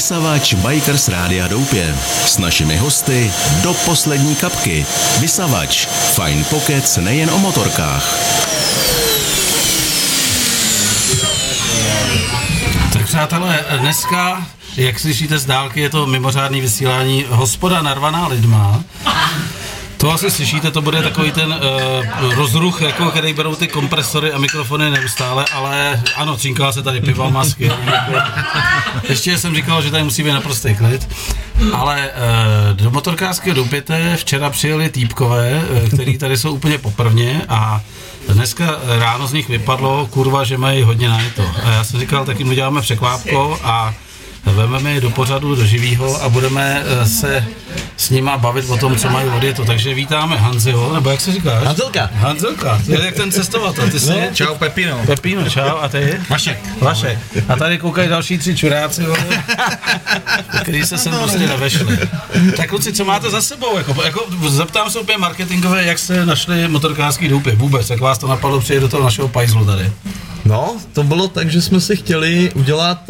Vysavač Bikers Rádia Doupě. S našimi hosty do poslední kapky. Vysavač. Fajn pokec nejen o motorkách. Tak přátelé, dneska, jak slyšíte z dálky, je to mimořádný vysílání Hospoda narvaná lidma. To asi slyšíte, to bude takový ten rozruch, jako který berou ty kompresory a mikrofony neustále, ale ano, třínká se tady piva, masky. Ještě jsem říkal, že tady musí být naprostý klid, ale do motorkářského Doupěte včera přijeli týpkové, který tady jsou úplně poprvně a dneska ráno z nich vypadlo, kurva, že mají hodně najeto. A já jsem říkal, tak jim uděláme překvápko a vememe je do pořadu, do živýho a budeme se s nima bavit o tom, co mají odjeto. Takže vítáme Hanziho, nebo jak se říkáš? Hanzelka, to je jak ten cestovatel. Ty jsi? No, čau Pepino. Pepino, čau, a ty? Vašek. A tady koukají další 3 čuráci, který se sem prostě nevešli. Tak kluci, co máte za sebou? Jako zeptám se úplně marketingové, jak jste našli motorkářský Doupě vůbec, jak vás to napadlo přijet do toho našeho pajzlu tady? No, to bylo tak, že jsme si chtěli udělat...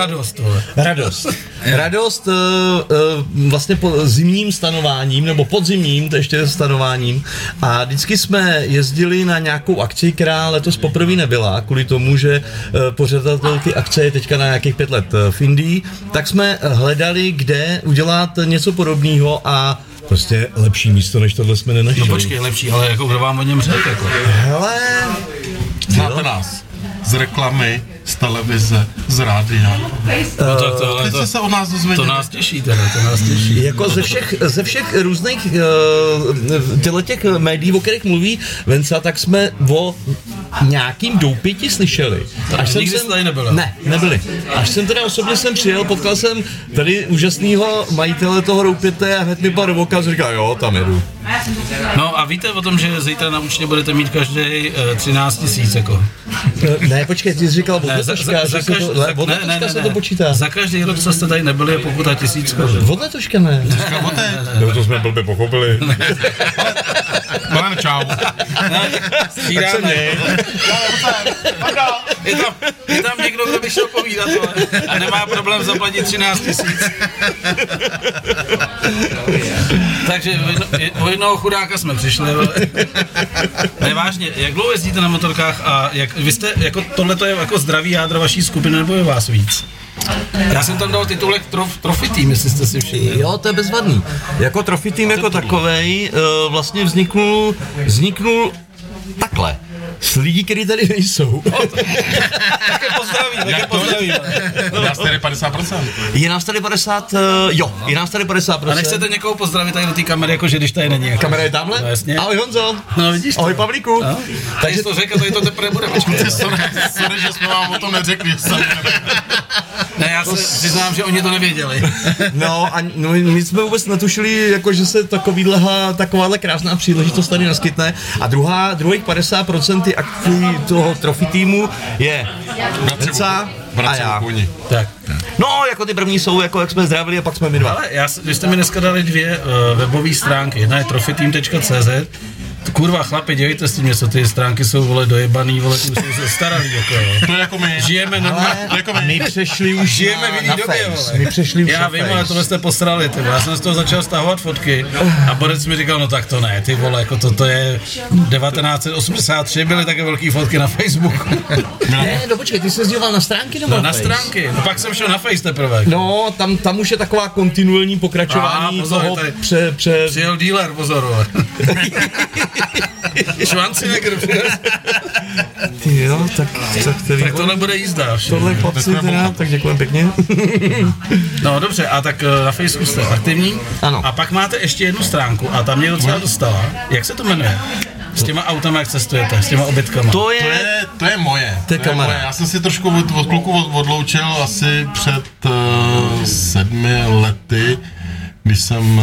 Radost vlastně po zimním stanováním, nebo podzimním, to ještě stanováním. A vždycky jsme jezdili na nějakou akci, která letos poprvé nebyla, kvůli tomu, že pořadatelky akce je teďka na nějakých 5 let v Indii, tak jsme hledali, kde udělat něco podobného a prostě lepší místo, než tohle jsme nenašli. No počkej, lepší, ale jako kdo vám o něm řekl, jako? Hele... Znáte nás z reklamy, z televize, z rádia. No tak tohle, Teď se o nás dozvěděli. To nás těší teda, to nás těší. Jako ze všech různých těch médií, o kterých mluví Venca, tak jsme o nějakým Doupěti slyšeli. Nikdy jste tady nebyli? Ne, nebyli. Až jsem teda osobně sem přijel, potkal jsem tady úžasného majitele toho Doupěte a hned mi padl do oka a říkal, jo, tam jedu. No a víte o tom, že zítra na účtě budete mít každý 13 000 jako? Ne, počkej, ty jsi říkal Vodletoška, že se to počítá. Za každý rok, co jste tady nebyli, je pokuta 1000 korun. Vodletoška ne. No to jsme blbě pochopili. Ale čau. Tak se měj. Je tam někdo, kdo by šel povídat, a nemá problém zaplatit 13 000. Takže o jednoho chudáka jsme přišli. Nevážně, jak dlouho jezdíte na motorkách a jak vy jste, jako tohle to je jako zdravý jádro vaší skupiny, nebo je vás víc? Já jsem tam dal titulek Trophy Team, jestli jste si všimli. Jo, to je bezvadný. Jako Trophy Team jako takovej vlastně vzniknul takhle. S lidí, kteří tady nejsou. Také pozdravím. Je nás tady 50%. Je nás tady 50, jo, je nás tady 50%. A nechcete někoho pozdravit tady do té kamery, jakože když tady není. Jako. Kamera je tamhle? No, jasně. Ahoj Honzo. No vidíš to. Ahoj Pavlíku. No. Takže to řekl, tady to teprve bude. Sorry, že jsme vám o tom neřekli. Ne, já se přiznám, že oni to nevěděli. No a my jsme vůbec netušili, jako, že se takováhle krásná příležitost tady naskytne. A druhých 50% ty akcí toho Trophy Teamu je Venca a já. Tak. No, jako ty první jsou, jako jak jsme zdravili a pak jsme my dva. Ale vy jste mi dneska dali 2 webové stránky. Jedna je trophyteam.cz. Kurva, chlapi, dělejte s tím něco, ty stránky jsou, vole, dojebaný, vole, ty jsou staralý, jako, To je jako my. Žijeme normálně, jako my přešli už žijeme v jiný době, vole. My přešli už já vím, ale tohle jste posrali, ty vole. Já jsem z toho začal stahovat fotky a Borec mi říkal, no tak to ne, ty vole, jako to je 1983, byly také velký fotky na Facebooku. Ne, no počkej, ty jsi se díval na stránky nebo na stránky, no pak jsem šel na Face teprve. No, tam už je taková kontinuální pokračování toho Přijel dealer, pozor, vole. Schwarzenegger, ty jo, tak tohle bude jízda. Tohle chlapci teda, tak děkujem pěkně. No dobře, a tak na Facebooku jste aktivní. Ano. A pak máte ještě jednu stránku a tam mě docela dostala. Jak se to jmenuje? S těma autama, jak cestujete, s těma obytkama. To je moje. To je moje. Já jsem si trošku od kluku odloučil asi před 7 lety, když jsem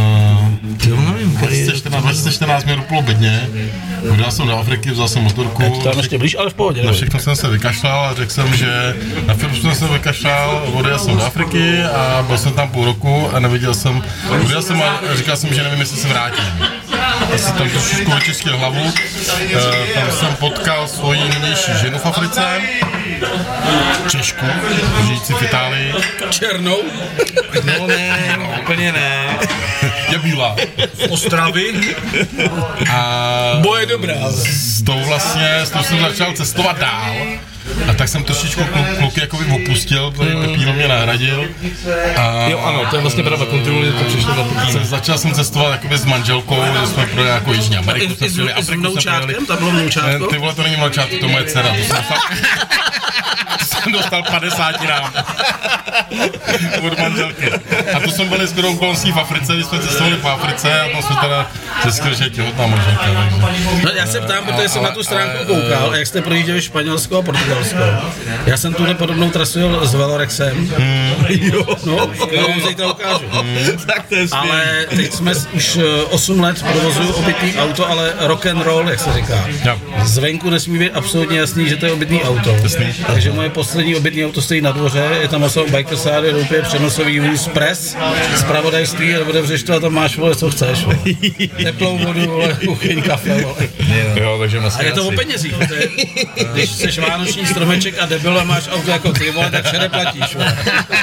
2014 měl doplou bedně, odjel jsem do Afriky, vzal jsem motorku. Tam ještě blíž, ale v pohodě. Na všechno jsem se vykašlal a řekl jsem, že na film jsem se vykašlal, odjel jsem do Afriky a byl jsem tam půl roku a odjel jsem a říkal jsem, že nevím, jestli se vrátím. asi to trošičku vyčistil hlavu. Tam jsem potkal svoji nynější ženu v Africe, Češku, žijící v Itálii. Černou? No ne, úplně ne. Je bílá. V Ostravy? A Boje dobrá. s tou jsem začal cestovat dál. A tak jsem trošičku kluky jakoby opustil, protože Pepíno mě nahradil. A Jo, ano, to je vlastně pravda, kontinuálně to přišlo na Pepíno. začal jsem cestovat jakoby s manželkou, že jsme pro jako Jižní Ameriku, I s vnoučátkem? Tam bylo vnoučátko? Ty vole, to není vnoučátko, to je moje dcera. To jsem dostal 50 rám od manželky. A to jsme byli skoro okolností v Africe, když jsme cestovali po Africe a tam jsme teda zjistili, že je těhotná manželka. No, já se ptám, protože jsem na tu stránku koukal, jak jste projížděli Španělsko a Portugalsko. Já jsem tuhle podobnou trasu jel s Velorexem. Jo, No, já vám zítra ukážu. tak to je skvělý. Ale teď jsme už 8 let provozuju obytný auto, ale rock and roll, jak se říká. Jo. Zvenku nesmí být absolutně jasný, že to je obytný auto. Takže moje poslední obytný auto stojí na dvoře, je tam maso Bikers rádio, doupě přenosový vůz, pres, zpravodajství, otevřeš to a tam máš, vole, co chceš. Vole. Teplou vodu, vole, kuchyň, kafe, vole. Jo, takže A je to o penězích, protože když jsi vánoční stromeček a debil a máš auto jako ty, vole, tak všade platíš. Vole.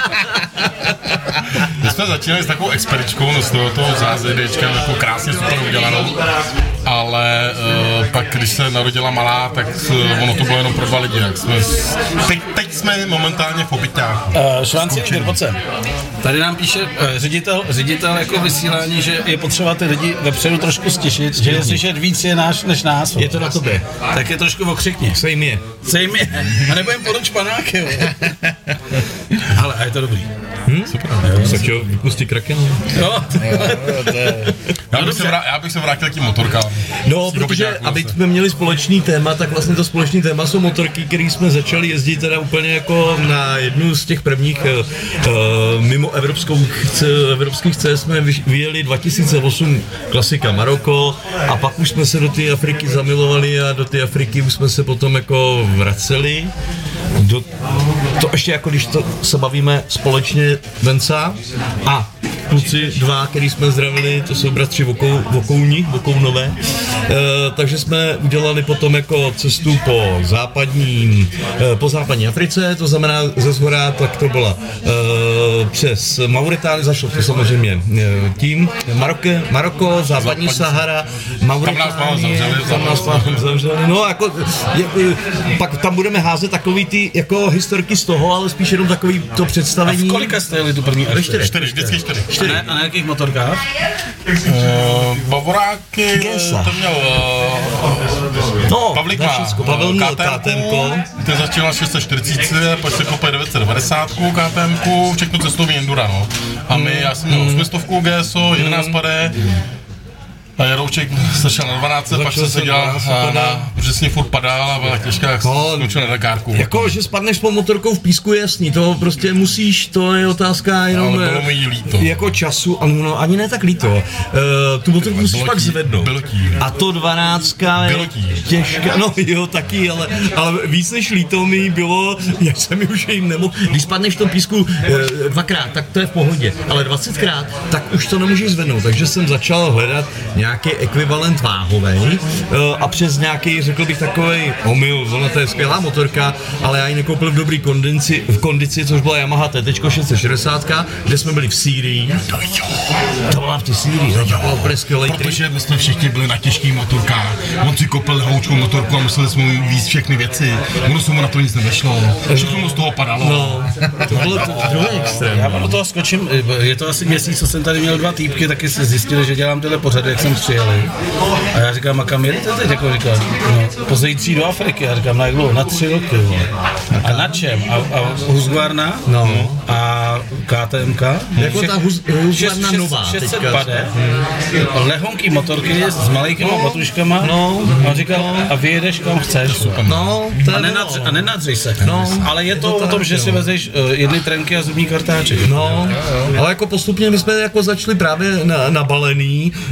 My jsme začínali s takovou expedičkou, no z toho zázemíčkem, jako krásně super udělanou, ale pak, když se narodila malá, tak ono to bylo jenom pro 2 lidi. Jak jsme, teď jsme momentálně v obyťách. Švanci, pojď sem. Tady nám píše ředitel jako vysílání, že je potřeba ty lidi vepředu trošku stišit, že je slyšet víc je náš než nás. Je to na tobě. Tak je trošku okřikni. Sejm je. Sejm je. A nebudem podoč panáky. Ale a je to dobrý. Super. Tak jo, vypustí kraken. Jo. Já bych se vrátil k tím motorkám. No, protože aby jsme měli společný téma, tak vlastně to společný téma jsou motorky, které jsme začali jezdit teda úplně jako na jednu z těch prvních mimo evropských cest jsme vyjeli 2008 klasika Maroko a pak už jsme se do té Afriky zamilovali a do té Afriky už jsme se potom jako vraceli. To ještě jako když to se bavíme společně Venca a kluci 2, který jsme zdravili, to jsou bratři Vokounové, takže jsme udělali potom jako cestu po západní Africe, to znamená ze shora, tak to byla přes Mauritánii, zašlo to samozřejmě tím, Maroko, západní Sahara, Mauritánie, tam nás zavřeli, no jako pak tam budeme házet takový ty jako historky z toho, ale spíš jenom takový to představení. A v kolika jste jeli tu první? 4, vždycky 4. A na jakých motorkách? Bavoráky, to měl Pavlík má KTM-ko, ten začal na 640, pak se koupil 990 KTM-ku, všechno cestovní endura, no. A já jsem měl 800 GSO, 11 padé, a Jarouček začal na 12, pak se dělal protože s ní furt padal a byla těžká, jak skončil na Dakárku. Jako, že spadneš po motorkou v písku, jasný, to prostě musíš, to je otázka jenom bylo mi jí líto. Jako času, no ani ne tak líto. Tu motorku musíš pak zvednout. A to 12 je těžká, no jo, taky, ale víc než líto mi bylo, já jsem už jim nemohl, když spadneš v tom písku 2krát, tak to je v pohodě, ale 20krát, tak už to nemůžeš zvednout, takže jsem začal hledat nějaký ekvivalent váhovej a přes nějaký, řekl bych, takovej omyl, ona to je skvělá motorka, ale já ji nekoupil v dobrý kondici, což byla Yamaha TT 660, kde jsme byli v Sýrii. To byla v té Sýrii, to bylo úplně skvělej. Protože my jsme všichni byli na těžkých motorkách, on si koupil hloučkou motorku a museli jsme mu víc všechny věci, ono se mu na to nic nevešlo, všechno mu z toho padalo. No, to bylo to druhý extrém. Já do toho skočím, je to asi měsíc, co jsem tady měl 2 týpky, taky se zjistili, že dělám tyhle pořady, jak jsem přijeli. A já říkám, a kam jedete teď? Jako říkám, no, pozítří do Afriky. Já říkám, na jak dlouho? Na 3 roky. A na čem? A Husqvarna? No. A KTMka? Jako ta Husqvarna nová. 600 pade, lehonký motorky s malejkýma batuškama. No. A on říkal, a vyjedeš kam chceš. No, a nenadřej se. No. Ale je to o tom, že si vezeš jedny trenky a zubní kartáček. No, ale jako postupně my jsme jako začali právě nabalený 3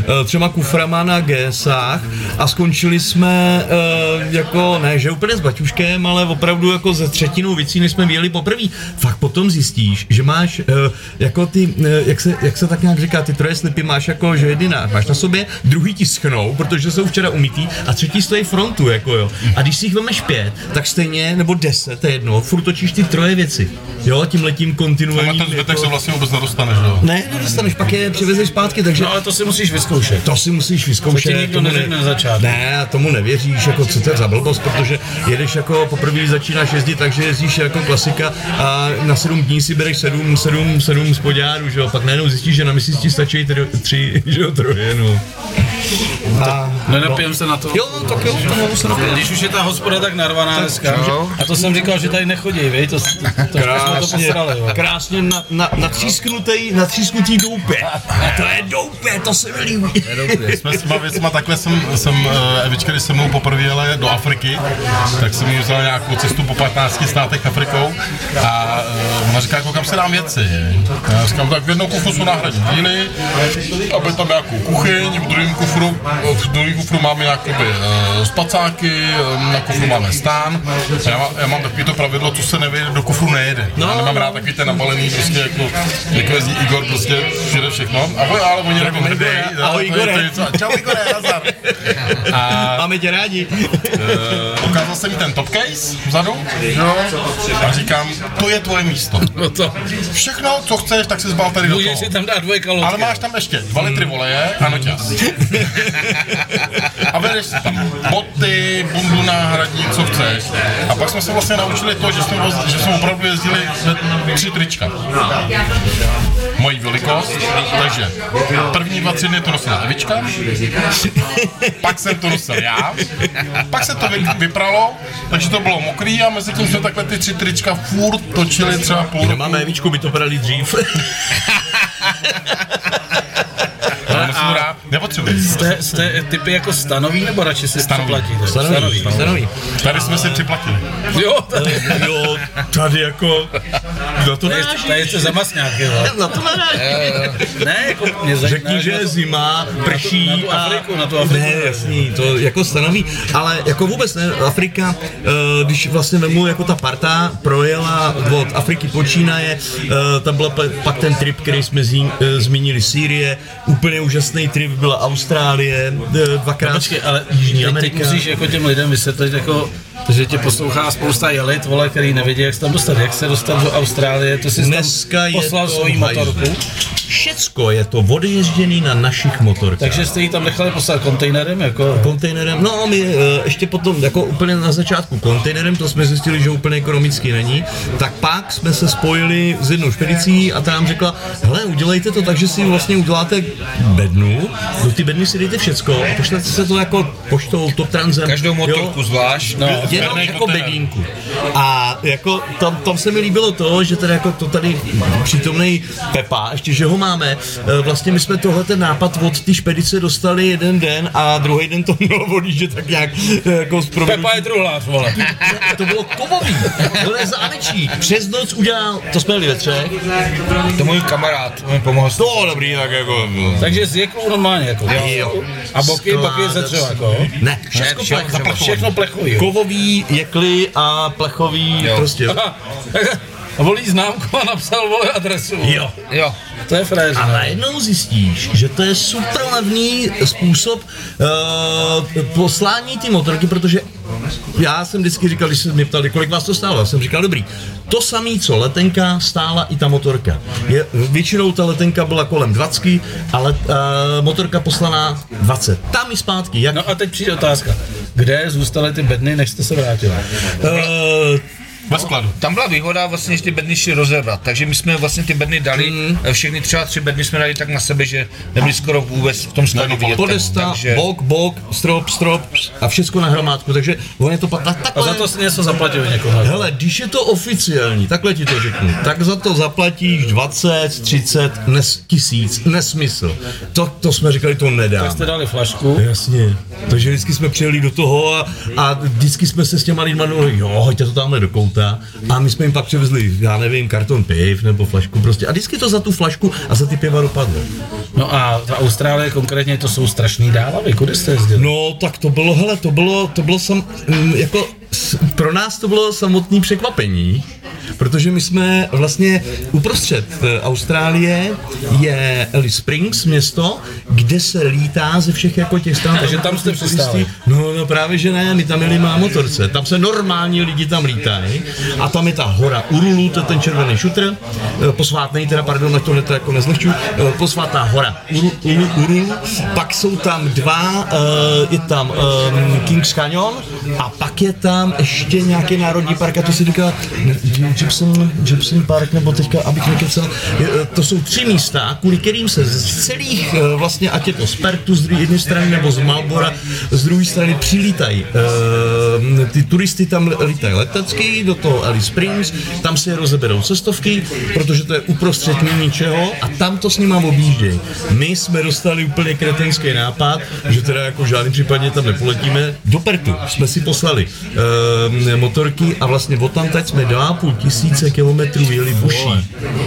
2 kuframa na GSách a skončili jsme jako, ne, že úplně s baťuškem, ale opravdu jako ze 3 věcí, než jsme vyjeli poprvé. Fakt potom zjistíš, že máš jako ty, jak se tak nějak říká, ty troje slipy máš jako, že jediná máš na sobě, druhý ti schnou, protože jsou včera umytý a třetí stojí frontu, jako jo. A když si jich vemeš 5, tak stejně, nebo 10, to je jedno, furt točíš ty troje věci, jo, tímhletím kontinuálním. Ale ten zbytek se vlastně vůbec nedostaneš, jo? Ne, nedostaneš, pak je přivezeš zpátky, takže... No ale to si musíš vyzkoušet. To si musíš vyzkoušet. To ti nikdo neřekne na začátku. Ne, tomu nevěříš, jako co to je za blbost, protože jedeš jako poprvé začínáš jezdit, takže jezdíš jako klasika a na 7 dní si bereš 7 spodňárů, že jo, pak najednou zjistíš, že na měsíc ti stačí 3, že jo, troje, no. Nenapijem se na to. Jo, tak jo, to mohu se napít. Když už je ta hospoda tak narvaná dneska, a to jsem říkal, že tady nechodí, vej, to jsme to posrali, jo. Krásně natřísknutý doupě. To je doupě, to se mi líbí. Jsme s těma věcma, takhle jsem Evička, když se mnou poprvé jela do Afriky, tak jsem jí vzal nějakou cestu po 15 státech Afrikou a ona říká, jako kam se dám věci. Já říkám, tak v jednou kufru jsou náhradní díly, aby tam nějakou kuchyň, v druhém kufru máme jakoby spacáky, na kufru máme stán. Já mám takový to pravidlo, co se nevyjede, do kufru nejede. Já nemám rád takový ten nabalený, prostě jako jezdí Igor, prostě všude všechno. Ale oni jako nejdej. Ahoj Igore. Čau Igore, nazdar. Máme tě rádi. Ukázal jsem mi ten top case vzadu, a říkám, to je tvoje místo. No to. Všechno, co chceš, tak si zbal tady do toho. Můžeš si tam dát 2 kalotky. Ale máš tam ještě 2 litry voleje a noťas. A vedeš si tam boty, bundu náhradní, co chceš. A pak jsme se vlastně naučili to, že jsme opravdu jezdili 3 trička. Mojí velikost, takže první 2-3 dny to nosila Evička, pak jsem to nosil já, pak se to vypralo, takže to bylo mokrý a mezi tím jsme takhle ty 3 trička furt točili třeba půl roku. Nemáme Evičku, by to brali dřív. Jste typy jako stanoví, nebo radši si připlatíte? Stanoví. Tady jsme si připlatili. Jo, tady jako... Kdo to tady jste zamasňák, jo. Na to nadáš. Ne, jako mě zajímá. Řekni, že je zima, prší na tu Afriku. Ne, jasný, to jako stanoví, ale jako vůbec ne, Afrika, když vlastně vemu jako ta parta projela od Afriky počínaje, tam byl pak ten trip, který jsme zmínili, Sýrie, úplně úžasný trip, byla Austrálie, 2krát Počkej, ale Jižní Amerika. Teď musíš jako těm lidem vysvětlit, jako, že tě poslouchá spousta jelit, vole, který nevědí, jak se tam dostat. Jak se dostat do Austrálie, to si tam poslal svoji motorku. Všecko je to odježděný na našich motorkách. Takže jste ji tam nechali poslat kontejnerem, jako? Kontejnerem, no my ještě potom, jako úplně na začátku kontejnerem, to jsme zjistili, že úplně ekonomicky není, tak pak jsme se spojili s jednou špedicí a ta nám řekla, hele, udělejte to tak, že si vlastně uděláte bednu, do ty bedny si dejte všecko a pošlete se to jako poštou, top transem. Každou motorku zvlášť, jenom jako bedínku. A jako tam se mi líbilo to, že teda jako to tady přítomnej Pepa, ještě že ho máme, vlastně my jsme tohle ten nápad od té špedice dostali jeden den a druhý den to mělo odjíždět tak nějak jako zprovednutí. Pepa je druhlář, vole. To bylo kovový, to je zámečí. Přes noc udělal, to jsme jeli ve 3. To můj kamarád, mi pomohl. To dobrý, tak jako. Takže z jeklů normálně, jako. Jo. A boky je ze třeba, jako. Ne, Všechno plechový. Kovový, jekly a plechový, prostě. A volí známku a napsal, vole, adresu. Jo. To je fréž. A najednou zjistíš, že to je super levný způsob poslání ty motorky, protože já jsem vždycky říkal, když se mě ptali, kolik vás to stálo, já jsem říkal, dobrý, to samý, co letenka, stála i ta motorka. Většinou ta letenka byla kolem 20, ale motorka poslaná 20. Tam i zpátky. Jak... No a teď přijde otázka. Kde zůstaly ty bedny, než jste se vrátili? Ve skladu. Tam byla výhoda vlastně, že ty bedny šly rozebrat, takže my jsme vlastně ty bedny dali, všechny třeba 3 bedny jsme dali tak na sebe, že nebyly skoro vůbec v tom skladu vidět. Podesta, takže... bok, strop a všechno na hromádku, takže on je to takhle. A za to si něco zaplatil někoho. Hele, když je to oficiální, takhle ti to řeknu, tak za to zaplatíš 20, 30, tisíc, nesmysl. To jsme říkali, to nedá. Tak jste dali flašku. Jasně. Takže vždycky jsme přijeli do toho a vždycky jsme se s těma lidma, jo, hoďte to tamhle do kouta. auta a my jsme jim pak přivezli, já nevím, karton piv nebo flašku prostě a vždycky to za tu flašku a za ty piva dopadlo. No a ta Austrálie konkrétně, to jsou strašný dálávy, kudy jste jezdili? No tak to bylo pro nás to bylo samotné překvapení, protože my jsme vlastně uprostřed Austrálie je Alice Springs město, kde se lítá ze všech jako těch stran. Takže tam jste přistáli? No právě že ne, my tam jeli na motorce, tam se normální lidi tam lítají a tam je ta hora Urulu, to je ten červený šutr, posvátnej teda, pardon, na tohle to jako nezlehčuji, posvátná hora Urulu, pak jsou tam dva, je tam Kings Canyon a pak je tam ještě nějaký národní park a to si říká Gibson Park, nebo teďka, abych nekecal, to jsou 3 místa, kvůli kterým se z celých vlastně, ať je to z Perthu z jedné strany nebo z Marlbora z druhé strany přilítají. Ty turisty tam lítají letecky do toho Alice Springs, tam si je rozeberou cestovky, protože to je uprostřed ničeho a tam to s nima objíždějí. My jsme dostali úplně kretenský nápad, že teda jako v žádném případě tam nepoletíme. Do Perthu jsme si poslali motorky a vlastně odtamtať jsme 2,5 tisíce kilometrů jeli buší.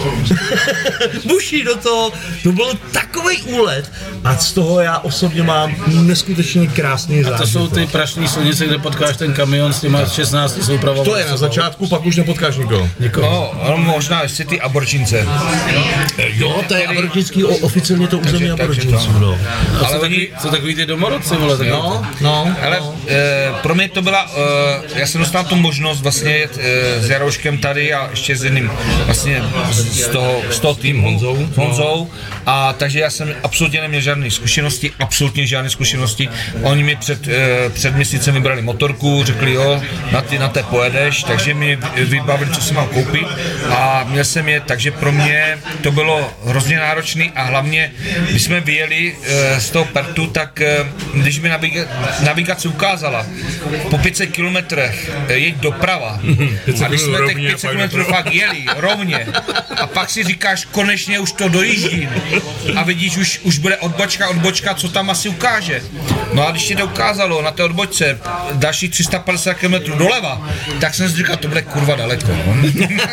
Buší do toho, to byl takovej úlet a z toho já osobně mám neskutečně krásný zážitek. A to jsou ty prašní silnice, kde potkáš ten kamion s těma 16 soupravami. To je na začátku, pak už nepotkáš nikoho. No, možná ještě ty aborčince. Jo, to je aborčinský, oficiálně to území aborčinců, no. Ale co takový ty domorodci, vole? No. Ale pro mě to byla, já jsem dostal tu možnost vlastně jet s Jarouškem tady a ještě s jedním vlastně z toho týmu Honzou. A takže já jsem absolutně neměl žádné zkušenosti, Oni mi před měsícem vybrali motorku, řekli jo, na té pojedeš, takže mi vybavili, co si mám koupit a měl jsem je, takže pro mě to bylo hrozně náročný a hlavně, když jsme vyjeli z toho Perthu, tak když mi navigace ukázala po 500 kilometrech jeď doprava a když jsme těch 500 kilometrů fakt jeli rovně a pak si říkáš, konečně už to dojíždím a vidíš, už bude odbočka, co tam asi ukáže. No a když ti to ukázalo na té odbočce dalších 350 km doleva, tak jsem si říkal, to bude kurva daleko. No.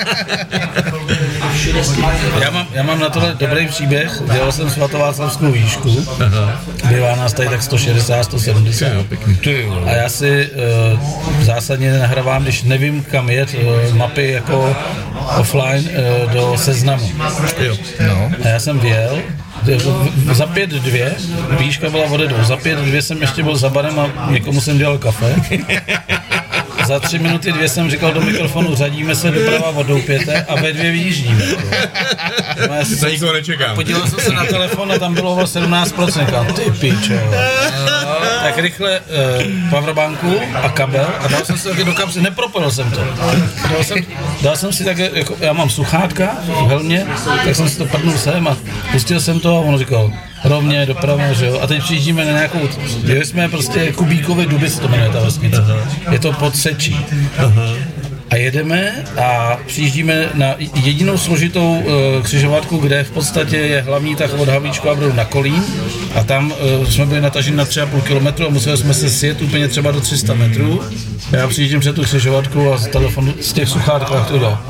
Já mám na tohle dobrý příběh, dělal jsem svatováclavskou výšku, bývá nás tady tak 160, 170 a já si zásadně nenahrávám, když nevím kam jet, mapy jako offline do Seznamu. No. A já jsem vyjel, za 5:02, výška byla ode 2, za 5:02 jsem ještě byl za barem a někomu jsem dělal kafe. Za 3 minuty 2 jsem říkal do mikrofonu, řadíme se doprava, odoupěte a ve 2 vyjíždíme. Se nikoho nečekám. Podíval jsem se na telefon a tam bylo o 17%. Říkám, ty pičo. Tak rychle powerbanku a kabel a dal jsem si taky do kapsy, nepropojil jsem to. Dal jsem si také, jako, já mám sluchátka v helmě, tak jsem si to prdnul sem a pustil jsem to a on říkal, rovně doprava, že jo. A teď přijíždíme na nějakou, kde jsme prostě Kubíkové Duby, se to jmenuje ta vesnice. Je to pod Sečí. A jedeme a přijíždíme na jedinou složitou křižovatku, kde v podstatě je hlavní tak od Havlíčku a Brodu na Kolín a tam jsme byli nataženi na 3,5 kilometru a museli jsme se sjet úplně třeba do 300 metrů. Já přijíždím před tu křižovatku a z telefonu z těch sluchátkách to jde.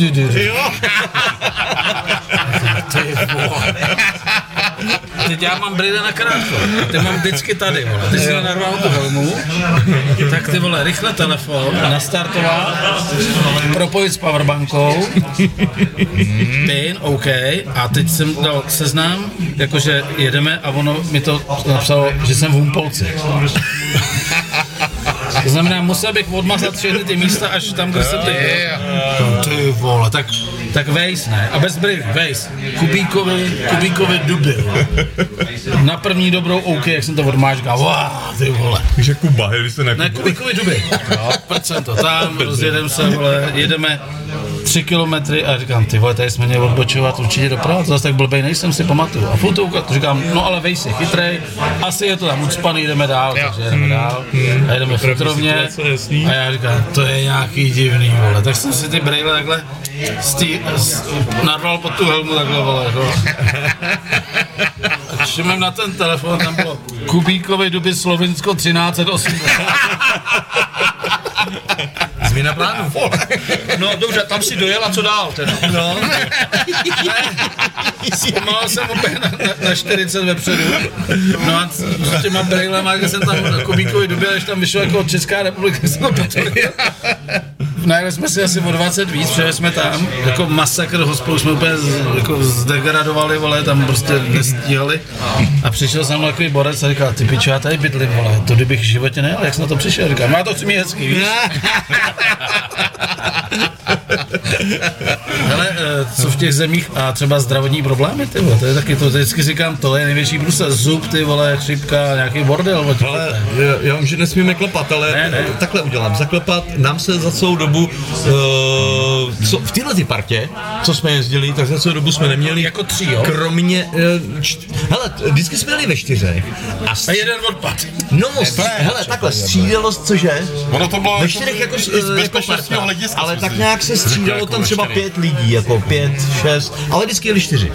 Teď já mám brýle na krátko, ty mám vždycky tady, vole. Ty si narval tu helmu, tak ty vole, rychle telefon, nastartovat, propojit s powerbankou, pin, OK, a teď jsem dal seznam, jakože jedeme a ono mi to napsalo, že jsem v Humpolci. To znamená, musel bych odmazat všechny ty místa až tam, kde jsem teď. Ty vole, tak vejs, ne? A bez brýlí, vejs. Kubíkové Duby. Na první dobrou OK, jak jsem to odmáčkal, ty vole. Takže Kuba, když se ne, Kubíkové Duby. Jo, procento tam, rozjedeme se, vole, jedeme 3 kilometry a říkám, ty vole, tady jsme měli odbočovat určitě doprava, to zase tak blbej nejsem, si pamatuju. A furt to říkám, no ale vejs je chytrej, asi je to tam ucpaný, jdeme dál, takže jedeme dál. A jedeme futrovně a já říkám, to je nějaký divný, vole. Tak jsem si ty brejle takhle narval pod tu helmu takhle, vole, jako. A všimem na ten telefon, tam bylo Kubíkové Duby Slovinsko 1380. My na plánu. No dobře, tam si dojel a co dál teda? No. Mal jsem úplně na 40 vepředu. No a s těma brejlema, když jsem tam Kubíkovi době, než tam vyšel jako Česká republika, jsem to potvrdil. Najeli jsme si asi o 20 víc, protože jsme tam, jako masakr hospodu jsme úplně jako zdegradovali, vole, tam prostě nestíhali. A přišel jsem takový borec a říkal, ty piče, já tady bydlím, vole, to kdybych v životě nejel, jak jsi na to přišel? Říkal, má to chci mít hezký, víš? Hele, co v těch zemích a třeba zdravotní problémy, ty vole, to je taky to, vždycky říkám, tohle je největší Brusel, zub, ty vole, chřipka, nějaký bordel. Ale já vím, že nesmíme klepat, ale ne. Takhle udělám, zaklepat, nám se za celou dobu, v této partě, co jsme jezdili, tak za celou dobu jsme neměli jako 3, jo? Kromě, hele, vždycky jsme jeli ve 4. A jeden odpad. No, hele, takhle, střídalost, cože? Ono to bylo ve 4 jako z bezpečnostního hlediska. Ale tak nějak se střídalo tam třeba 5 lidí, jako 5, 6, ale vždycky jeli 4.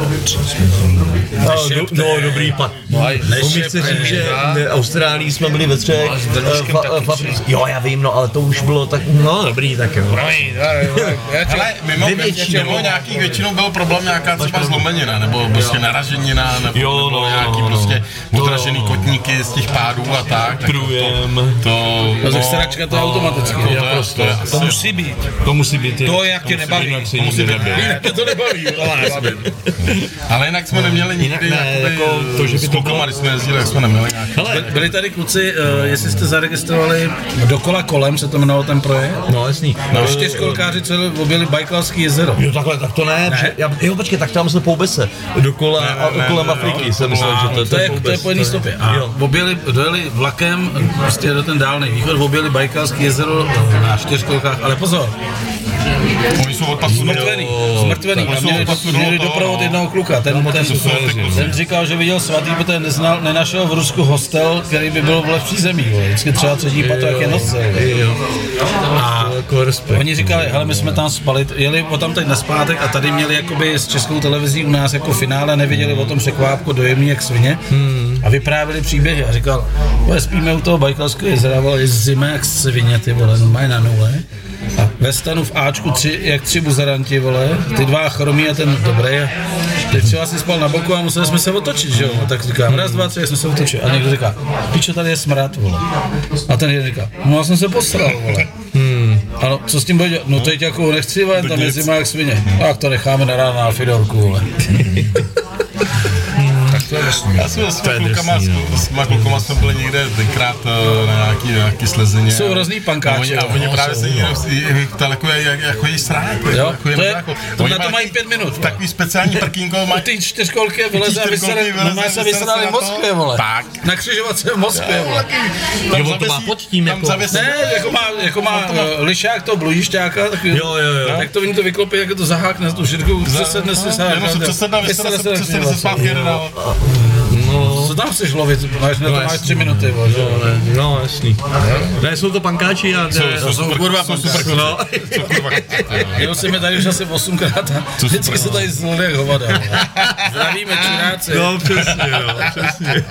No, dobrý pad. Umí se říct, že v Austrálii jsme byli ve 3, v Africe. Jo, já vím, no, ale to už bylo tak, no, dobrý, tak jo. Ale mimo nějakých většinou byl problém nějaká třeba zlomenina, nebo prostě naraženina, nebo nějaký prostě odražený kotníky z těch pádů a tak. Průjem. No, tak staračka to je automaticky. To musí být. To musí být. To jak tě nebaví. To musí být. Jinak to nebaví. Ale jinak jsme neměli nikdy jako to, že by s klukama, když jsme jezdili, jak jsme neměli nějaký. Byli tady kluci, jestli jste zaregistrovali Dokola kolem, se to jmenovalo ten projekt? No, jasný. No, 4kolkáři, co objeli Bajkalský jezero. Jo, takhle, tak to ne. Jo, počkej, tak tam jsme Poubese. Dokola a kolem Afriky jsem myslel, že to je po jedné stopě. A dojeli vlakem prostě do ten dálný východ, objeli Bajkalský jezero na 4kolkách, ale pozor. Oni jsou odpasuný. Zmrtvený. Měli doprovod jednoho kluka. Ten říkal, že viděl svatý, protože nenašel v Rusku hostel, který by byl v přízemí. Vždycky třeba 3. patro, jak je nosce. A oni říkali, hele, my jsme tam spali, jeli o tam teď naspátek a tady měli jakoby s Českou televizí u nás jako finále, nevěděli o tom překvápku dojemný jak svině a vyprávěli příběhy a říkal, spíme u toho Bajkalského jezera, vole, je zima jak svině, ty vole, mají na nule. A ve stanu v Ačku 3 buzaranti, vole, ty 2 chromí a ten dobrý. A teď třeba si spal na boku a museli jsme se otočit, že jo? Tak říkám, 1, 2, 3, jsme se otočili. A někdo říká, pičo, tady je smrad, vole. A ten jeden říká, no já jsem se posral, vole. Ano, co s tím bude dělat? No teď jako nechci, vole, tam je zima jak svině. Tak to necháme na ráno na Fidorku, vole. Já jsem s těma klukama jsme byli někde tenkrát na nějaký slezeně. Jsou hrozný pankáči. A oni právě se někde ptali, jak chodí srát. Jo, na to mají 5 minut. Takový speciální prkínko mají. Ty 4kolky vyleze a se vysrali v Moskvě, vole. Tak. Na křižovatce v Moskvě, vole. Jo, to má pod tím, ne, jako má lišák toho bludišťáka, tak to oni to vyklopí, jak to zahákne na tu širku, přesedne si se zpátky jeden dál. No. Co tam chceš lovit? Máš na to máš 3 minuty, vole. No, jasný. Ne, jsou to pankáči a jsou kurva pankáči. No. Jo, si mi tady už asi 8krát a vždycky se tady zlili jak hovada. Zdravíme čuráci. No, přesně.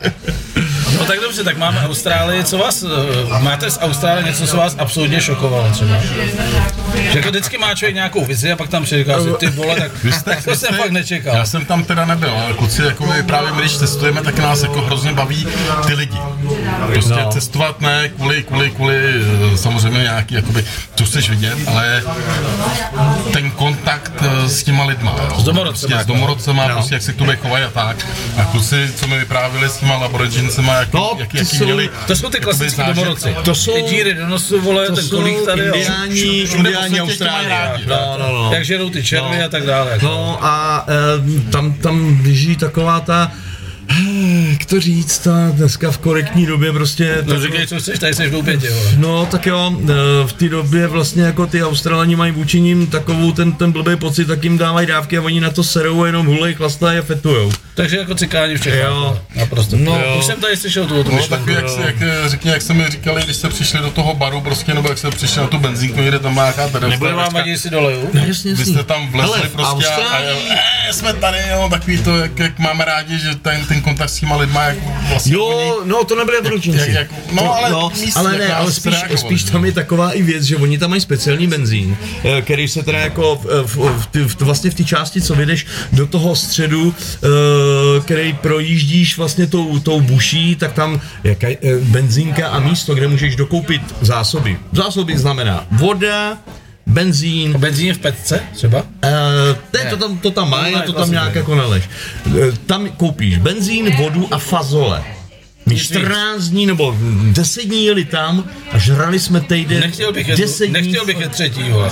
No tak dobře, tak máme Austrálii, co vás, máte z Austrálie něco, co vás absolutně šokovalo třeba? Že jako vždycky má člověk nějakou vizi a pak tam říká si, ty vole, tak to jsem fakt nečekal. Já jsem tam teda nebyl, ale kluci, jako my právě my, když cestujeme, tak nás jako hrozně baví ty lidi. Prostě cestovat ne kvůli samozřejmě nějaký, jakoby, co chceš vidět, ale ten kontakt s těma lidma. S domorodcema. Prostě jak se k tobě chovají a tak. A kluci, co mi vyprávěli s těma laboratorčincema, jaký měli. To jsou ty klasické domorodci. To jsou ty díry do nosu, vole, ten kolík tady. Indiáni Austrálie. No. Jak žerou ty červy a tak dále. No a tam běží taková ta, jak to říct, ta dneska v korektní době prostě... No říkej, co chceš, tady jsi v doupětě, vole. No tak jo, v té době vlastně jako ty Australani mají vůči nim takovou ten blbý pocit, tak jim dávají dávky a oni na to serou a jenom hulej, chlastají a fetujou. Takže jako cikáni všechno. Jo. Naprosto. No, už jsem tady slyšel tu myšlenku. Takový, jak jsme mi říkali, když jste přišli do toho baru prostě, nebo jak jste přišli na tu benzínku, někde tam má nějaká tady. Nebude vám vadit, si doleju? Jasně. Vy jste tam vlezli prostě a jsme tady, jo, takový to, jak máme rádi, že ten ten kontakt s těma lidma, jak vlastně Jo, no to nebude vručinci. Ale spíš tam je taková i věc, že oni tam mají speciální benzín, který se teda jako vlastně v té části, co vyjdeš do toho středu, který projíždíš vlastně tou buší, tak tam je benzínka a místo, kde můžeš dokoupit zásoby. Zásoby znamená voda, benzín. Benzín v petce třeba? To tam má, to tam nějak jako naleš. Tam koupíš benzín, vodu a fazole. My 14 dní nebo 10 dní jeli tam a žrali jsme týden. Nechtěl bych je třetího.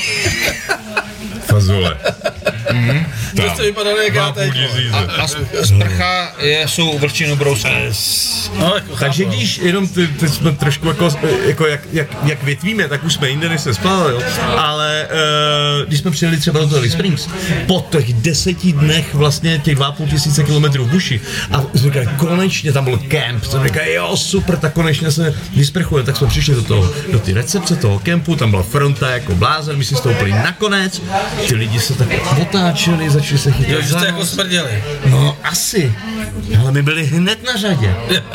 Fazole. To jste vypadali jak já teď. A sprcha jsou vlčinu brouské. No, jako takže když jenom teď jsme trošku jako jak větvíme, tak už jsme jinde, než se spal, jo. Ale když jsme přijeli třeba do toho Springs, po těch 10 dnech vlastně těch 2500 km v buši a říkali, konečně tam byl kemp, to říkali, jo super, tak konečně se vysprchujeme, tak jsme přišli do té recepce toho kempu, tam byla fronta jako blázen, my si stoupili nakonec, ty lidi se tak otáčeli, začali se chytat. Jo, že jste jako smrděli. No asi, ale my byli hned na řadě.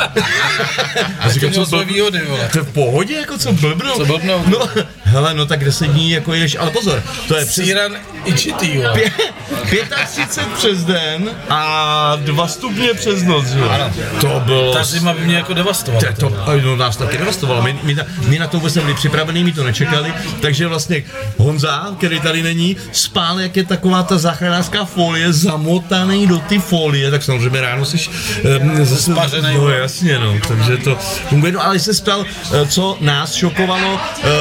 A říkám, co bylo výhody, vole. To je v pohodě, jako co blbnou. Co blbnou? No, hele, no tak 10 dní jako jdeš, ale pozor, to je Síran i čitý, jo. 35 přes den a 2 stupně přes noc, jo. To bylo... Ta zima by mě jako devastovala. No, nás taky devastovalo, my na to vůbec nebyli připravení, my to nečekali, takže vlastně Honza, který tady není, spál, jak je taková ta záchranářská folie, zamotaný do ty folie, tak samozřejmě ráno jsi spařenej. No jasně, no, takže to funguje, no ale jsi se ptal, co nás šokovalo,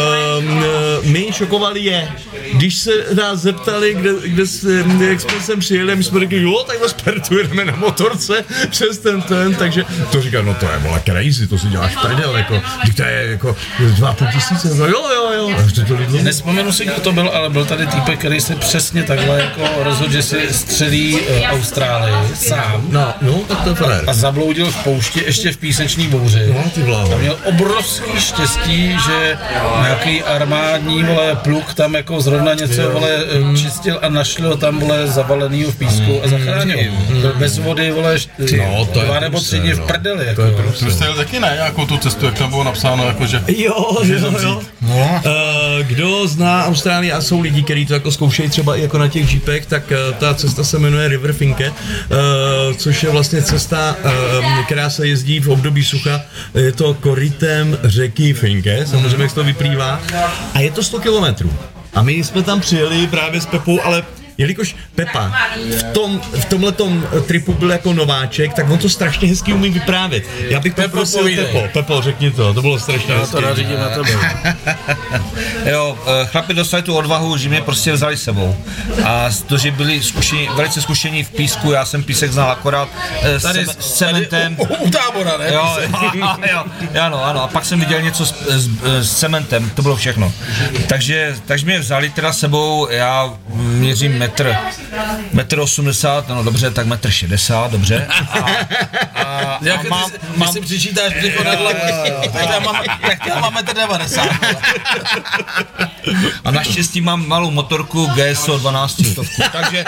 my šokovali je, když se nás zeptali, jak jsme sem přijeli, my jsme řekli, jo, takhle spertujeme na motorce přes ten, takže to říkal, no to je vole crazy, to si děláš prdel, jako, to je jako 2500, no jo, Nespomenu si, kdo to byl, ale byl tady týpek, který se přesně takhle jako rozhodl, že si střelí Austrálii sám. No, tak to je fér. A zabloudil v poušti ještě v píseční bouři. No, ty bláho. A měl obrovský štěstí, že nějaký armádní, vole, pluk tam jako zrovna něco, vole, čistil a našli ho tam, vole, zavalenýho v písku a zachránil. Byl bez vody, vole, 2 nebo 3 dny v prdeli, jako. Ty jste jel taky ne, nějakou tu cestu, jak tam bylo napsáno, jako že... Jo. No. Kdo zná Austrálii a jsou lidi, kteří to jako zkoušejí třeba i jako na těch jeepech, tak ta cesta se jmenuje River Finke, což je vlastně cesta, která se jezdí v období sucha, je to korytem řeky Finke, samozřejmě jak to vyplývá, a je to 100 kilometrů. A my jsme tam přijeli právě s Pepou, ale jelikož Pepa v tomhletom tripu byl jako nováček, tak on to strašně hezky umí vyprávět. Já bych poprosil Pepo, řekni to bylo strašně hezky. Já to nařídím na tebe. Jo, chlapi dostali tu odvahu, že mě prostě vzali sebou. A to, že byli velice zkušení v písku, já jsem písek znal akorát s cementem. U tábora, ne? Jo, ano. A pak jsem viděl něco s cementem, to bylo všechno. Takže mě vzali teda sebou, já měřím metr 80, no dobře, tak 1,60 m, dobře. Ty si přičítáš břicho nad hlavou, tak já mám 1,90 m. A naštěstí mám malou motorku GSO 1200, takže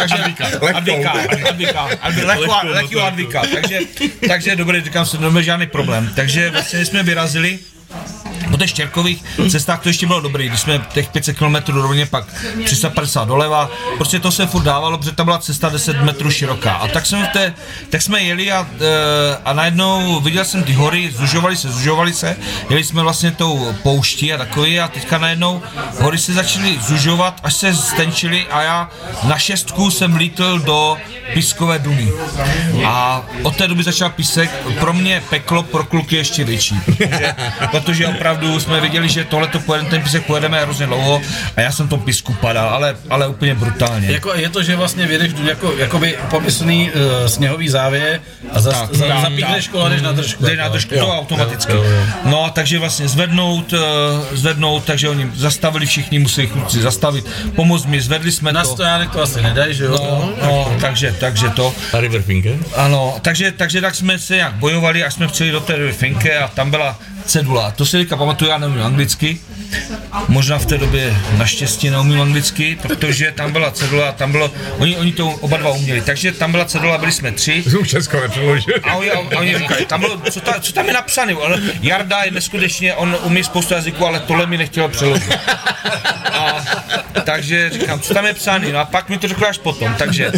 lehký Advika, takže dobrý, říkám se, neměl žádný problém. Takže vlastně jsme vyrazili. Po těch štěrkových cestách to ještě bylo dobrý, když jsme těch 500 km rovně, pak 350 doleva, prostě to se furt dávalo, protože ta byla cesta 10 metrů široká. A tak jsme jeli a najednou viděl jsem ty hory, zužovaly se, jeli jsme vlastně tou pouští a takový a teďka najednou hory se začaly zužovat, až se stenčily a já na 6 jsem vlítl do pískové duny. A od té doby začal písek, pro mě peklo, pro kluky ještě větší, protože opravdu jsme viděli, že tohleto ten písek pojedeme hrozně dlouho a já jsem tom písku padal, ale úplně brutálně. Jako je to, že vlastně vědeš jakoby pomyslný sněhový závěr a zapíchneš kola, jdeš na držku. To automaticky. No, takže vlastně zvednout, takže oni zastavili všichni, museli kluci zastavit, pomoct mi, zvedli jsme na stojánek to asi nedají, že jo? No, takže to. A River Finke? Ano, takže tak jsme se jak bojovali, až jsme přijeli do té River Finke a tam byla cedula. To si teďka pamatuju, já neumím anglicky. Možná v té době naštěstí neumím anglicky, protože tam byla cedula, tam bylo, oni to oba dva uměli, takže tam byla cedula, byli jsme 3. Zvuk Česko nepřeložil. A oni říkali, tam bylo, co tam je napsané, ale Jarda je neskutečně, on umí spoustu jazyků, ale tohle mi nechtěl přeložit. Takže říkám, co tam je psaný, no a pak mi to řekl až potom, takže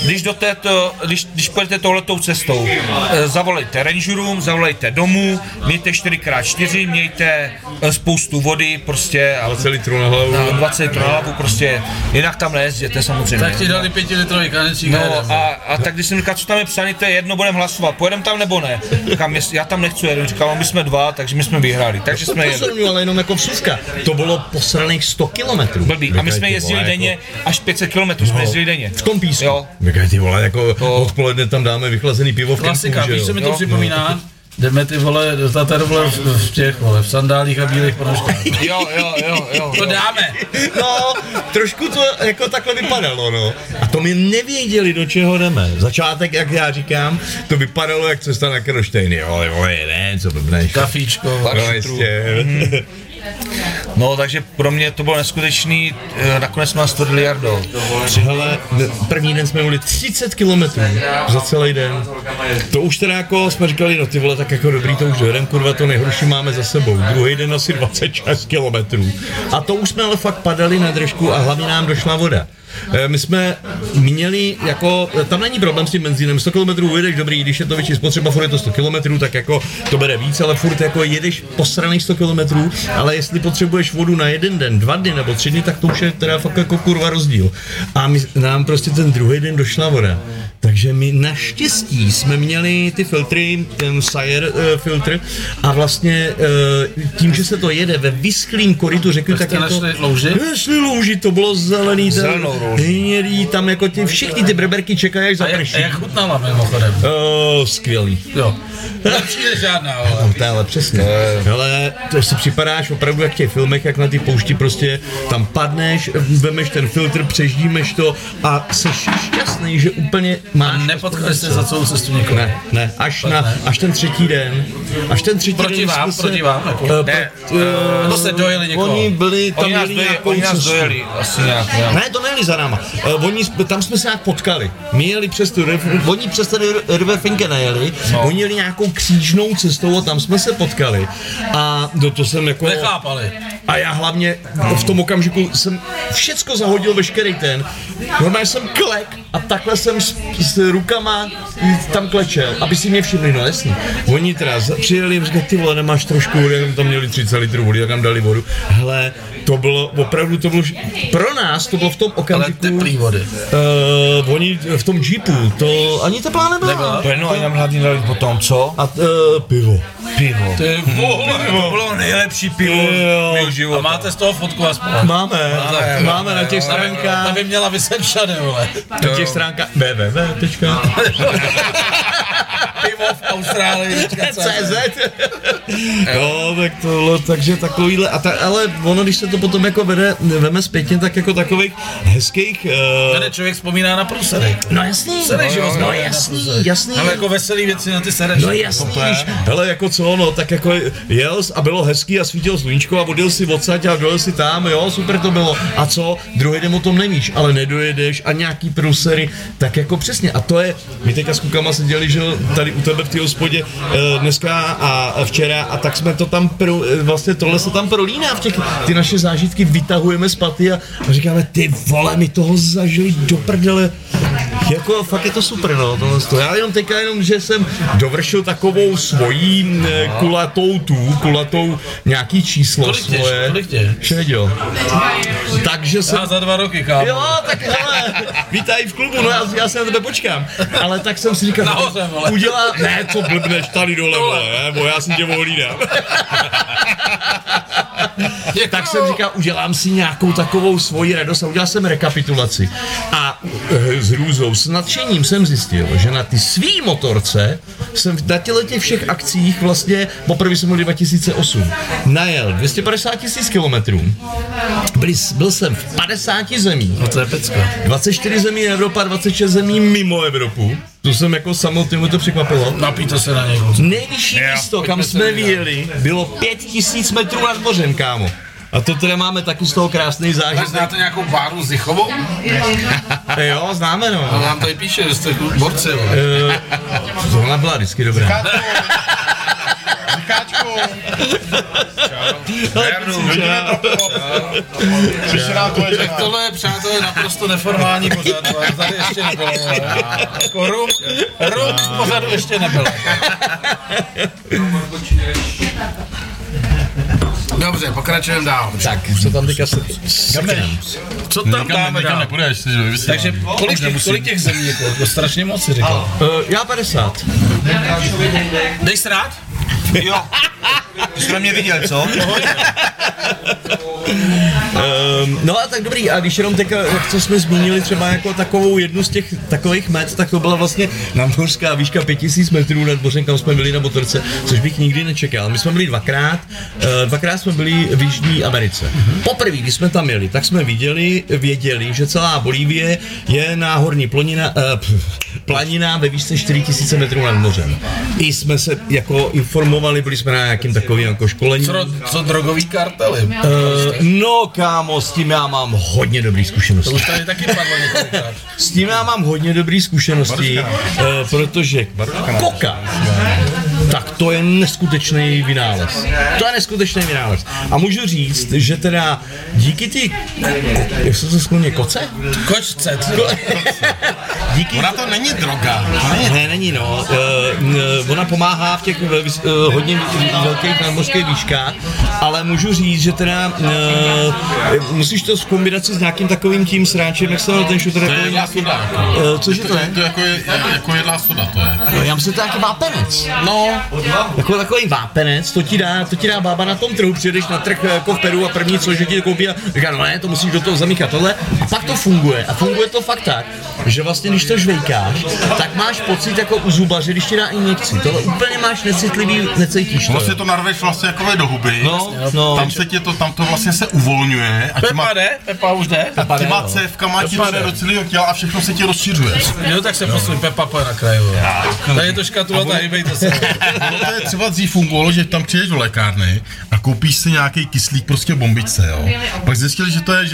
když pojedete touhletou cestou, zavolejte rangerům, zavolejte domů, mějte 4x4, mějte spoustu vody, prostě. 20 litrů na hlavu. 20 litrů na hlavu, prostě, jinak tam nejezděte samozřejmě. Tak ti dali 5litrový kanečík. No a tak když jsem říkal, co tam je psaný, to je jedno, budeme hlasovat, pojedeme tam nebo ne? Říkám, já tam nechci jet, říkám, my jsme 2, takže my jsme vyhráli, takže jsme jeli. Ale jenom jako vsuska, to bylo posraných 100 kilometrů. Blbý, a my jsme jezdili denně, až 500 kilometrů jsme jezdili denně. V tom písku. Jo. Ty vole, jako odpoledne tam dáme vychlazený pivo v kempu, Klasika, víš, co mi to připomíná? Jdeme ty vole, do Tatar vole v těch vole, v sandálích a bílých ponožkách. Jo. To dáme. No, trošku to jako takhle vypadalo, no. A to my nevěděli, do čeho jdeme. Začátek, jak já říkám, to vypadalo jak cesta na Krštejny. Jo, ne, co blbneš. Kafíčko. No, jistě. No, takže pro mě to bylo neskutečný, nakonec jsme nás tvrdili Jardo. Hele, první den jsme jeli 30 kilometrů za celý den. To už teda jako jsme říkali, no ty vole, tak jako dobrý, to už dojedem, kurva, to nejhorší máme za sebou. Druhý den asi 26 kilometrů. A to už jsme ale fakt padali na držku a hlavně nám došla voda. My jsme měli jako, tam není problém s tím benzínem, 100 km ujedeš, dobrý, když je to větší spotřeba, furt je to 100 km, tak jako to bere víc, ale furt jako jedeš posraných 100 km, ale jestli potřebuješ vodu na 1 den, 2 dny nebo 3 dny, tak to už je teda fakt jako kurva rozdíl. A nám prostě ten druhý den došla voda. Takže my naštěstí jsme měli ty filtry, ten Sire filtr a vlastně tím, že se to jede ve vyschlým korytu řeky, tak jako... Našli louži, to bylo zelený, hnědý, tam jako všichni ty breberky čekají, až zaprší. A jak chutnala mimochodem? Skvělý. Jo. Lepší než žádná, ale. No, ale přesně. Ale to si připadáš opravdu jak v těch filmech, jak na ty poušti prostě tam padneš, vemeš ten filtr, přeždímeš to a jsi šťastný, že úplně máš. A nepotkali jste za celou cestu někoho? Ne, až ten třetí den. Proti vám? To se dojeli někoho. Oni byli, tam oni nás dojeli asi nějak. Ne, to nejeli za náma. Tam jsme se nějak potkali. My jeli přes tu oni přes ten River Finke nejeli, oni jeli nějakou křížnou cestou a tam jsme se potkali. A to jsem jako... Nechápali. A já hlavně v tom okamžiku jsem všecko zahodil, veškerý ten. Normálně jsem klek a takhle jsem s rukama tam klečel, aby si mě všimli, no jasný. Oni teda přijeli a říkali, ty vole, nemáš trošku vody, tam měli 30 litrů vody, tak tam dali vodu. Hele, to bylo, opravdu to bylo, pro nás to bylo v tom okamžiku... Ale teplý vody. Oni v tom jeepu, to ani teplá nebyla. No a nám hlavně dali potom, co? A pivo. Ty vole, to bylo nejlepší pivo mého života. A máte z toho fotku aspoň? Máme na těch stránkách. Ta by měla vyset všade, vole. Na těch stránkách www. Pivo v Austrálii.cz. No, tak tohle, takže takovýhle, ale ono, když se to potom jako veme zpětně, tak jako takových hezkých... Tady člověk vzpomíná na průserek. No jasný. Jasný. Ale jako veselý věci na ty sereš. No jasný. Hele, jako co, no, tak jako jel a bylo hezký a svítilo sluníčko a odjel si odsaď a dojel si tam, jo, super to bylo. A co, druhý den o tom nevíš, ale nedojedeš a nějaký průsery, tak jako přesně. A to je, my teďka s klukama seděli, že tady u tebe v té hospodě dneska a včera a tak jsme to tam, vlastně tohle se tam prolíná v těch, ty naše zážitky vytahujeme z paty a říkáme, ty vole, my toho zažili do prdele. Jako fakt je to super, no, tohle. Já jenom teďka že jsem dovršil takovou svojí kulatou nějaký číslo Kolik tě? 6, jo. Takže jsem... Já za 2 roky, kámo. Jo, tak hele, vítaj v klubu, no já se na tebe počkám. Ale tak jsem si říkal, nahoře, vole. Ne, co blbneš, tady dole, vole, bo já si tě ohlídám. Tak jsem říkal, udělám si nějakou takovou svoji radost a udělal jsem rekapitulaci. A s hrůzou, s nadšením jsem zjistil, že na ty svý motorce jsem na těch všech akcích vlastně, poprvé jsem byl 2008, najel 250 000 kilometrů. Byl jsem v 50 zemích. No to je pecka. 24 zemí Evropa, 26 zemí mimo Evropu. To jsem jako samotný, mi to překvapilo. Napijte se na něho. Nejvyšší místo, kam jsme vyjeli, bylo 5000 metrů nad mořem, kámo. A to teda máme taky z toho krásný zážitek. Znáte nějakou Báru Zichovou? Jo, známe no. No nám tady píše, že jste borci. Ona byla vždycky dobrá. Říkáčku. Tak tohle je, přátelé, naprosto neformální pořad, ale tady ještě nebylo. Jako rum v pořadu ještě nebylo. Dobře, pokračujeme dál. Tak, co tam teďka se... Co tam dáme Nikam dál? nepůjdeš, jsi vysílám. Takže kolik těch zemí, jako, to strašně moc si říkal. Já 50. Dej srát? Jo. Ty jsi na mě viděl, co? No a tak dobrý, a když jenom teď, jak co jsme zmínili třeba jako takovou jednu z těch takových met, tak to byla vlastně nadmořská výška 5000 metrů nad mořem, kam jsme byli na motorce, což bych nikdy nečekal. My jsme byli dvakrát jsme byli v Jižní Americe. Poprvé, když jsme tam jeli, tak jsme věděli, že celá Bolívie je náhorní planina ve výšce 4000 metrů nad mořem. I jsme se jako informovali, byli jsme na nějakým takovým jako školení. Co drogový kartely? No kámo, s tím já mám hodně dobrý zkušenosti. To už tady taky padlo několikrát. S tím já mám hodně dobrý zkušenosti, protože koka, tak to je neskutečný vynález. To je neskutečný vynález. A můžu říct, že teda díky ty, jak se to skloně, koce? Kočce. Díky... Ona to není droga. Ne, není no. Ona pomáhá v těch hodně velkých nadmořských výškách, ale můžu říct, že teda musíš to v kombinaci s nějakým takovým tím sráčem, jak se jmenuje ten šuter, To je jedlá soda. cože to je? To je jako jedlá soda, to je. No, já myslím, že to je nějaký vápenec. No, Jako takový vápenec, to ti dá bába na tom trhu, přijedeš na trh jako v Peru a první co, že ti to koupí a říká, no ne, to musíš do toho zamíchat tohle a pak to funguje. A funguje to fakt tak, že vlastně když to žvejkáš, tak máš pocit jako u zubaře, když ti dá injekci. Tohle úplně máš necitlivý, necítíš to. vlastně to narveš vlastně jako do huby. No. Tam to vlastně se uvolňuje a Pepa už jde? těma cévkama ti to jde do celého těla a všechno se ti rozšiřuje. Jo, tak se posuň, Pepa pojď na kraju. Tady je to škatulata, hejbejte se. No to je třeba dřív fungovalo, že tam přijdeš do lékárny a koupíš si nějaký kyslík prostě v bombičce, jo. Pak zjistili, že to je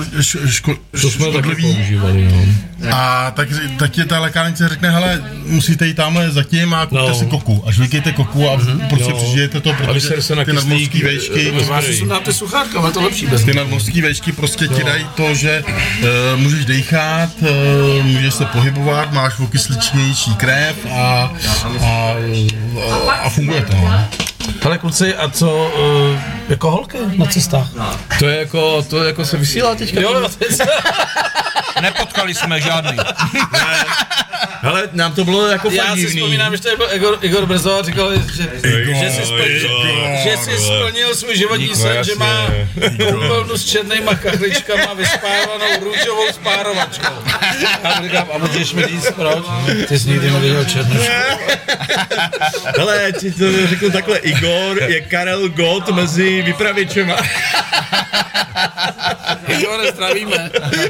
škodlivý. používali, no. A tak ti ta lékárnice řekne, hele, musíte jít tamhle zatím a kupte si koku. Až vykejte koku a prostě přežijete to, protože ty nadmořský vejšky, Dáte sluchátka, ale to lepší bez. ty nadmořský vejšky prostě ti dají to, že můžeš dýchat, můžeš se pohybovat, máš okysličnější krev a funguje to. No. Hele kluci, a co jako holky na cestách? To je jako se vysílá teďka? Jo, Nepotkali jsme žádný. Hele, nám to bylo jako fakt já si divný. vzpomínám, že tady byl Igor Brzo a říkal, že si splnil svůj životní sen, že má koupelnu s černýma kachličkama vyspárovanou růžovou spárovačkou. A říkám, a můžeš mi říct proč? Ty jsi nikdy neviděl černušku. Hele, ti to řeknu takhle, Igor je Karel Gott mezi vypravěčema. Igor, zdravíme.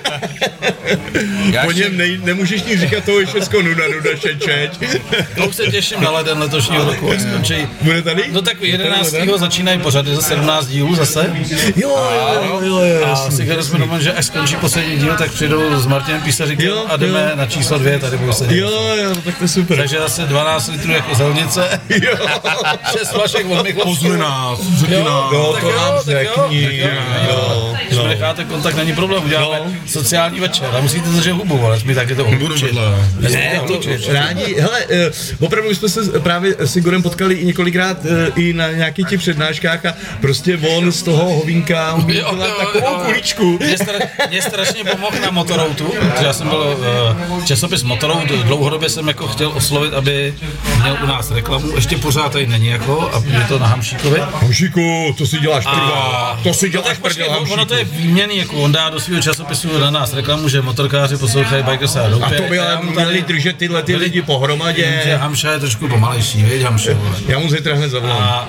Po něm nemůžeš nic říkat, to je všecko nuda, šečeč. To už se těším na leden letošního roku, jak skončí. Bude tady? No tak 11. začínají pořady za 17 dílů zase. Jo. A si jsme doma, že až skončí poslední díl, tak přijdou s Martinem Písaříkem a jdeme na číslo 2, tady budu sedět. Jo, tak to je super. Takže zase 12 litrů jako zelnice. Jo. 6 flašek od Michlovskou. Pozvi nás, řekni nás. No, to nám řekni. Když mi necháte kontakt, není problém, uděláme sociální večer. A musíte držet hubu, ale my taky to učit. Ne, to rádi. Hele, opravdu jsme se právě s Igorem potkali i několikrát i na nějakých těch přednáškách a prostě on z toho hovínka udělal takovou kuličku. Mě strašně pomohl na Motoroutu, protože já jsem byl časopis Motorout, dlouhodobě jsem jako chtěl oslovit, aby měl u nás reklamu, ještě pořád tady není jako, a je to na Hamšíkovi. Hamšíku, to si děláš prdel. To si děláš prdel, Hamšíku. Ono to je výměný, jako on dá do svého časopisu na nás reklamu, že motorkáři po poslouchají Bajkosa Doupě. A to by ale měli držet tyhle ty lidi pohromadě. Že Hamša je trošku pomalejší, viď Hamša? Já mu zítra hned zavolám.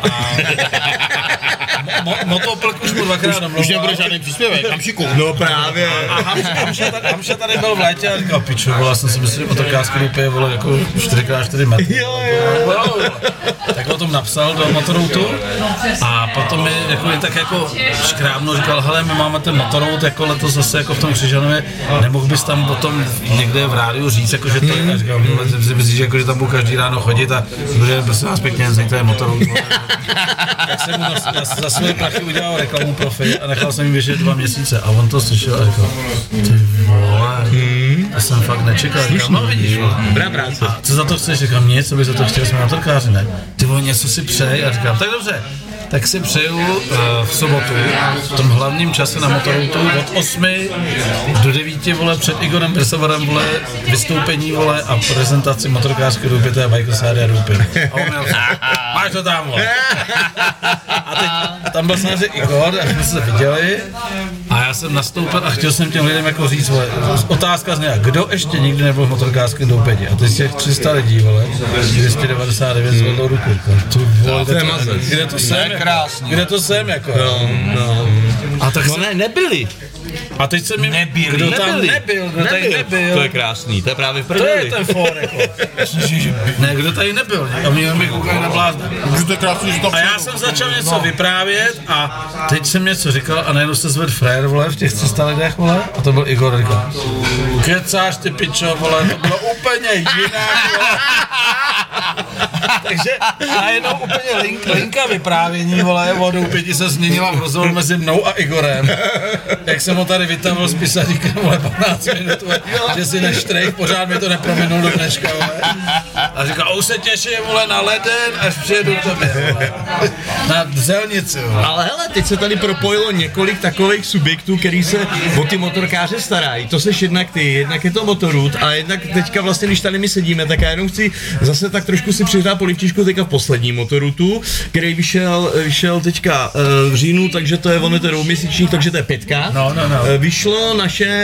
Motoplk už mu dvakrát domlouval. Už nebude žádný příspěvek, Hamšiku. No právě. A Hamša tady byl v létě a říkal, piču, já jsem si myslel, že motorkářský Doupě je jako 4x4 metry. Jo. Tak o tom napsal do Motoroutu a potom mi jako, tak jako škrábno říkal, hele, my máme ten Motorout jako letos zase jako v tom Křižanově, nemohl bys tam potom někde v rádiu říct, jako, že to je, a říkal, si myslíš, jako, že tam budu každý ráno chodit a že prosím vás pěkně, znejte je Motorout. Tak jsem mu za svoje prachy udělal reklamu profi a nechal jsem jim běžet 2 měsíce a on to slyšel a říkal, ty vole, to jsem fakt nečekal, říkal, no vidíš, vole. Dobrá práce. A co za to chceš? Říkám, nic, co bych za to chtěl, jsme motorkáři, ne? Ty vole, něco si přeji a říkám, tak dobře, tak si přeju v sobotu, v tom hlavním čase na Motoroutu od 8 do 9, vole, před Igorem Brsovarem, vole, vystoupení, vole, a prezentaci motorkářské Doupě, to je Bajkosária Doupě. A on měl, máš to tam, vole. A teď tam byl samozřejmě Igor, a jsme se viděli a já jsem nastoupil a chtěl jsem těm lidem jako říct, vole, otázka zněla, kdo ještě nikdy nebyl v motorkářském Doupě? A teď těch 300 lidí, vole, 299 zvedlo ruku. Kde to jsem? Krásný. Kde to jsem, jako? No. A tak No ne, nebyli. A teď jsem jim... Kdo tam nebyl, kdo tady nebyl. To je krásný, to je právě v To je prdeli. ten for, jako. Ne, kdo tady nebyl, a mě mi koukali na blázna. To je krásný, že tam A já jsem začal něco vyprávět a teď jsem něco říkal a najednou se zvedl frajer, vole, v těch 300 lidech, vole, a to byl Igor, říkal, kecáš ty pičo, vole, to bylo úplně jinak, vole. Takže najednou úplně linka vyprávění, vole, o Doupě se změnila v rozhovor mezi mnou a Igorem. Jak jsem ho tady vytavil z pisaříka, vole, 15 minut, vole, že si neštrejch, pořád mi to neprominul do dneška, vole. A říkal, už se těším, vole, na leden, až přijedu k tobě, vole. Na Zelnici, vole. Ale hele, teď se tady propojilo několik takových subjektů, který se o ty motorkáře starají. To seš jednak ty, jednak je to Motorout a jednak teďka vlastně, když tady my sedíme, tak já jenom chci zase tak trošku si přihrát polivčičku teďka v posledním Motoroutu, který vyšel teďka v říjnu, takže to je, on je to dvouměsíčník, takže to je 5. No. Vyšlo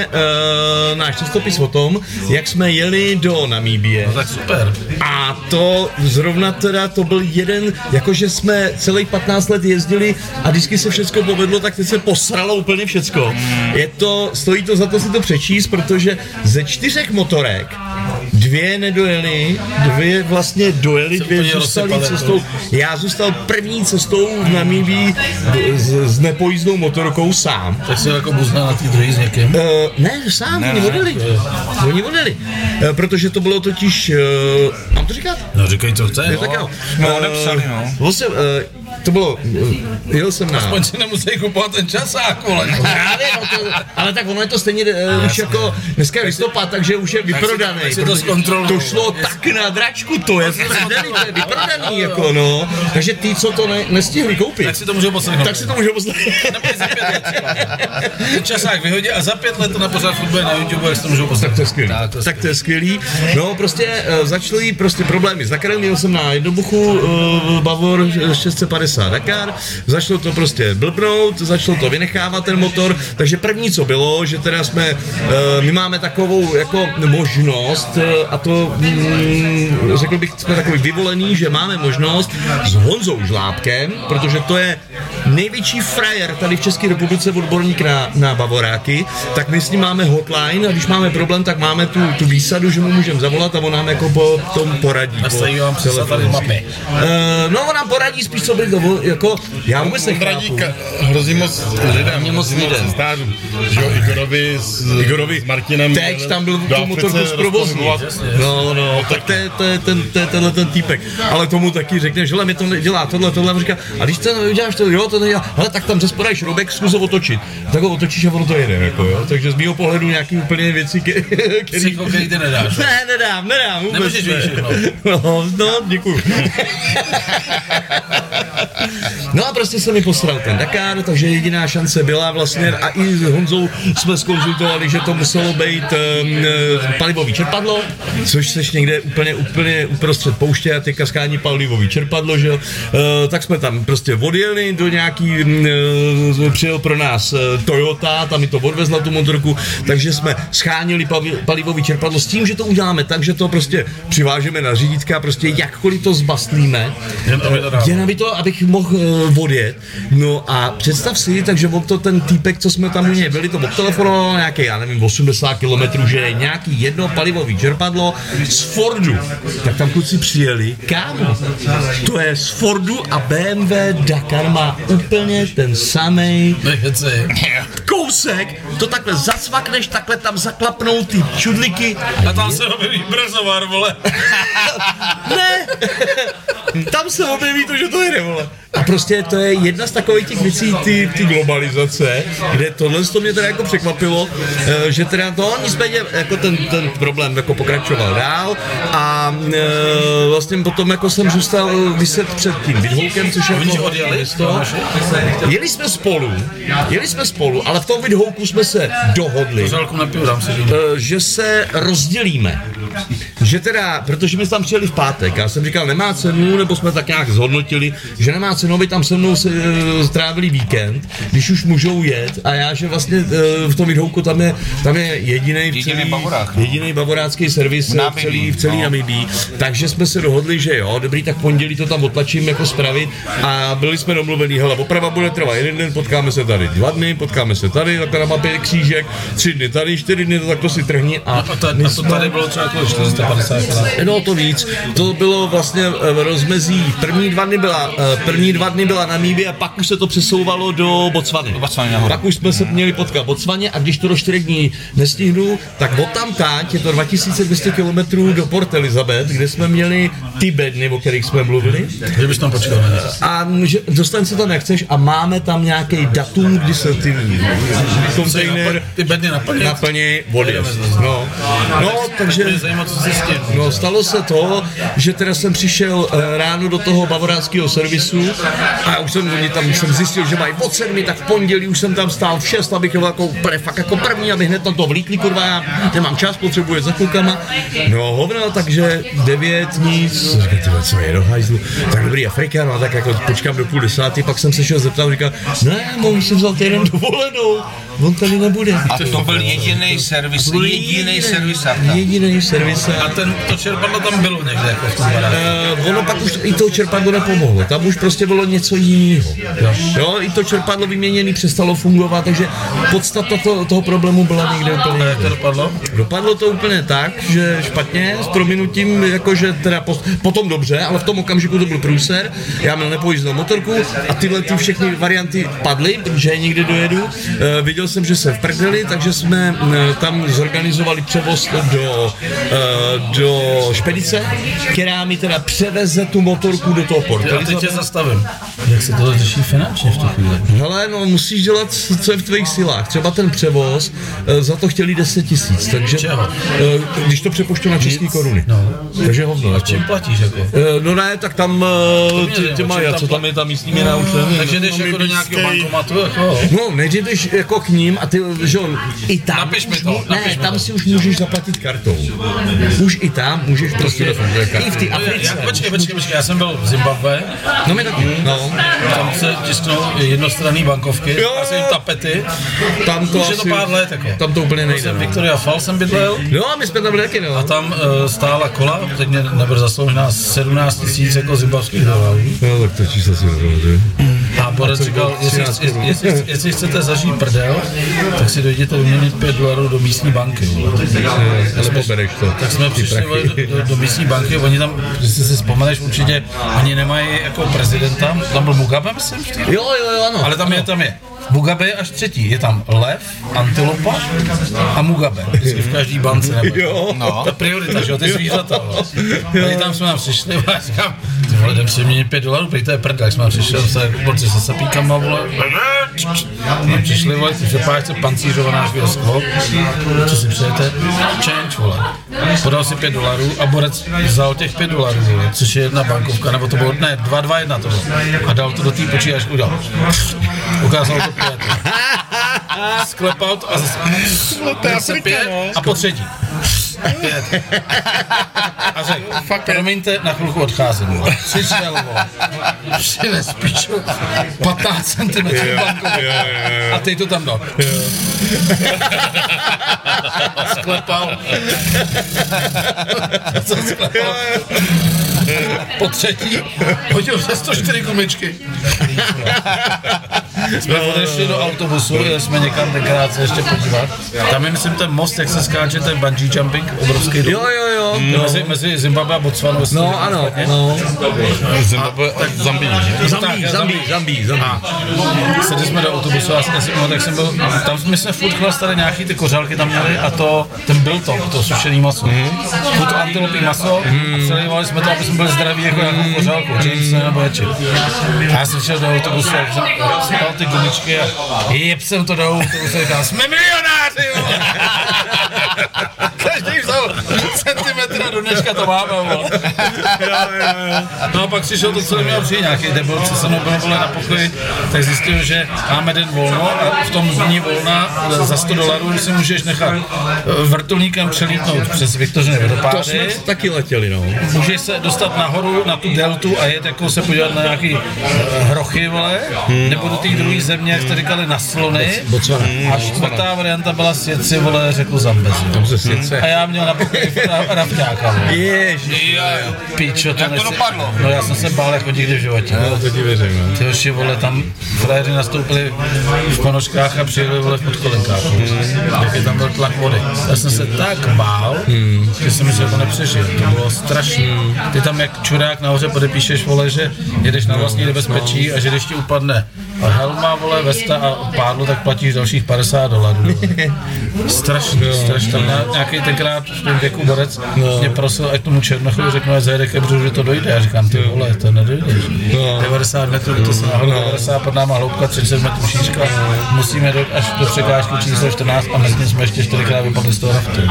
náš časopis o tom, jak jsme jeli do Namíbie. No tak super. A to zrovna teda, to byl jeden, jakože jsme celých 15 let jezdili a vždycky se všecko povedlo, tak teď se posralo úplně všecko. Stojí to za to si to přečíst, protože ze 4 motorek 2 nedojeli, 2 vlastně dojeli, 2 zůstali cestou. Já zůstal první cestou v Namíbii s nepojízdnou motorkou sám. Tak si jako buzná na té druhé s někým? Ne, sám, oni odjeli. Protože to bylo totiž, mám to říkat? No říkej, co chce. Tak jo. No, nepsali, no. Vlastně, to bylo, jel jsem na... Aspoň si nemusí kupovat ten časák, vole. Právě, ale tak ono je to stejně už jako, dneska je listopad, takže už je vyprodaný. Tak si to zkontroluj. To šlo tak na dračku, to je vyprodaný, jako no. Takže ty, co to nestihli koupit. Tak si to můžou poslechnout. Neboj za 5 let. Ten časák vyhodí a za 5 let to na pořád bude na YouTube, jak si to můžou poslechnout. Tak to je skvělý. No prostě začaly prostě problémy s Dakarem, jel jsem na jednobuchu Bavor 650 Dakar, začalo to prostě blbnout, začalo to vynechávat ten motor, takže první co bylo, že teda my máme takovou jako možnost a to řekl bych, jsme takový vyvolený, že máme možnost s Honzou Žlábkem, protože to je největší frajer tady v České republice odborník na bavoráky, tak my s ním máme hotline a když máme problém, tak máme tu výsadu, že mu můžeme zavolat a on nám jako po tom poradí. Nastaví vám přesat tady mapy. No on nám poradí spíš co by to, jako já vůbec nechápu. Hrozí moc lidem. Stářům. Že jo, Igorovi s Martinem. Teď tam byl tu motorku zprovozňovat. No, tak to je tenhle ten týpek. Ale tomu taky řekne, že mi to dělá tohle, a říká, a když to uděláš to, jo, to nedělá, ale tak tam zespodáš šroubek, zkus ho otočit. Tak ho otočíš a ono to jede, jako jo. Takže z mýho pohledu nějaký úplně věci, který ty nedáš. Ne, nedám, vůbec. Nemůžeš vyšit, no, děkuju. No a prostě se mi posral ten Dakar, takže jediná šance byla vlastně, a i s Honzou jsme zkonzultovali, že to muselo být palivový čerpadlo, což seš někde úplně uprostřed pouště a ty kaskání palivový čerpadlo, že jo. Tak jsme tam prostě odjeli do přijel pro nás Toyota, tam mi to odvezla tu motorku, takže jsme schánili palivový čerpadlo s tím, že to uděláme tak, že to prostě přivážeme na řídítka, prostě jakkoliv to zbastlíme, jen aby to, abych mohl odjet. No a představ si, takže on to ten týpek, co jsme tam u něj byli, to obtelefonoval nějaký, já nevím, 80 km, že je nějaký jedno palivový čerpadlo z Fordu. Tak tam kluci přijeli, kámo, to je z Fordu a BMW Dakar má úplně ten samej kousek, to takhle zacvakneš, takhle tam zaklapnou ty čudliky. A tam se objeví brzovar, vole. Ne, tam se objeví to, že to jde, vole. A prostě to je jedna z takových těch věcí, ty globalizace, kde tohle to mě teda jako překvapilo, že teda to nicméně jako ten problém jako pokračoval dál a vlastně potom jako jsem zůstal vyset před tím Vidhoukem, což je jako město. Jeli jsme spolu, ale v tom Vidhouku jsme se dohodli, že se rozdělíme. Že teda, protože my jsme tam přijeli v pátek, já jsem říkal, nemá cenu, nebo jsme tak nějak zhodnotili, že nemá cenu, aby tam se mnou strávili víkend, když už můžou jet, a já, že vlastně v tom Vidhouku tam je jediný bavorácký servis v celý Namibii, takže jsme se dohodli, že jo, dobrý, tak pondělí to tam otlačím jako spravit a byli jsme domluvení, hele, oprava bude trvat 1 den, potkáme se tady 2 dny, potkáme se tady, tak na mapě křížek, 3 dny tady, 4 dny, to tak to si trhni a to tady bylo třeba jako 450 km. No to víc, to bylo vlastně v rozmezí, první 2 dny byla Namíbie a pak už se to přesouvalo do Botswany. Pak už jsme se měli potkat v Botswaně a když to do 4 dní nestihnu, tak odtamtáť je to 2200 km do Port Elizabeth, kde jsme měli ty bedny, o kterých jsme mluvili. Že bys tam počkal. A dostaň se tam jak chceš a máme tam nějaký datum, kdy se ty kontejner ty bedny naplní vody. No, takže no, stalo se to, že teda jsem přišel ráno do toho bavoránského servisu a už jsem zjistil, že mají od 7, tak v pondělí už jsem tam stál v 6, abych jako fakt jako první, abych hned na to vlítli, kurva, já nemám čas, potřebuji jet za klukama. No hovno, takže 9 nic, říkám, co je do hajzlu, tak dobrý Afrika, no tak jako počkám do 9:30, pak jsem se šel zeptat, říkal, ne, mohu si vzal týden dovolenou, on tady nebude. A to byl jediný servis. A to čerpadlo tam bylo někde jako v tom baráku. Ono pak už i to čerpadlo nepomohlo, tam už prostě bylo něco jiného. Jo, i to čerpadlo vyměněný přestalo fungovat, takže podstata toho problému byla někde úplně. Jak to dopadlo? Dopadlo to úplně tak, že špatně, s prominutím, jakože teda potom dobře, ale v tom okamžiku to byl průser, já měl nepojízdnou motorku a tyhle ty všechny varianty padly, protože někde dojedu. Viděl jsem, že se vprdeli, takže jsme tam zorganizovali převoz do špedice, která mi teda převeze tu motorku do toho portu. Já teď tě zastavím. Jak se to řeší finančně v tu chvíli? Hele, no musíš dělat, co je v tvých silách. Třeba ten převoz, za to chtěli 10 000, takže když to přepoštu na české koruny. No. Takže hovno. A čím platíš jako? No ne, tak tam ty mají, co tam je ta místní měna už nevím. Takže jdeš jako do nějakého bankomatu, jako? No, než jdeš jako k ním a ty, že on, i tam, napiš mi to. Tam si už můžeš zaplatit kartou. Už i tam můžeš prostě, i v té Africe. Počkej, já jsem byl v Zimbabwe. No my taky, no. Tam se tisknou jednostranné bankovky, asi tapety. Tam to už je to pár let, jako. Tam to úplně nejde. Jsem Victoria Falls jsem bydlel. No, my jsme tam byli taky, no. A tam stála kola, teď mě nebyl zasloužená 17 000 jako zimbabských dolarů. No, tak to číslo si nepamatuju. A Borec říkal, jestli chcete zažít prdel, tak si dojděte vyměnit $5 do místní banky. Tak jsme přišli do místní banky, oni tam, když si vzpomeneš, určitě ani nemají jako prezidenta, tam byl Mugabe, myslím? Jo, ano. Ale tam je. Mugabe je až třetí, je tam lev, antilopa a Mugabe, vždycky v každý bance. No. To je priorita, že jo, ty zvířata. A tam jsme nám přišli a říkám, ty vole, jdem si měnit $5, prý to je prd, jak jsme nám přišli, borci se sapíkama, vole, a přišli, vole, ty přepáčce pancířovaná švěrsklo, co si přejete? Change, vole. Podal si $5 a Borec vzal těch $5, vole, což je jedna bankovka, nebo to bylo, ne, 221 to bylo. A dal to do té počítačky, udal. Ukázal to sklepal to a zase 5 a po třetí. 5. A řekl, promiňte, na chvilku odcházím. Přišel, přines píču 15 cm bankovky. A ty to tam dal. Sklepal. Co sklepal? Po třetí hodil se 104 gumičky. Jsme odešli do autobusu, jeli jsme někam tenkrát se ještě podívat. Tam je, myslím, ten most, jak se skáče, ten bungee jumping, obrovský dům. Jo. Mezi Zimbabwe a Botswanou. No ano, no. Zimbabwe a Zambí. Sedli jsme do autobusu a tak jsem byl, tam my jsme furt chlastali nějaký ty kořálky tam měli a to, ten biltong, to sušený maso. Furt antilopí maso a přelívali jsme to, aby jsme byli zdraví jako nějakou kořálku, James nebo Ječi. A já jsem šel do autobusu a jsem spal ty gumičky a jeb jsem to do autobusu a říkal, jsme milionáři! Každý vzal centimetr a do dneška to máme. No a pak přišel to, co neměl přijít nějaký debil, co se mnou bylo na pokoji, tak zjistil, že máme den volno a v tom dní volna za $100 si můžeš nechat vrtulníkem přelítnout přes Viktořiny vodopády. To jsme taky letěli, no. Můžeš se dostat nahoru na tu deltu a jet jako se podívat na nějaký hrochy, vole, nebo do té druhé země, jak jste říkali, na slony. A čtvrtá varianta byla sjet si, vole, řeku Zambezi. A já měl na pokoji rafťáka. Ježiš. Píčo, Jak to dopadlo? No já jsem se bál jako nikdy v životě. No, to ti věřím, no. Ty hoši, vole, tam frajeři nastoupili v ponožkách a přijeli, vole, v podkolenkách. Jaký tam byl tlak vody. Já jsem se tak bál, že jsem myslel, že to nepřežil. To bylo strašný. Ty tam jak čurák nahoře podepíšeš, vole, že jedeš na vlastní nebezpečí a že když ti upadne helma, vole, vesta a pádlo, tak platíš dalších $50. Strašný. Tam nějaký tenkrát v tom věku borec mě prosil, ať tomu Černochovi řeknu, ať zajede ke břehu, že to dojde. Já říkám, ty vole, to nedojdeš. 90 metrů, to se nahoru 90, pod náma hloubka, 30 metrů šířka. Musíme dojít až do překážky číslo 14 a mezi tím jsme ještě 4krát vypadli z toho raftu.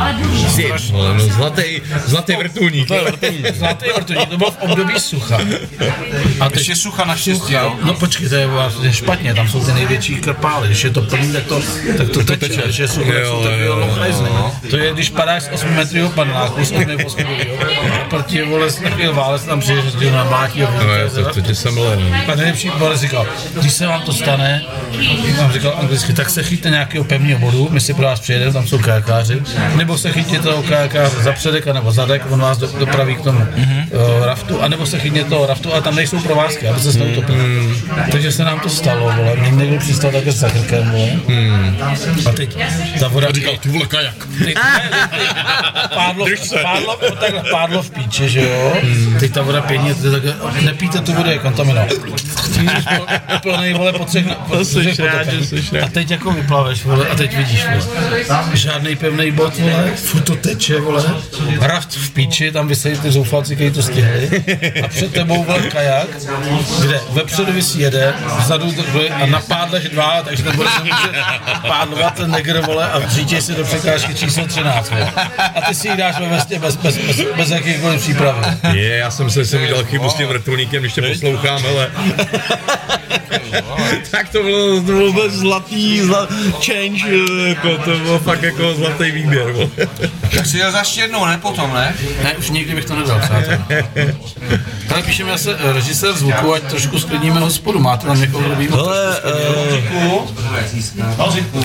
Zlatý vrtulník. Zlatý vrtulník, to bylo v období sucha. A teď je sucha naštěstí, jo? No počkej, to je vlastně špatně, tam jsou ty největší krpály, když je to plný, tak to teče, když je sucho, tak jsou takový lochajzny. To je, když padáš z 8 metrů paneláku, z 8 poschodu, proti vole, takový válec tam přijde, že ti namátí a to tě jsem len. A nejlepší válec říkal, když se vám to stane, jak vám říkal anglicky, tak se chyťte nějakého pevného bodu, my si pro vás přijedeme, tam jsou kajakáři, nebo se chyťte toho kajakáře za předek, nebo zadek, on vás dopraví k tomu raftu, anebo se chytně toho raftu, a tam nejsou provázky, aby se neutopil. Takže se nám to stalo, vole, mě někdo přistal také s zakrkem, vole. A teď ta voda... Říkal, ty vole, kajak. Pádlo v píči, že jo? Teď ta voda pěkně, nepijte tu vodu, je kontaminovat. Plnej, vole, po třech a teď jako vyplaveš, vole, a teď vidíš, vole. Žádnej pevnej bod, vole, furt to teče, vole. Raft v píči, tam vysejí ty zoufalci, kteří to stihli. A před tebou, vole, kajak, kde vepředu visí jeden, vzadu druhý a na pádlech dva, takže ten bude se může pádlovat ten negr, vole, a řítěj si do překážky číslo 13, vole. A ty si ji dáš ve vestě bez jakýchkoliv přípravy. Já jsem se udělal chybu s tím vrtulníkem, když tě poslouchám, ale... Tak to bylo zlatý change, jako, to bylo fakt jako zlatý výběr. Tak si jel za ještě jednou, ne? Potom, ne? Ne, už nikdy bych to nedal, přátelé. Tady píšeme se režisér zvuku, ať trošku sklidníme hospodu. Máte tam někoho, kdo bývá trošku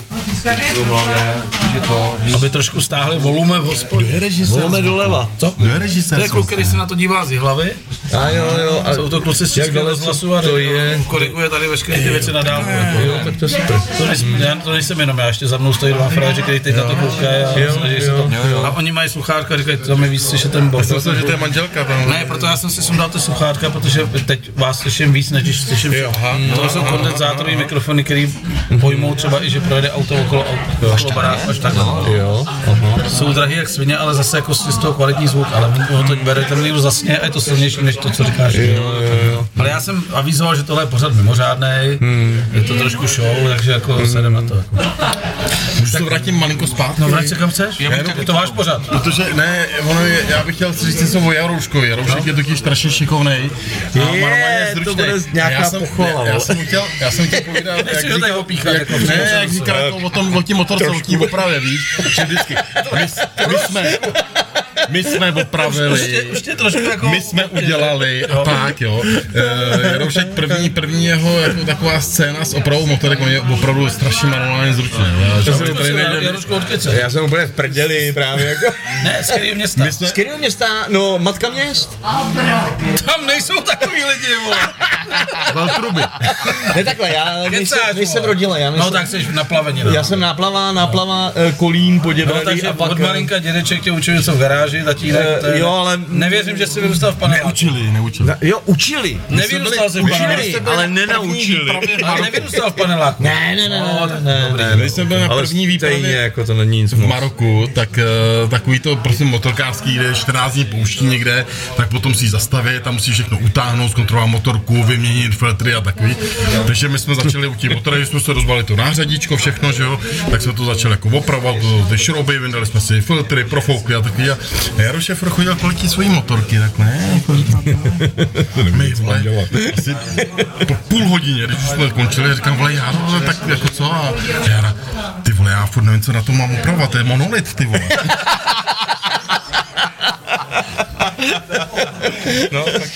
aby trošku stáhli volume v hospodě. Volume doleva. Co? Kdo je režisér? To je kluk, který se na to dívá z hlavy. A jo. A jsou to kluci z Českého rozhlasu a koriguje tady veškeré ty věci na dálku. Jo, tak to je super. To nejsem jenom já, ještě za mnou stojí dva frajeři, který teď na to koukají a snaží se to. A oni mají sluchátka a říkají, to mi víc slyšet ten bok. Já jsem že to je manželka tam. Ne, proto já jsem si sundal ty sluchátka, protože teď vás slyším víc, než když slyším. To jsou kondenzátorový mikrofony, který pojmou třeba i, že projede auto okolo baráku až takhle. Jsou drahý jak svině, ale zase jako z toho kvalitní zvuk, ale ono to bere, ten někdo zasně a je to silnější než to, co říkáš. Ale já jsem avizoval, že tohle je pořad mimořádnej, je to trošku show, takže jako sedem na to. Jako. se vrátím malinko zpátky. No vrať se kam chceš? Je to váš pořad. Protože ne, já bych chtěl si říct něco o Jarouškovi. Jaroušek je totiž strašně šikovnej. To bude nějaká pochvala. Já jsem chtěl povídat, jak říká o tím motorce, o tím opravě, víš, že vždycky, my jsme opravili, my jsme udělali a tak, jo. Jaroušek první jeho jako taková scéna s opravou motorek, on je opravdu strašně manuálně zručný. Já jsem úplně v prdeli právě jako. Ne, z kterého města? Z kterého města? No, Matka měst. Tam nejsou takový lidi, vole. Valtruby. Ne takhle, já nejsem rodila. No tak jsi na plavení. Já jsem náplava Kolín, Poděbrady. No takže od malinka dědeček tě učil něco v garáži, tatínek. Jo, ale nevěřím, že jsi vyrůstal v paneláku. Neučili. Jo, učili. Nevyrůstal jsi v paneláku. Ale nenaučili. Ale nevyrůstal v paneláku. Ne. Když jsem byl na první výpravě jako to není nic v Maroku, tak takový to prostě motorkářský, kde 14 dní pouští někde, tak potom si ji zastavit, tam musí všechno utáhnout, zkontrolovat motorku, vyměnit filtry a takový. Takže my jsme začali u těch motorů, jsme se rozbali to nářadíčko, všechno, že jo, tak jsme to začali jako opravovat, ty šrouby, vyndali jsme si filtry, profoukli a takový. A Jarošef chodil kolik svojí motorky, tak ne, my, vole, asi po půl hodině, když už jsme končili, říkám, vole, Jaro, tak jako co? A Jara, ty vole, já furt nevím, co na to mám upravovat, to je monolit, ty vole. No, tak.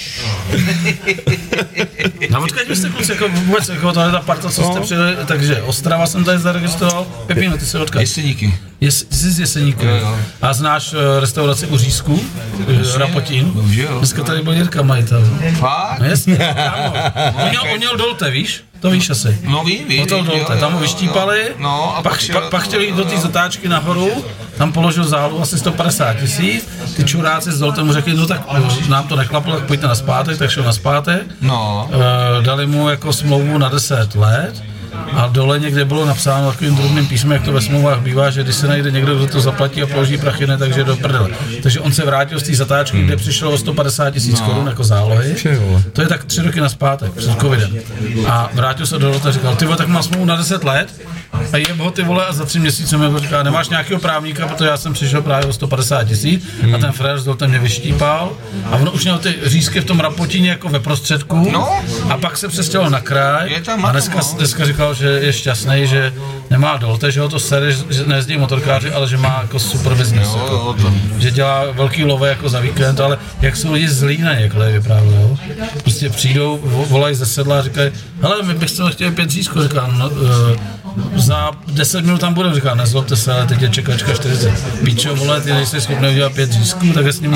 No odkud byste kluci, jako vůbec, jako tohle ta parta, co jste přijeli, takže Ostrava jsem tady zaregistroval. Pepino, ty se odkud? Jeseníky. Ty jsi z Jeseníku. Jo. A znáš restauraci U Řízku? Rapotín? Dneska tady byl Jirka majitel. Fakt? No jasně, on měl Dolte, víš? To víš asi. No vím. Hotel Dolte, tam ho vyštípali, no, a pak chtěli jít do té zatáčky nahoru, tam položil zálohu asi 150 000, ty čuráci z Dolte mu řekli, no tak nám to neklaplo, tak pojďte na zpátek, tak šel na zpátek. No. Dali mu jako smlouvu na 10 let. A dole někde bylo napsáno takovým drobným písmem, jak to ve smlouvách bývá, že když se najde někdo, kdo to zaplatí a položí prachy, ne, takže do prdele. Takže on se vrátil z té zatáčky, kde přišlo o 150 000 korun jako zálohy. To je tak 3 roky nazpátek, před covidem. A vrátil se do a říkal, ty vole, tak má smlouvu na 10 let a jeb ho, ty vole, a za 3 měsíce mi říká, nemáš nějakého právníka, protože já jsem přišel právě o 150 000 a ten frér z Dolte mě vyštípal a on už měl ty řízky v tom Rapotíně jako ve prostředku a pak se přestěhoval na kraj a dneska říkal, že je šťastný, že nemá Dolte, že ho to sere, že nejezdí motorkáři, ale že má jako super business, jako, že dělá velký love jako za víkend, ale jak jsou lidi zlí na někde vyprávějí, jo? Prostě přijdou, volají ze sedla a říkají, hele, my bychom chtěli 5 řízků, říkám, no, za 10 minut tam budeme, říká, nezlobte se, ale teď je čekačka 40. Píčo, vole, ty nejsi schopný udělat 5 řízků, tak je s nimi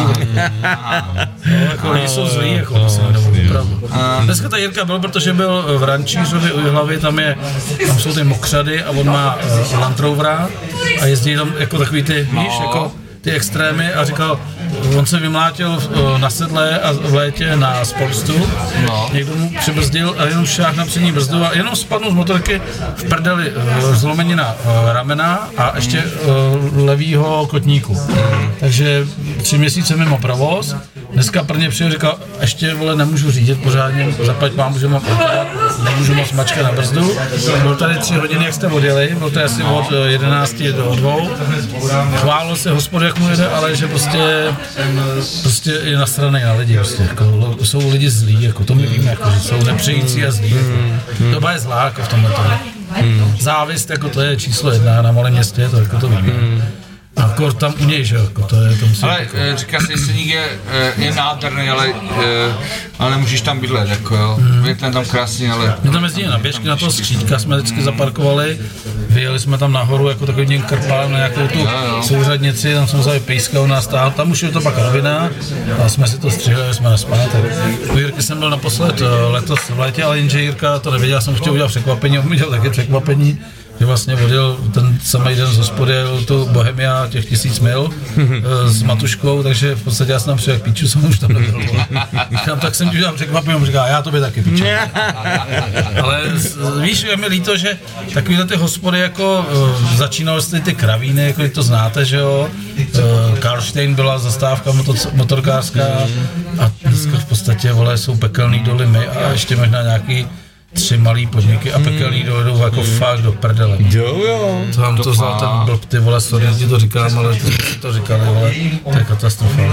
jako lidi jsou zlí, jako opravdu. Dneska ta Jirka byl, protože byl v Rančířově u Jihlavy, tam jsou ty mokřady a on má Land Rovera a jezdí tam jako takový ty, víš, jako ty extrémy a říkal, on se vymlátil na sedle a v létě na Sportstu, někdo mu přibrzdil a jenom šáhl na přední brzdu a jenom spadnul z motorky v prdeli zlomenina ramena a ještě levýho kotníku. Takže 3 měsíce mimo provoz. Dneska prvně přijel, říkal, ještě vole, nemůžu řídit pořádně, zaplať mám, že mám nemůžu moc mačkat na brzdu. Byl tady 3 hodiny, jak jste odjeli, byl to asi od 11 do 2. Chválil se hospodě, jak mu jede, ale že prostě je nasranej na lidi, prostě, jako, jsou lidi zlí, jako, to my víme, jako, že jsou nepřející a zlí. Doba je zlá, jako v tomhle tomu. Závist, jako to je číslo 1 na malém městě, to jako to víme. A kor tam u něj, že jako to je, to musí. Ale říká se, Jeseník je nádherný, ale nemůžeš tam bydlet, jako jo. Je tam krásný, ale... My tam jezdíme na běžky, na toho Skřídka jsme vždycky zaparkovali, vyjeli jsme tam nahoru jako takový den krpál na nějakou tu souřadnici, tam jsme vzali pejska, u nás stál, tam už je to pak rovina a jsme si to střihli, jsme na zpátek. U Jirky jsem byl naposled letos v létě, ale jenže Jirka to nevěděl, jsem chtěl udělat překvapení, on mi dělal taky překvapení. Že vlastně odjel ten samý den z hospody, tu Bohemia těch 1000 mil s Matuškou, takže v podstatě já jsem tam přijel k píču, jsem už tam nebyl. Říkám, tak jsem ti udělal překvapení, on říká, já tobě taky píču. Ale víš, je mi líto, že takovýhle ty hospody jako začínal jste ty kravíny, jako to znáte, že jo. Karlštejn byla zastávka motorkářská a dneska v podstatě, vole, jsou pekelný doly my a ještě možná nějaký 3 malý podniky a pekelní dojdou jako fakt do prdele. Jo. Tam to vzal ten blb, ty vole, sorry, ti to říkám, ale ty to říkali, ale to je katastrofa.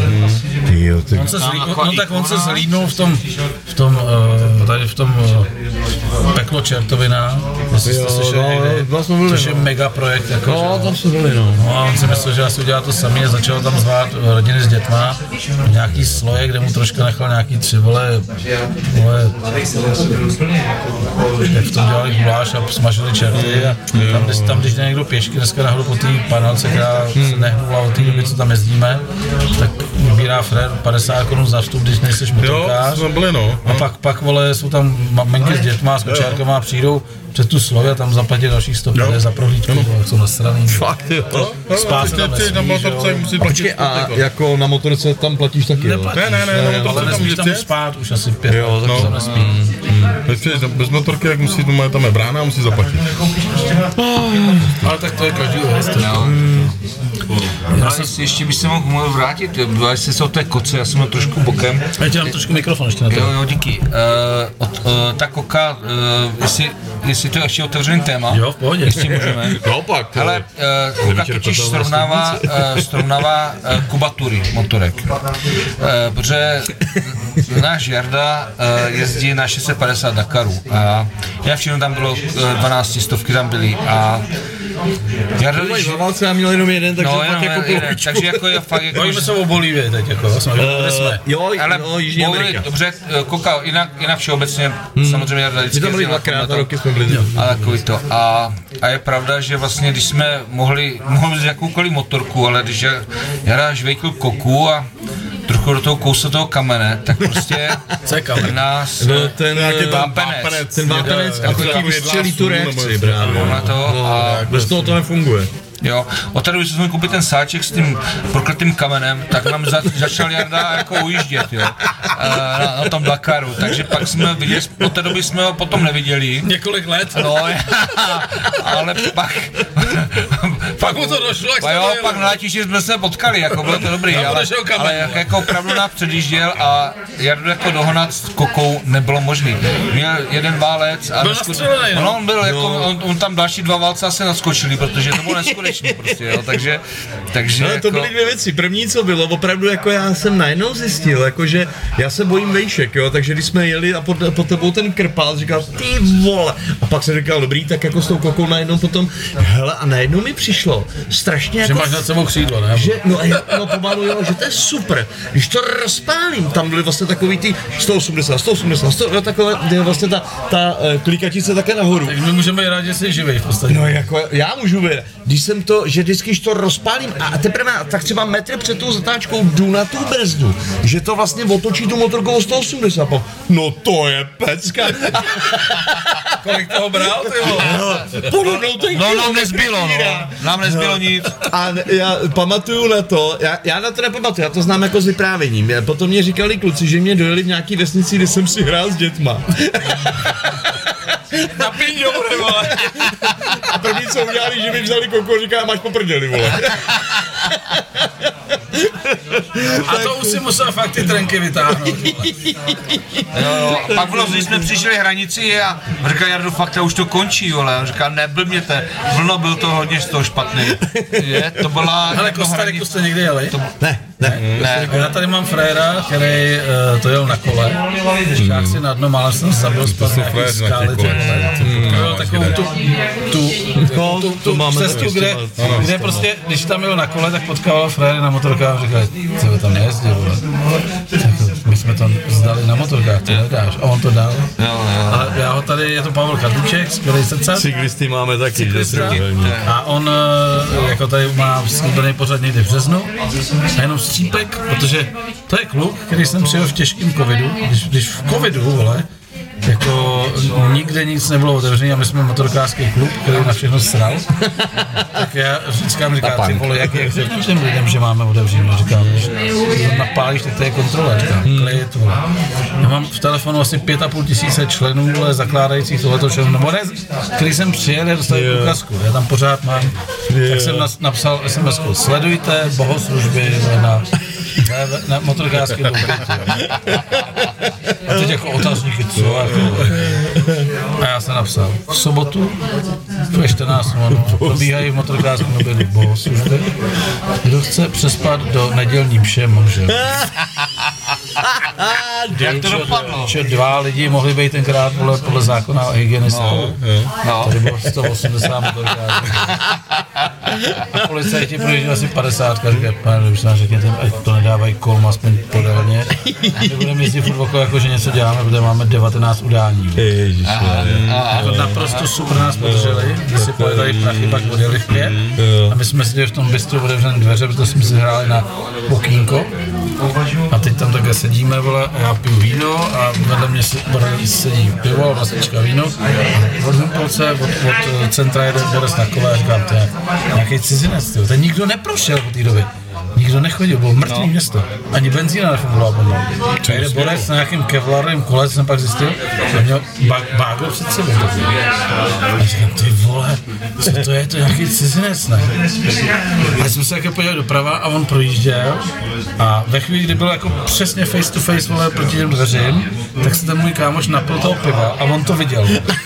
On se zhlídnul v tom Peklo čertovina, jestli jste slyšeli, což je mega projekt. Jako, no, tam jsme byli, no. No a on si myslel, že asi udělá to samý a začal tam zvát rodiny s dětma, nějaký sloje, kde mu trošku nechal nějaký 3 vole, jak v tom dělali guláš a smažili čerty a tam když jde někdo pěšky dneska nahoru po té panelce, která se nehnula od té doby, co tam jezdíme, tak vybírá frér 50 korun za vstup, když nejseš motorkář. Jo, byli, no. A pak vole, jsou tam maminky s dětma, s kočárkama a přijdou přes tu Slovy a tam zaplatí dalších 100 za prohlídku, jak jsou nasraný. Fakt jo. Spát tam na motorce musí platit. Počkej, a jako na motorce tam platíš taky, jo? Ne, ale nesmíš tam spát už asi 5 let, tak tam nespí. Bez motorky, jak musí, tam je brána a musí zaplatit. Ale tak to je každý věc. Já ještě bych se mohl vrátit, jestli se o té koce, já jsem měl trošku bokem. Já ti dám trošku mikrofon ještě na to. Jo, díky. Ta koka, jestli to je ještě otevřený téma, jo, v pohodě. Jestli můžeme. Naopak. Ale koka totiž srovnává kubatury motorek. Protože náš Jarda jezdí na 650 Dakarů a já všechno tam bylo 12 stovky tam byly a Jarda, když... Ve válce já měl jenom jeden, takže fakt jako polovičku. Takže jako je fakt jako... Bavíme se o Bolívii teď, jako, jsme. Jo, ale Jižní Amerika. Dobře, koka, jinak všeobecně, samozřejmě Jarda vždycky jezdí na dvakrát, roky jsme byli. A takový to. A je pravda, že vlastně, když jsme mohli vzít jakoukoliv motorku, ale když Jarda žvejkl koku a trochu do toho kousl toho kamene, tak prostě nás ten vápenec. Ten vápenec a taky vystřelí tu reakci, brávo. A bez toho to nefunguje. Jo, od té doby, co jsme koupili ten sáček s tím prokletým kamenem, tak nám začal Jarda jako ujíždět, jo, na tom Dakaru, takže pak jsme viděli, od té doby jsme ho potom neviděli. Několik let. No, ale pak mu to došlo, jak jo, pak na letišti jsme se potkali, jako bylo to dobrý, ale jako opravdu nás předjížděl a Jardu jako dohnat s kokou nebylo možný. Měl jeden válec a on byl jako, on tam další 2 válce asi naskočili, protože to bylo neskutečný prostě, jo, takže no, jako... to byly 2 věci. První, co bylo, opravdu jako já jsem najednou zjistil, jakože já se bojím vejšek, jo, takže když jsme jeli a pod tebou ten krpál, říkal, ty vole, a pak jsem říkal, dobrý, tak jako s tou kokou najednou potom, hele, a najednou mi přišlo strašně jako... Že máš nad sebou křídlo, ne? Že, no pomalu, jo, že to je super, když to rozpálím, tam byly vlastně takový ty 180, 100, takhle, vlastně ta klikatice také nahoru. Tak my můžeme i rád, že jsi živej v podstatě. No jako, já můžu být, když jsem to, že vždycky to rozpálím a teprve tak třeba metr před tou zatáčkou jdu na tu brzdu, že to vlastně otočí tu motorku o 180. No to je pecka. Kolik toho bral, ty vole? No nám nezbylo nic. A já pamatuju na to, já na to nepamatuju, já to znám jako s vyprávěním. Potom mě říkali kluci, že mě dojeli v nějaký vesnici, kde jsem si hrál s dětma. Na píňo, vole. A první, co udělali, že mi vzali koku a říká, máš poprdeli, vole. A to už si musel fakt ty trenky vytáhnout. Jo, a pak když jsme přišli hranici a říká Jardu, fakt to už to končí, vole. On říká, neblbněte, vlno byl to hodně z toho špatný. Je, to byla... Hele, Kostariku jste někdy jeli? Ne. Já tady mám fréra, který to jel na kole. Šák si na dno, málem jsem zabil spad nějaký skály. Takovou tu cestu, kde prostě, když tam jel na kole, tak potkával fréry na motorkách a říkali, co tam nejezdil, my jsme tam zdali na motorkách, to nedáš. A on to dal. Ale já ho tady, je to Pavel Kadluček, skvělý srdce. Cyklisty máme taky. A on jako tady má slíbený pořad někdy v březnu. A jenom střípek, protože to je kluk, který jsem přijel v těžkém covidu, když v covidu, vole, jako nikde nic nebylo otevřený a my jsme motorkářský klub, který na všechno sral. Tak já říkám, ty vole, jak řekneš těm lidem, že máme otevřený, říkám, když to napálíš, tak to je kontrola, říkám, klid, vole. Já mám v telefonu asi 5,5 tisíce členů, vole, zakládajících tohleto všechno, nebo ne, který jsem přijel, dostal průkazku, já tam pořád mám, tak jsem napsal SMS-ku, sledujte bohoslužby na Na motorkářské doupě. A teď jako otázníky, co? A já jsem napsal, v sobotu ve 14:00 probíhají v motorkářském obědu bohoslužby. Kdo chce přespat do nedělní mše, může. Jak to dopadlo? 2 lidi mohli být tenkrát podle zákona o hygieně stavu. Tady bylo 180 motorkářů. A policajti projížděli asi 50, říkají, pane Dobřina, řekněte, ať to nedávají kolem aspoň podélně. Nebudeme jezdit furt okolo, jako že něco děláme, protože máme 19 udání. Jako naprosto super nás podrželi, my si pojedali prachy, pak odjeli v 5 a my jsme seděli v tom bistru otevřené dveře, protože jsme si hráli na okýnko. A teď tam takhle sedíme, vole, a já piju víno a vedle mě sedí pivo, vlastička víno. Od Humpolce, od centra jede Boris na kole a říkám, to je nějaký cizinec, tyjo. Ten nikdo neprošel po té době. Nikdo nechodil, bylo mrtvý město. Ani benzína nefungovala pomalu. Jde Borec na nějakým kevlarovým kole, jsem pak zjistil, že měl bágl před sebou. A říkám, ty vole, co to je, to je nějaký cizinec, ne? A jsme se také podívali doprava a on projížděl a ve chvíli, kdy byl jako přesně face to face, vole, proti těm dveřím, tak se ten můj kámoš napil toho piva a on to viděl.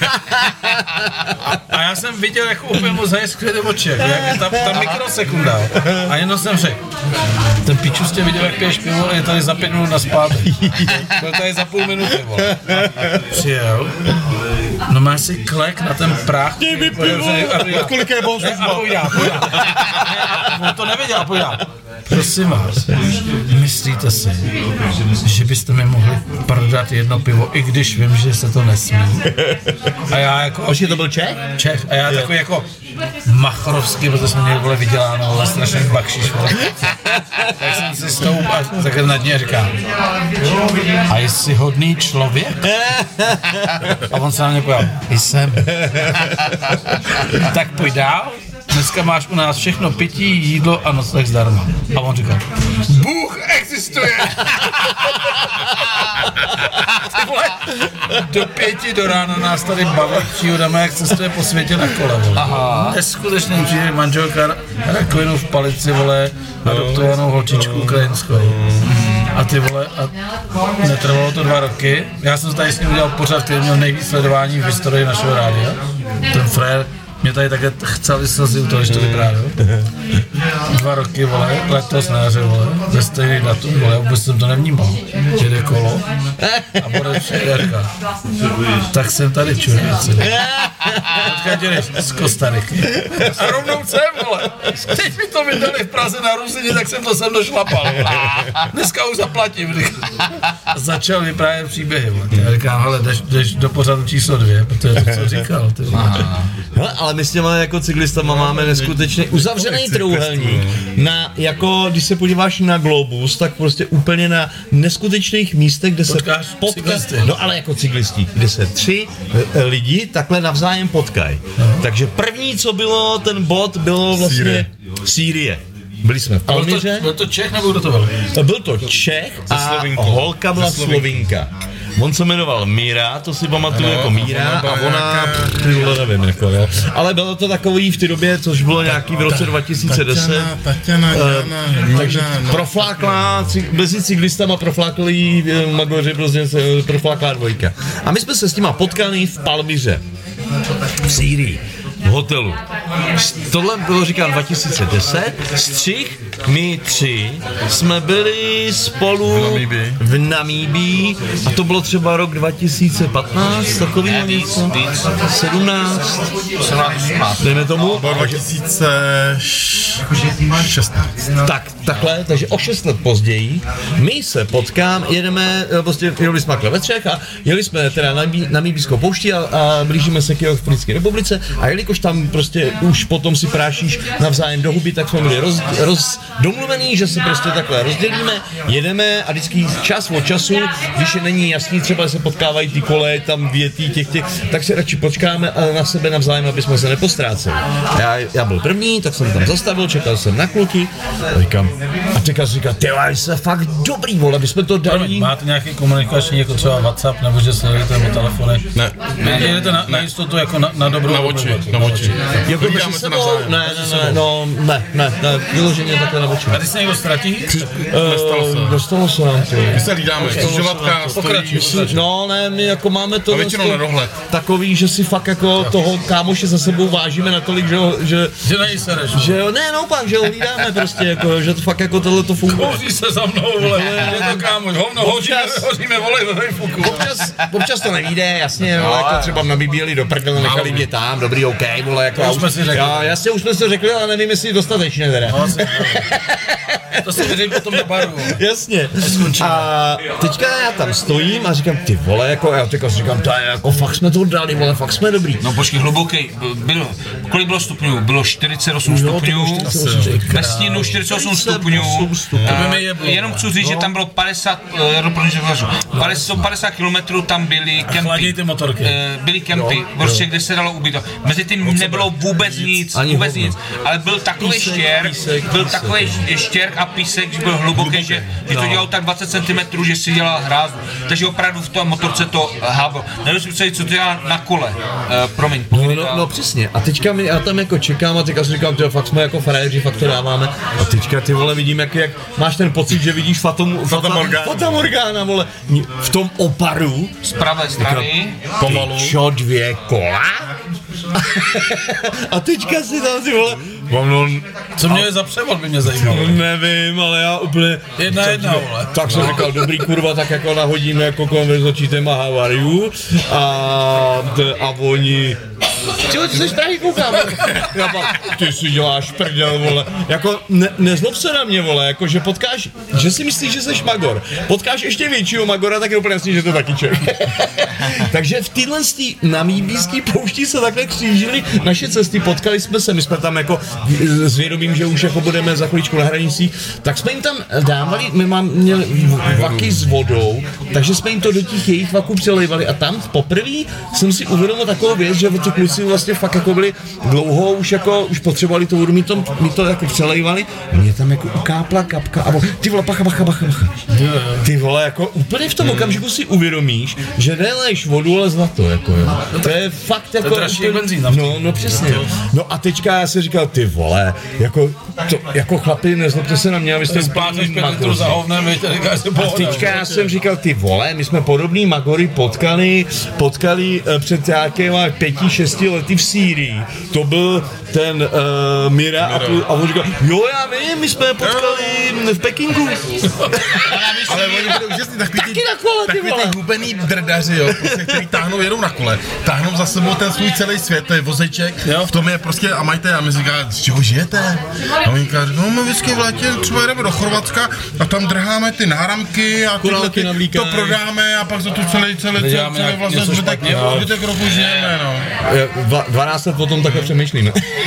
A já jsem viděl, jako úplně mu zajiskvěli oček, jak ta mikrosekunda. A jenom jsem řekl, ten pičus tě viděl, jak piješ pivo a je tady za 5 minut naspátek. Byl tady za půl minuty, vole. Přijel. No má si klek na ten prach. Ty mi pivo! Kolik je bohoslužba? A povídá. On to nevěděl, a povídá. Prosím vás, myslíte si, že byste mi mohli prodat jedno pivo, i když vím, že se to nesmí? A já jako... Oči, to byl Čech? Čech. A já takový jako machrovský, protože jsme měli, vole, vyděláno, ale strašně bakšiš, vole. Tak jsem si stoup a takhle nad ní říkám, a jsi hodný člověk? A on se na mě pojal, jsem. Tak pojď dál. Dneska máš u nás všechno pití, jídlo a nocleh zdarma. A on říkal, Bůh existuje! Ty vole, do 5 do rána nás tady baví příhodama, jak cestuje po světě na kole, vole. Neskutečný přijde manželka rakovinu v palici, vole, adoptovanou holčičku ukrajinskou. A ty vole, a netrvalo to 2 roky. Já jsem tady s ním udělal pořad, který měl nejvíc sledování v historii našeho rádia. Ten frér mě tady také chceli slzy u toho, když to vyprávěl. 2 roky, vole, letos na jaře, vole, ve stejný datum, vole, vůbec jsem to nevnímal. Jede kolo a bude přijedka. Tak jsem tady, čuráci. Odkud jdeš? Z Kostariky. A rovnou sem, vole. Teď mi to vydali v Praze na Ruzině, tak jsem to sem došlapal. Dneska už zaplatím. Začal vyprávět příběhy, vole. Já říkám, hele, jdeš do pořadu číslo 2, protože to, co říkal. Hele, ale my s těma jako cyklistama máme neskutečně uzavřený trojúhelník. Na, jako, když se podíváš na Globus, tak prostě úplně na neskutečných místech, kde potkáš se potkají. No ale jako cyklisti, kde se 3 lidi takhle navzájem potkají. Takže první, co bylo, ten bod, bylo vlastně Sýrie. Byli jsme v Palmyře. Byl to Čech nebo kdo to byl? Byl to Čech a holka byla Slovinka. On se jmenoval Míra, to si pamatuju jako Míra a ona, nevím jako jo. Ale bylo to takový v té době, což bylo nějaký v roce 2010. Takže profláklá, mezi cyklistama profláklí Magoři, prostě profláklá 2. A my jsme se s těma potkali v Palmyře, v Sýrii. V hotelu. Tohle bylo, říkám, 2010. Střih, my 3 jsme byli spolu v Namíbii a to bylo třeba rok 2015, takový něco, 17, dejme tomu. Bylo 2016. Takhle, takže o 6 let později my se potkám, jedeme, prostě jeli jsme ve 3 a jeli jsme teda na Namíbijskou poušti a blížíme se k Jihoafrické republice a jelikož tam prostě už potom si prášíš navzájem do huby, tak jsme byli domluvený, že se prostě takhle rozdělíme, jedeme a vždycky čas od času, když je není jasný, třeba se potkávají ty koleje, tam větí těch, tak se radši počkáme a na sebe navzájem, aby jsme se nepostráceli. Já byl první, tak jsem tam zastavil, čekal jsem na kluky, a čekal jsem, ty jsi fakt dobrý, vole, aby jsme to dali. Máte nějaký komunikační, jako třeba WhatsApp, nebo že sledujete nebo telefony? Ne. Jedete na jistotu, jako na dobrou na oči. oči. Jako Hlídáme se navzájem. Ne, vyloženě takhle na oči. A ty se někdo ztratí? Dostalo se nám to. My se hlídáme, křižovatka stojí. No ne, my jako máme to A většinou na dohled. takový, že si fakt jako toho kámoše za sebou vážíme natolik, že na ní sereš. že jo, ne, naopak, že ho hlídáme prostě, jako, že to fakt jako tohle to funguje. Hoří se za mnou, vole, je to kámoš, hovno, hoříme, vole, ve Facebooku. Občas to nevíde, jasně, vole, jako třeba nabíběli do prdele, nechali mě tam, dobrý, OK, vole, jako. Už jsme si řekli. Jasně, už jsme si to řekli, ale nevím, jestli dostatečně teda. To si vyřím potom do baru. Jasně. A teďka já tam stojím a říkám, ty vole, jako, já říkám, to je jako, fakt jsme to dali, vole, fakt jsme dobrý. No počkej, hluboký, kolik bylo stupňů? Bylo 48 stupňů, ve stínu 48 stupňů, jenom chci říct, že tam bylo 50 kilometrů, tam byly kempy, byly kempy, prostě kde se dalo ubytovat. Mezi tím nebylo vůbec nic, ale byl takový štěrk a písek, že byl hluboký, že ti to dělalo tak 20 cm, že si dělal hrázu. Takže opravdu v tom motorce to háblo. Nevím si představit, co to dělá na kole. Promiň. No přesně. A teďka já tam jako čekám a teďka si říkám, tyjo, fakt jsme jako frajeři, fakt to dáváme. A teďka ty vole vidím, jak máš ten pocit, že vidíš Fata Morgana, vole, v tom oparu. Z pravé strany. Pomalu. Čo 2 kola? A teďka si tam ty vole. Co mě je za převod, by mě zajímalo. Nevím, ale já úplně... Jedna, vole. Tak jsem říkal, dobrý kurva, tak jako nahodíme jako konverzační téma how are you a oni... Čeho, ty jsi z Prahy, koukám. Ty si děláš prdel, vole. Jako, nezlob se na mě, vole, jako, že potkáš, že si myslíš, že jsi magor. Potkáš ještě většího magora, tak je úplně jasný, že to taky Čech. Takže v téhle namíbijský poušti se takhle křížily naše cesty, potkali jsme se, my jsme tam jako s vědomím, že už jako budeme za chvíličku na hranicích, tak jsme jim tam dávali, měli vaky s vodou, takže jsme jim to do těch jejich vaků přelejvali a tam poprvé jsem si uvědomil takovou věc, že ty kluci vlastně fakt jako byli dlouho, už potřebovali tu vodu, mi to jako přelejvali a mě tam jako ukápla kapka a ty vole, bacha. Ty vole, jako úplně v tom okamžiku si uvědomíš, že neleješ vodu, ale zlato, jako jo. To je fakt jako... To je dražší benzín. No přesně. No a teďka já si říkal, ty vole, jako chlapi, nezlobte se na mě, abyste spláceš 5 litrů za hovnem, a teďka já jsem říkal, ty vole, my jsme podobný magory potkali před nějakýma 5-6 lety v Sýrii. To byl ten Mira a on říkal, jo, já vím, my jsme potkali v Pekingu. Ale oni byli úžasný, taky na kole, ty vole. Takový hubený drdaři, jo, prostě, který jedou na kole, táhnou za sebou ten svůj celý svět, to je vozeček, v tom je prostě a majte, a my říkáme, z čeho žijete? A oni říkají, no my vždycky v létě třeba jdeme do Chorvatska a tam drháme ty náramky a to prodáme a pak za to celý vlastně zbytek roku žijeme, no. 12 let potom takhle přemýšlíme.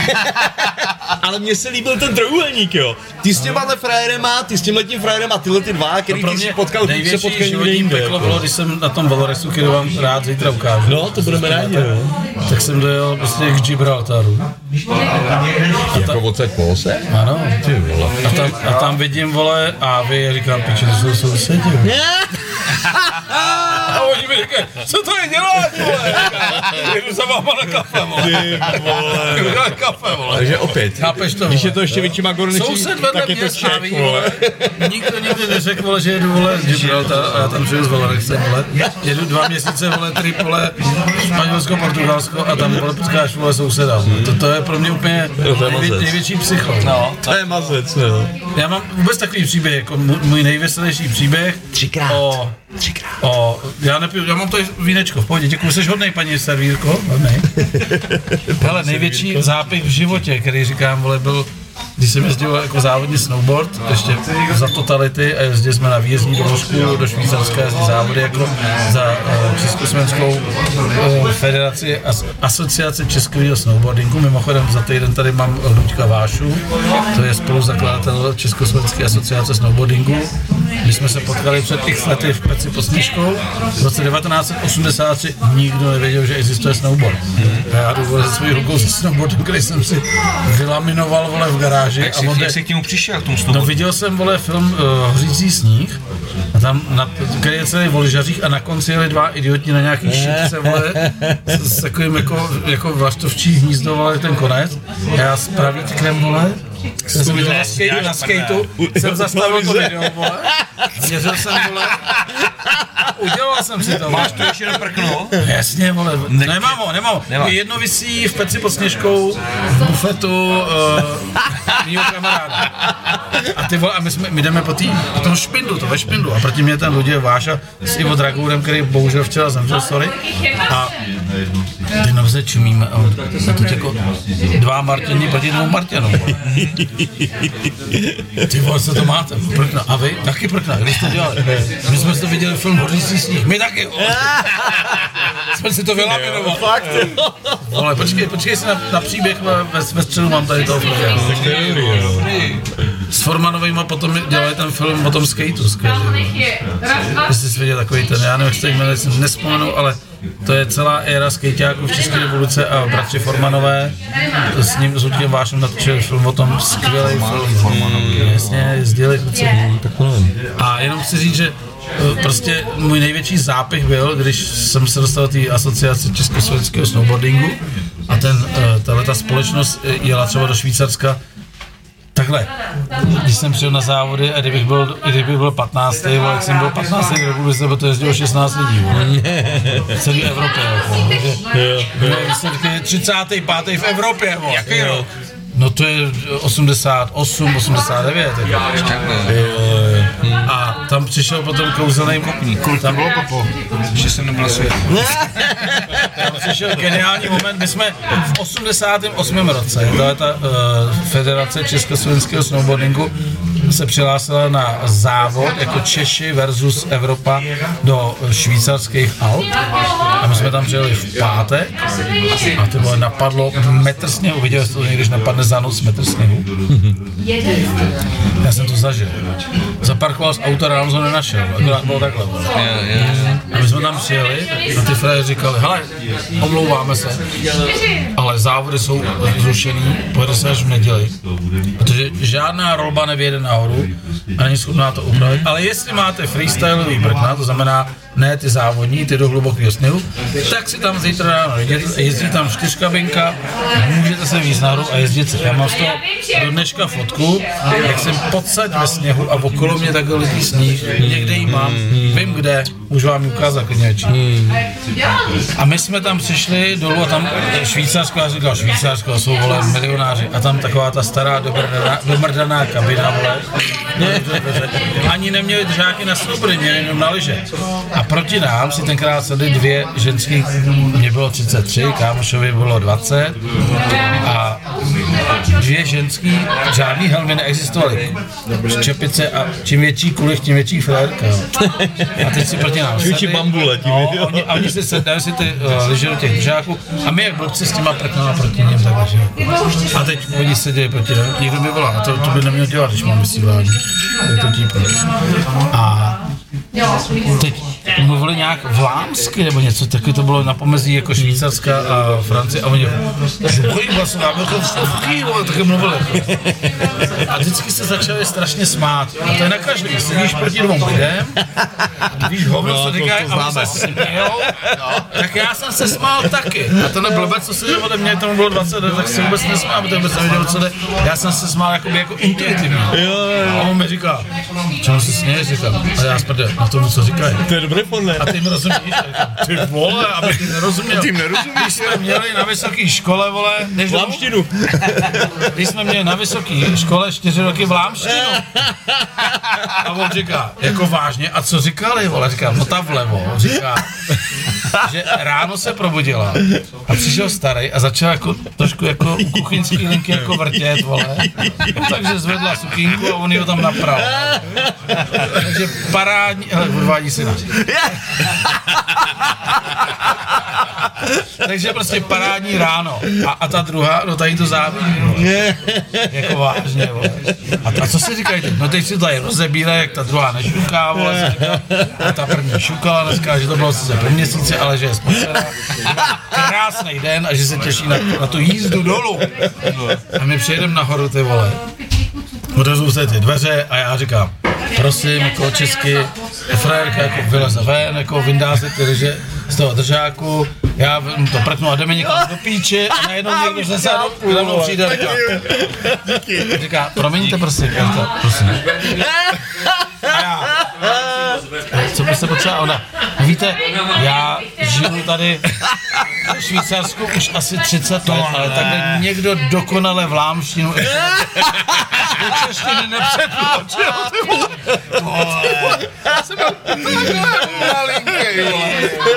Ale mně se líbil ten trojuhelník, jo. Ty s těmahle frajerema, ty s tímhletím frajerem a tyhle ty dva, který ty si potkal, se potkají někde jinde. Peklo bylo, když jsem na tom Valoresu, který vám rád zítra ukážu. No, to budeme rádi, jo. Tak jsem dojel prostě k Gibraltaru. Jako odsaď po ose? Ano. Ty vole. A tam vidím, vole, a vy říkám, piče, to jsou sousedí. A oni mi říkají, co to je dělat, vole? Jdu za váma na kafe, vole. Ty vole. Jdu na kafe, vole. Takže opět, chápeš to, když je to ještě větší magor, tak je to Čech, vole. Nikdo nikdy neřekl, vole, že jedu, vole, z Gibraltar a já tam přijdu z Valorexem, vole. Jedu 2 měsíce, vole, trip, vole, Španělsko, Portugalsko a tam, vole, potkáš, vole, souseda. To je pro mě úplně největší psycho. No, to je mazec, no. Já mám vůbec takový příběh, jako můj nejveselější příběh. 3krát. Já nepiju, já mám to vínečko, v pohodě, děkuji, jsi hodnej, paní servírko, hodnej. Hele, největší zápich v životě, který říkám, vole, byl, když jsem jezdil jako závodní snowboard, ještě za totality a jezdili jsme na výjezdní doložku do Švýcarska, jezdí závody jako za Československou federaci asociace českého snowboardingu. Mimochodem za týden tady mám Luďka Vášu, to je spoluzakladatel Československé asociace snowboardingu. My jsme se potkali před x lety v Peci pod Sněžkou. V roce 1983 nikdo nevěděl, že existuje snowboard. Já jdu se svojí rukou se snowboardem, který jsem si vylaminoval, vole, v garáži. garáži. Jak jsi k němu přišel, k tomu No snowboardu? viděl jsem, vole, film Hořící sníh a tam, který je celý o lyžařích a na konci jeli dva idioti na nějaký šipce, vole, s takovým jako vlaštovčí hnízdo, vole, ten konec. Já s pravítkem, vole, jsem viděl na skateu, jsem zastavil to video, vole, měřil jsem, vole, udělal jsem si to. Máš tu ještě jedno prkno? Jasně, vole, nemám ho. Jedno visí v peci pod Sněžkou v bufetu mýho kamaráda. A ty vole, a my jdeme po tom špindlu, to ve špindlu. A proti mě ten Luděk Váša s Ivo Dragůrem, který bohužel včera zemřel, sorry. A ty navze čumíme. A teď jako dva Martini proti dvou Martinům. Ty vole, co to máte? Prkna. A vy? Taky prkna. Kdy jste dělali? My jsme si to viděli film Hořící sníh. My taky. Jsme si to vylaminovali. Fakt. Vole, počkej si na příběh ve středu, mám tady toho filmu. S Formanovejma potom dělali ten film o tom skateu. Jestli jsi viděl takový ten, já nevím, jak se jmenuje, jsem nespomenu, ale to je celá éra skejťáků v České republice a bratři Formanové s ním, s Luďkem Vášem natočili film o tom, skvělý film. Jasně, jezdili kluci. A jenom chci říct, že prostě můj největší zápich byl, když jsem se dostal do té asociace československého snowboardingu a tahleta společnost jela třeba do Švýcarska. Takhle, když jsem přijel na závody a kdybych byl 15. Jak jsem byl 15. v republice, bo to jezdilo 16 lidí. V celé Evropě. Bylo výsledky 35. v Evropě. Jaký rok? No to je 88, 89. A tam přišel potom kouzelný kopník. Tam bylo popo. Že jsem nebyl svět. Tam přišel geniální moment. My jsme v 88. roce, ta Federace československého snowboardingu se přihlásila na závod jako Češi versus Evropa do švýcarských Alp. A my jsme tam přijeli v pátek a to bylo napadlo metr sněhu. Viděl jsi to někdy, když napadne za noc metr sněhu? Já jsem to zažil. Zaparkoval z auta, ráno jsem nenašel, akorát bylo takhle. A my jsme tam přijeli a ty frajeři říkali, hele, omlouváme se, ale závody jsou zrušený, pojede se až v neděli, protože žádná rolba nevěde nahoru a není schopná to upravit, ale jestli máte freestylový prkna, to znamená ne ty závodní, ty do hlubokého sněhu, tak si tam zítra ráno jezdí tam 4kabinka, můžete se víc nahoru a jezdit se. Já mám z toho do dneška fotku, jak jsem podsaď ve sněhu a okolo mě takhle letí sníh, někde ji mám, vím kde, můžu vám ji ukázat klidně větší. A my jsme tam přišli dolů a tam Švýcarsko, já říkal Švýcarsko, jsou vole milionáři a tam taková ta stará domrdaná kabina, vole. Ani neměli držáky na snowboardy, měli jenom na lyže. A proti nám si tenkrát sedli dvě ženský, mě bylo 33, kámošovi bylo 20 a dvě ženský, žádný helmy neexistovaly. Čepice a čím větší kulich, tím větší frérka. A teď si proti nám sedli. bambule, a oni si sedli si ty lyže do těch držáků a my jak blbci s těma prknama proti něm takhle, že? A teď oni seděli proti nám, někdo mi volá, a to by neměl dělat, když mám vysílání. Je to típno. A teď mluvili nějak vlámsky nebo něco, taky to bylo na pomezí jako Švýcarska a Francie a oni žubojí hlasová, jako vstovky, taky mluvili. A vždycky se začali strašně smát. A to je na každý, sedíš proti dvou lidem, víš hovno, co říkají a my se smějou, tak já jsem se smál taky. A tenhle blbec, co seděl ode mě, tomu bylo 20 let, tak se vůbec nesmál, protože vůbec nevěděl, co jde. Já jsem se smál jakoby jako intuitivně. A on mi říká, čemu se směješ, říkám, a já sprdě, na tomu, co říkají. To je dobré podle. A ty mi rozumíš? Ty vole, aby ty nerozuměl. Ty nerozumíš. Když jsme měli na vysoké škole, vole, Vlámštinu. Když jsme měli na vysoké škole 4 roky vlámštinu. A on říká, jako vážně, a co říkali, vole? Říkám, no ta vlevo, říká, že ráno se probudila a přišel starý a začal jako trošku jako u kuchyňský linky jako vrtět, vole. Takže zvedla sukínku a on ji tam napral. Takže parádní, hele, odvádí syna. Takže prostě parádní ráno. A ta druhá, no tady to závidí. Jako vážně, vole. A co si říkají teď? No teď si tady rozebírá, jak ta druhá nešuká, vole. A ta první šukala, dneska, že to bylo sice po měsíci, měsíce, ale že je spocena. Krásný den a že se těší na tu jízdu dolů. A my přijedeme nahoru, ty vole. Otevřou se ty dveře a já říkám, prosím, jako česky, frérka jako vyleze ven, jako vyndá se ty ryže z toho držáku, já to prknu a jdeme někam do píče a najednou někdo z nesadu za mnou přijde a říká, promiňte prosím, prosím. A já, co byste potřeba? Ona, víte, já žiju tady v Švýcarsku už asi 30 let, ale takhle někdo dokonale vlámštinu do češtiny nepřetlumočil, ty vole. Já jsem byl takhle malinký, vole.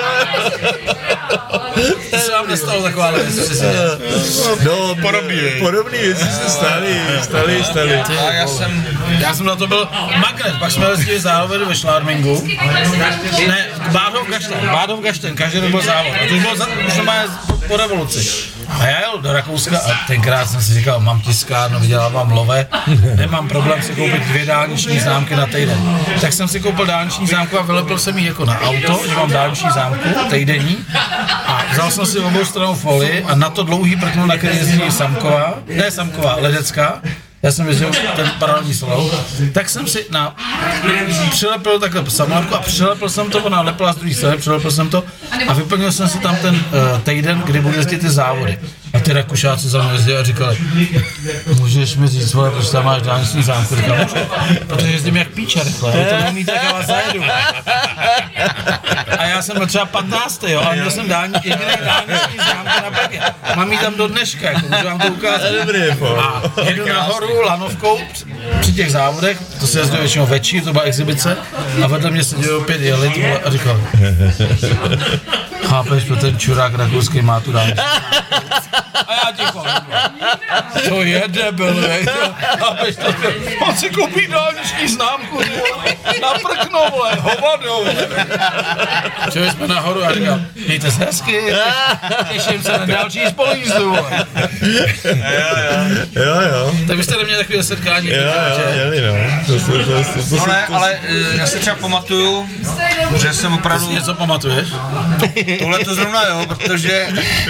To se vám nestalo taková věc, přesně. No, podobný věci se staly. A já jsem na to byl magnet, pak jsme jezdili závodu ve Schladmingu. Ne, Bádov Gašten, každý den byl závod. A to už bylo už po revoluci. A já jel do Rakouska a tenkrát jsem si říkal, mám tiskárnu, vydělávám love, nemám problém si koupit 2 dálniční známky na týden. Tak jsem si koupil dálniční známku a vylepil jsem ji jako na auto, že mám dálniční známku týdenní. A vzal jsem si obou stranou folii a na to dlouhý prknul, na který jezdí Samková, Ledecká. Já jsem jezdil ten paralelní slov, tak jsem si přilepil takhle samolepku a přilepil jsem to, ona lepila z druhé strany, přilepil jsem to a vyplnil jsem si tam ten týden, kdy budu jezdit ty závody. A ty Rakušáci za mnou jezdili a říkali, můžeš mi říct, vole, proč tam máš dálniční známku? Říkal, protože jezdím jak píča rychle, to neumí tak, já vás zajedu. A já jsem byl třeba 15. jo, ale měl jsem jediný dálniční známku na Praze. Mám ji tam do dneška, jako můžu vám to ukázat. A jedu nahoru lanovkou při těch závodech, to se jezdilo většinou večer, to byla exibice, a vedle mě seděli opět jeli a říkal, chápeš, že ten čurák rakouský má tu dálniční. A já ticho. To je debil, chápeš to? On si koupí dálniční známku, naprknou, vole, hovado. Čili jsme nahoru a říkám, mějte se hezky, těším se na další spolujízdu, vole. Jo. Tak byste neměli takové setkání. No ne, ale já si třeba pamatuju, že jsem opravdu... Ty si něco pamatuješ? Tohle to zrovna jo, protože...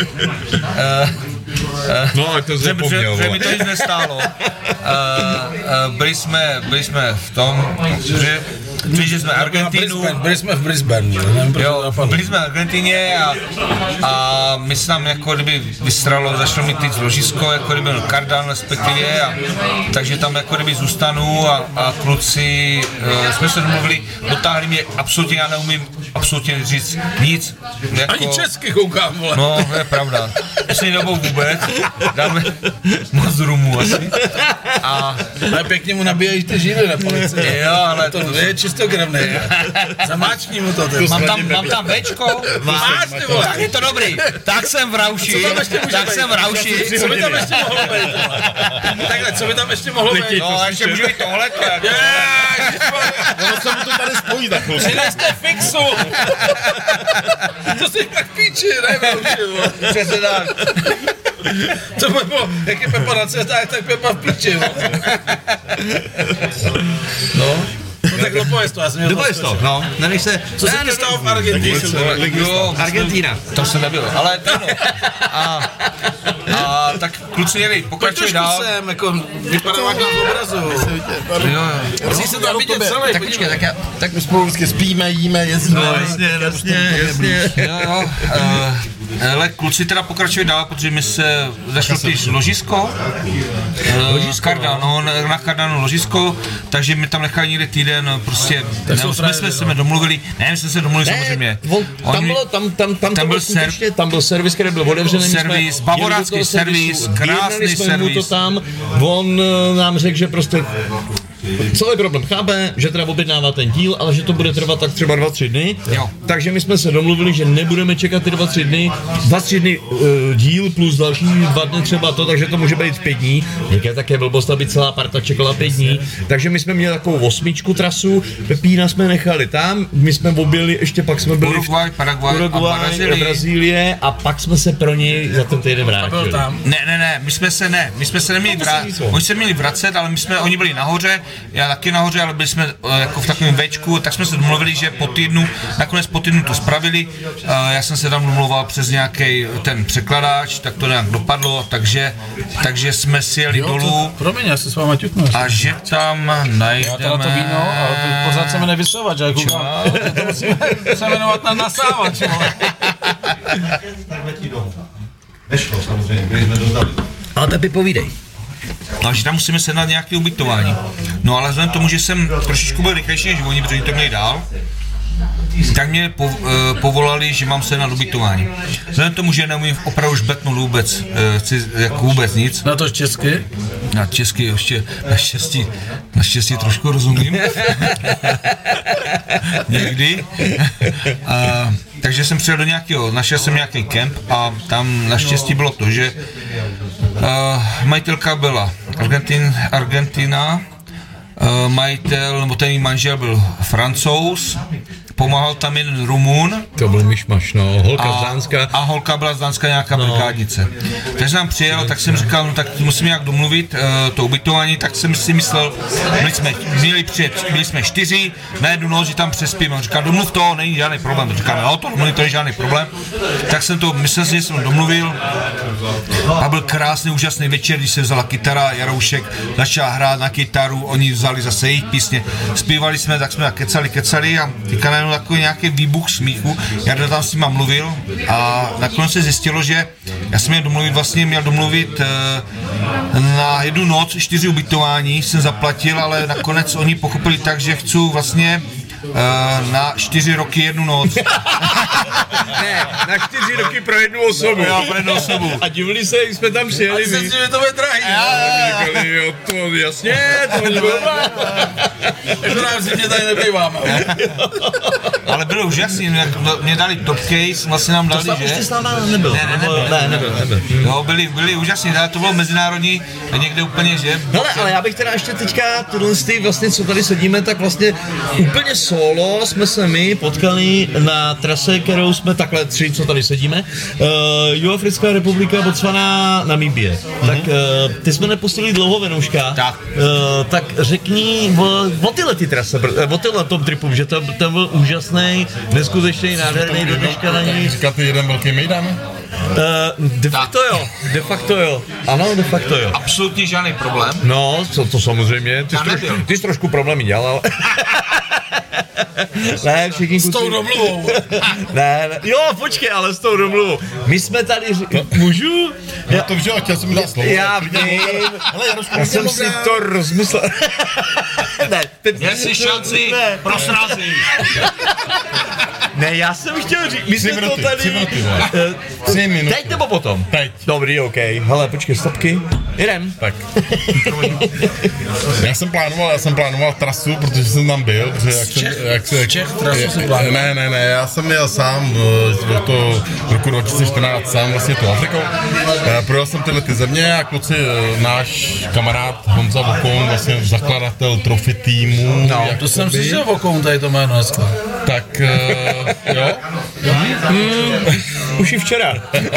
No, to zapomněl, že mi to nic nestálo. Byli jsme v tom, že jsme Argentínu. Byli jsme v Brisbane. Jo, byli jsme v Argentíně a my se tam jako kdyby vystralo, začalo mi týct ložisko, jako kdyby byl kardan respektive, takže tam jako kdyby zůstanu a kluci, jsme se domluvili, dotáhli mě, absolutně já neumím absolutně říct nic. Jako, ani česky koukám, vole. No, to je pravda. Poslední dobou vůbec, dáme moc rumu asi. Ale pěkně mu nabíjají ty žíly na policii. Jo, ale to je čistokrevný. Zamáčkni mu to. Mám tam Bčko? Máš, ty vole. Tak je to dobrý. Tak jsem v Rauši. Co by tam ještě mohlo být? Takhle, co by tam ještě mohlo být? No, ještě může být tohleto. Ono se mu to tady spojí na chvilku. Přineste fixu. To si tak píči, nevím. Přesně tak. To by bylo, jak je Pepa na cestách, tak Pepa v píči. No. Tak dopověz to, já jsem měl to. No, nevíš se... Co se ti stalo v Argentině? Argentína. To se nebylo, ale to no. A tak kluci jeli, pokračuj dál. Jsem, jako vypadám jak na obrazu. Jo. Musíš se tam vidět celý. Tak počkej, tak my spolu vždycky spíme, jíme, jezdíme. No, jasně. Jo. Ale kluci teda pokračují dál, protože my se začalo týž ložisko. Na Kardanu ložisko, takže mi tam nechali někde týden, prostě, my jsme se domluvili, my jsme se domluvili samozřejmě. Tam byl servis, který byl otevřený. Servis, bavorácký servis, krásný servis. On nám řekl, že prostě celý problém chápe, že teda objednává ten díl, ale že to bude trvat tak třeba 2-3 dny. Jo. Takže my jsme se domluvili, že nebudeme čekat ty 2-3 dny. 2-3 dny díl plus další 2 dny třeba to, takže to může být 5 dní. Někde také blbost, aby celá parta čekala 5 dní. Takže my jsme měli takovou 8 trasu, Pepína jsme nechali tam, my jsme objeli, ještě pak jsme byli Uruguay, Paraguay a Brazílie a pak jsme se pro něj za ten týden vrátili. Ne, my jsme se neměli vracet, oni se měli vracet, ale oni byli nahoře já taky nahoře, ale byli jsme jako v takovém večku, tak jsme se domluvili, že nakonec po týdnu to spravili, já jsem se tam domluval přes nějaký ten překladač, tak to nějak dopadlo, takže jsme si jeli dolů. Promiň, já se s váma ťuknu. A že tam najdeme... Já teda to víno, ale to pořád se jmenuje vysavač, že koukám, to musíme se jmenovat na nasávač, Takhle ti domů. Nešlo samozřejmě, když jsme dostali. Ale Pepi, povídej. Takže tam musíme sehnat nějaké ubytování. No ale vzhledem k tomu, že jsem trošičku byl rychlejší než oni, protože oni to měli dál, tak mě povolali, že mám sehnat ubytování. Vzhledem k tomu, že neumím opravdu šbetnout vůbec, jako vůbec nic. Na to česky? Na česky ještě naštěstí trošku rozumím. Někdy. Takže jsem přijel našel jsem nějaký kemp a tam naštěstí bylo to, že majitelka byla Argentina, majitel, nebo ten manžel byl Francouz, pomáhal tam jeden Rumun. To byl myšmaš, no, holka z Dánska. A holka byla z Dánska, nějaká brigádnice. Takže jsem přijel, tak jsem říkal, no tak musím nějak domluvit to ubytování, tak jsem si myslel, byli jsme 4, na jednu noc, že tam přespíme. On říkal, domluv to, není žádný problém. Říkám, no to domluv, to je žádný problém. Tak jsem to, myslel si, že jsem domluvil. A byl krásný, úžasný večer, když se vzala kytara, Jaroušek začal hrát na kytaru, oni vzali zase jejich písně. Zpívali jsme, tak jsme kecali a teďka najednou takový nějaký výbuch smíchu. Já tam s nima mluvil a nakonec se zjistilo, že já jsem měl domluvit na jednu noc 4 ubytování, jsem zaplatil, ale nakonec oni pochopili tak, že chci vlastně na 4 roky 1 noc. Ne, na 4 roky pro jednu osobu. Já pro jednu osobu. A divili se, jak jsme tam přijeli. A jsem si, že to bude drahý. Říkali, jo, to jasně, to je Jako nám si tady nebýváme. Ale bylo úžasný, mě dali top case, vlastně nám dali, že? To s náma nebyl. Nebyl. Jo, byli úžasný, to bylo mezinárodní, někde úplně, že? Hele, ale já bych teda ještě teďka tyhle vlastně, co tady sedíme, tak vlastně úplně solo jsme se my potkali na trase, kterou jsme takhle 3, co tady sedíme. Jihoafrická republika, Botswana, Namibie. Tak ty jsme nepustili dlouho Venouška. Tak řekni o tyhle ty trase, o tyhle tom tripu, že to byl úžasný, neskutečný, nádherný, do dneška na ní. Říkáte jeden velký mejdan? De facto jo. Ano, de facto jo. Absolutně žádný problém. No, to samozřejmě, ty jsi trošku problémy dělal. Ne, všichni kusy. S tou domluvou. Ne, jo, počkej, ale s tou domluvou. My jsme tady, můžu? Já to vžil, chtěl jsem mi dát slovo. Já vím. Já jsem si to rozmyslel. Ne, Měl jsi šanci pro srazy. Ne, já jsem chtěl říct, my jsme to tady... 3 minuty. Teď nebo potom? Teď. Dobrý, OK. Hele, počkej, stopky. Jdem. Tak. Já jsem plánoval trasu, protože jsem tam byl, protože Z Čech trasu si plánoval? Ne, já jsem měl sám do roku 2014 sám vlastně tu Afrikou. Projel jsem tyhle ty země a kluci, náš kamarád Honza Vokoun, vlastně zakladatel Trophy týmu. No, to jsem slyšel Vokoun, tady to jméno dneska. Tak, jo? Už i včera.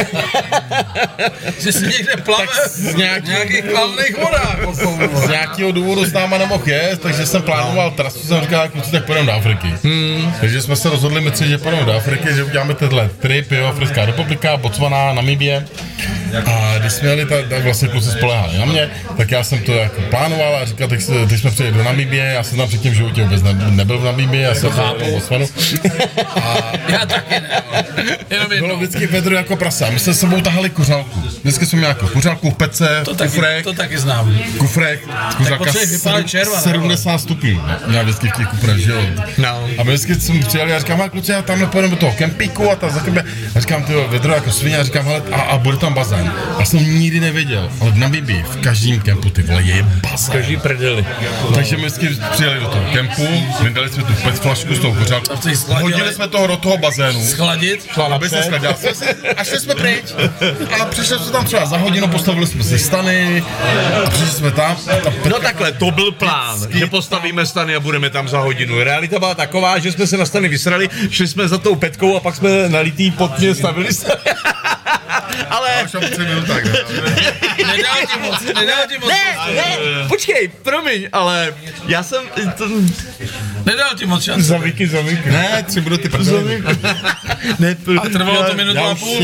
Že si někde plave v nějakých kladných vodách. Z nějakého důvodu s náma nemohl jet, takže jsem plánoval trasu, jsem říkal, kluci, tak půjdeme do Afriky. Takže jsme se rozhodli my 3, že půjdeme do Afriky, že uděláme tenhle trip, Jihoafrická republika, Botswana, Namibie. A když jsme jeli, tak vlastně kluci spolehali na mě, tak já jsem to jako plánoval a říkal, teď jsme přijeli do Namibie, já jsem tam předtím v životě vůbec nebyl v Namibii, já jsem byl v Botswanu. Já taky ne. Bylo vždycky vedro jako prasa, my jsme s sebou tahali kuřálku. Vždycky jsme měli jako kuřálku v pece, kufrek. To taky znám. Kufrek, kuřálka 70 stupňů. Měla vždycky v těch kufrech, že jo. No. A my vždycky jsme přijeli a říkám, kluci, já tamhle pojedeme do toho kempíku a tam za kebe. A říkám, tyjo, vedro jako svině a říkám, hele, a bude tam bazén. A jsem nikdy nevěděl, ale v Namibii v každém kempu, ty vole, je bazén. Každý prdeli. Takže my vždycky přijeli do toho kempu, vydali jsme tu pet flašku s tou kuřálkou, hodili jsme toho do toho bazénu. Schladit? Aby se schladil. A šli jsme pryč. A přišli jsme tam třeba za hodinu, postavili jsme si stany a přišli jsme tam. No takhle, to byl plán, že postavíme stany a budeme tam za hodinu. Realita byla taková, že jsme se na stany vysrali, šli jsme za tou petkou a pak jsme nalitý potně stavili stany. ale... Nedal ti moc. Ne, počkej, promiň, ale já jsem... Nedal ti moc šance. Za Vicky. Ne, 3 minuty prdeli. Ne, A trvalo to minutu a půl.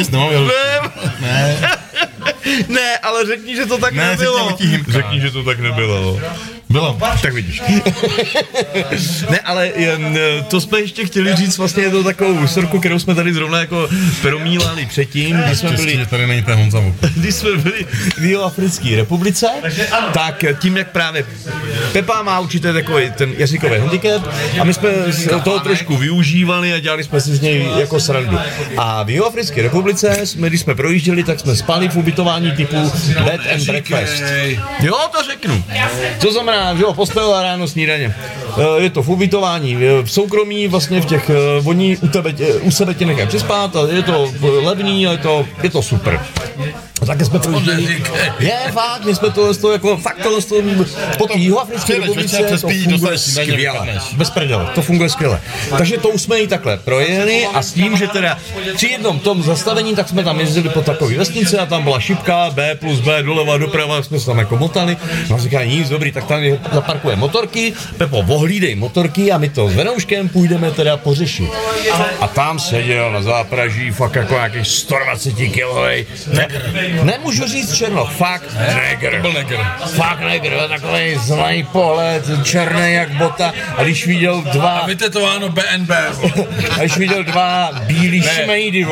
Ne, ale řekni, že to tak nebylo. Řekni, že to tak nebylo. Bylo. Tak vidíš. Ne, ale to jsme ještě chtěli říct, vlastně je to takovou historku, kterou jsme tady zrovna jako promílali předtím, když jsme byli... tady není ten Honza. Když jsme byli v Jihoafrické republice, tak tím, jak právě Pepa má určitě takový ten jazykový handicap a my jsme toho trošku využívali a dělali jsme si z něj jako srandu. A v Jihoafrické republice, když jsme projížděli, tak jsme spali v ubytování typu bed and breakfast. Jo, to řeknu. To znamená, že jo, postel a ráno snídaně. Je to v ubytování, v soukromí, vlastně v těch, oni u sebe tě nechají přespát a je to levný a je to super. A také jsme projížděli. Je, fakt, my jsme to jako, fakt tohle po té Jihoafrické republice to funguje skvěle. Bez prdele, to funguje skvěle. Takže to už jsme i takhle projeli a s tím, že teda při jednom tom zastavení, tak jsme tam jezdili po takové vesnici a tam byla šipka, B plus B, doleva, doprava, jsme se tam jako motali. No a říkali, nic, dobrý, tak tam zaparkujeme motorky, Pepo, ohlídej motorky a my to s Venouškem půjdeme teda pořešit. A tam seděl na zápraží, fakt jako nějaký 120 kilovej. Nemůžu říct černoch, fakt negr. Fakt negr, takový zelený pohled, černý jak bota. A když viděl dva... A vytetováno BNB. A když viděl dva bílý šmejdy,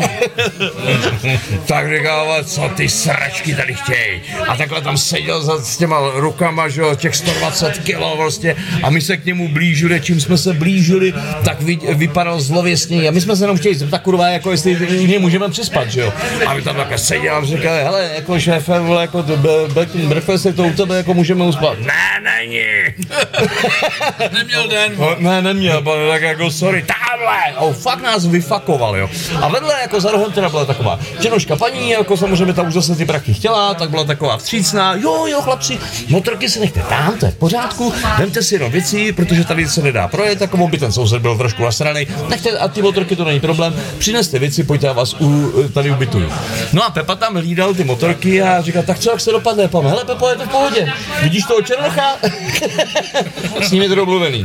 tak říkal, co ty sračky tady chtějí. A takhle tam seděl s těma rukama, že jo, těch 120 kilo vlastně. A my se k němu blížili, čím jsme se blížili, tak vypadal zlověstně. A my jsme se jenom chtěli zeptat, kurva, jako jestli jiný můžeme přespat, že jo. A my tam takhle seděl a říkal, hele, jako šéfe, vole, jako breakfast, to u tebe jako můžeme uspat. Ne, není. Neměl den. Ne, neměl, tak jako sorry, tamhle. Fakt nás vyfakoval, jo. A vedle jako za rohem teda byla taková černoška paní, jako samozřejmě ta už zase ty prachy chtěla, tak byla taková vstřícná, jo, chlapci, motorky si nechte tam, to je v pořádku, vemte si jenom věci, protože tady se nedá projet, takovou by ten soused byl trošku nasranej, nechte, a ty motorky to není problém, přineste věci, pojďte, já vás tady ubytuju. No a Pepa tam hlídal ty motorky a říkal, tak co, jak se dopadne, Pam, hele Pepo, je to v pohodě, vidíš toho černocha? S ním je to domluvený.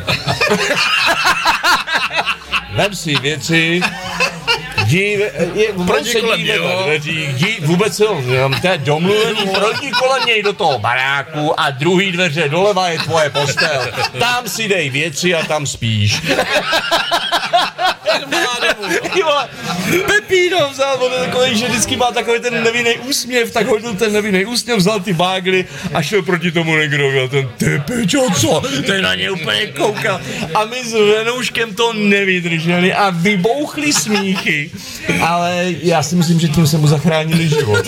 Vem si věci, vůbec to je domluvený, projdi kolem něj do toho baráku a druhý dveře doleva je tvoje postel. Tam si dej věci a tam spíš. Pepíno vzal, on je takový, že vždycky má takový ten nevinný úsměv, tak hodil ten nevinný úsměv, vzal ty bágly a šel proti tomu negrovi a ten ty pičo, co? Ten na ně úplně koukal. A my s Venouškem to nevydrželi a vybouchli smíchy. Ale já si myslím, že tím se mu zachránili život.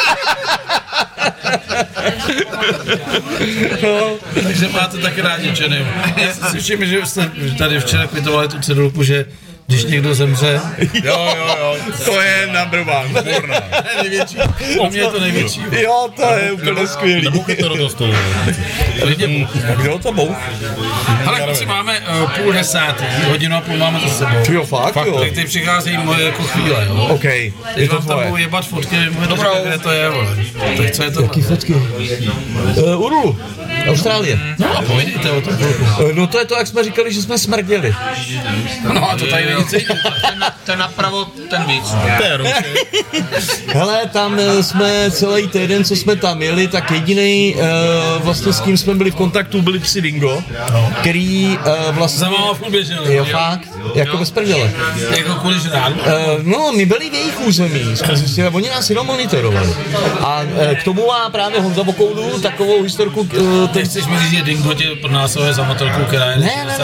No, takže máte taky rádi Jenny. Já si slyším, že jste tady včera kvitovali tu cedulku, že když někdo zemře, jo, to je number one, porna. Největší. U mě je to největší. Jo, to je úplně skvělý. Nebouchej to do stolu. Kdo to bouch? Ale kluci, máme 9:30, hodinu a půl máme za sebou. Jo, fakt jo. Tak teď přicházejí moje jako chvíle, jo. OK, je to tvoje. Teď vám tam budou jebat fotky, můžete říkat, kde to je, vole. Tak co je to? Jaký fotky? Urulu, Austrálie. No a povědějte o tom. No to je to, jak jsme říkali, že jsme smrděli. No a to tady není cítit. Ten napravo, ten víc. Hele, tam jsme celý týden, co jsme tam jeli, tak jedinej vlastně s kým jsme byli v kontaktu, byli psi dingo, který vlastně... Za máma furt běžel. Jo, fakt, jako bez prdele. Jako kvůli žrát? No, my byli v jejich území, jsme zjistili, oni nás jenom monitorovali. A k tomu má právě Honza Vokoudu takovou historku... Teď chceš mi říct, že dingo tě pronásleduje za motorku, která je...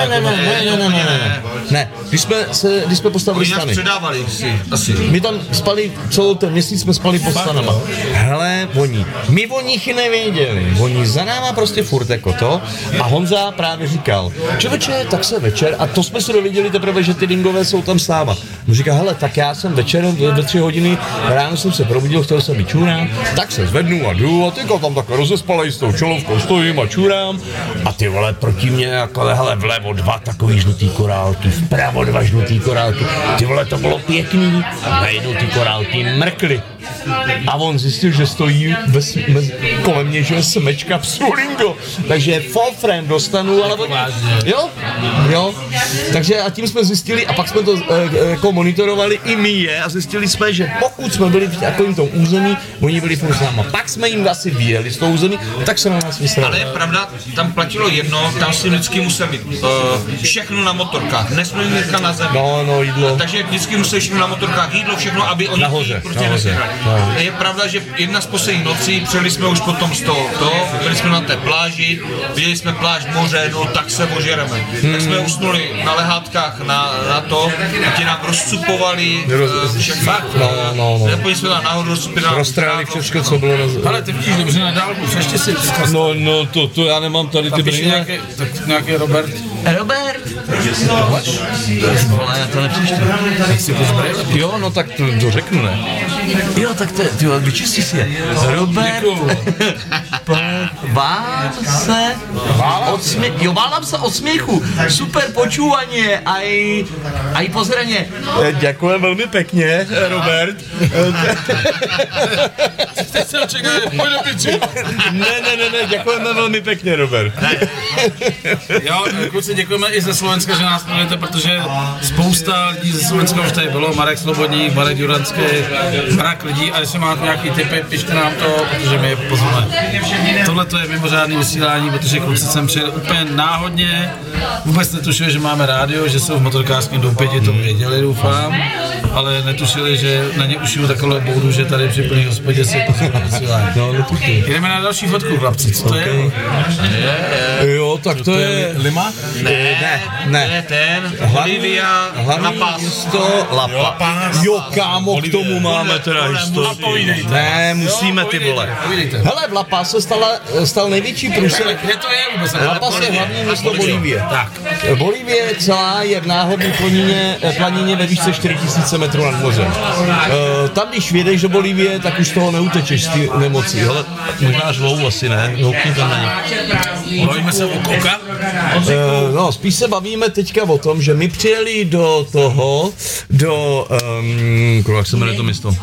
Ne, když jsme postavili stany. Předávali si asi. My tam spali, celou ten měsíc jsme spali pod stanama. Hele, my o nich nevěděli, oni za náma prostě furt jako to a Honza právě říkal, člověče, tak se večer, a to jsme si dověděli teprve, že ty dingové jsou tam s náma. On říká, hele, tak já jsem večer ve 3 hodiny, ráno jsem se probudil, chtěl jsem být čůrán, tak se zvednu a jdu a teďka tam tak rozespalej s tou čelovkou stojím těma čurám a ty vole proti mě jako hele vlevo 2 takový žlutý korálky, vpravo 2 žlutý korálky, ty vole to bylo pěkný, najednou ty korálky mrkly. A on zjistil, že stojí kolem mě, že je smečka psulingo. Takže full frame dostanu, ale... Jo. Takže a tím jsme zjistili, a pak jsme to jako monitorovali i my je a zjistili jsme, že pokud jsme byli v takovém tom území, oni byli furt s náma. Pak jsme jim asi vyjeli z toho území, tak se na nás vysrali. Ale je pravda, tam platilo jedno, tam si vždycky musel být všechno na motorkách, nesměli jídla na zemi. No, jídlo. Takže vždycky museli všechno na motorkách, jídlo, všechno, aby oni nahoře. Je pravda, že jedna z posledních nocí, přijeli jsme už potom z toho, byli jsme na té pláži, viděli jsme pláž moře, no tak se ožereme. Tak jsme usnuli na lehátkách na to a ti nám rozcupovali všechno. No. Nepojili jsme tam nahoru, rozcupili. Roztrhali všechno, co bylo na zemi. Ale ty vidíš dobře na dálku, ještě si No, to já nemám tady ty brýle. Nějaký Robert. Robert? Já to nepřečtu. Tak si půjď brýle. Jo, no tak to řeknu, ne? Jo, tak to je, vyčistí si je. Robert, vám se od smíchu. Super počúvanie, aj pozranie. Ďakujem veľmi pekne, Robert. Teď se očekuje, pojď do piči. Ne, ďakujeme veľmi pekne, Robert. Jo, kluci, děkujeme i ze Slovenska, že nás sledujete, protože spousta lidí ze Slovenska už tady bylo, Marek Slobodník, Marek Juranský, mrak lidí, a jestli máte nějaký tipy, pište nám to, protože my je pozveme. Tohle to je mimořádné vysílání, protože kluci sem přijeli úplně náhodně, vůbec netušili, že máme rádio, že jsou v motorkářském doupěti, to věděli, doufám, ale netušili, že na ně ušiju takové boudu, že tady při plný hospodě si vysílání. Jdeme na další fotku, chlapci, co to je? Jo, tak to je... Lima? Ne. Ten, Olivia, La Paz. La Paz. Jo, kámo, k tomu máme teda historii. Ne, musíme, ty vole. Hele, v La Paz se stal největší průser. Kde to je vůbec? La Paz je hlavní město Bolívie. Tak. Bolívie celá je v náhodné planině ve výšce 4000 metrů nad mořem. Tam, když vědeš do Bolívie, tak už z toho neutečeš z té nemocí. Hele, možná žlou asi ne, houpni tam na ně. Bavíme se o koka? No, spíš se bavíme teďka o tom, že my přijeli jak se jmenuje to město?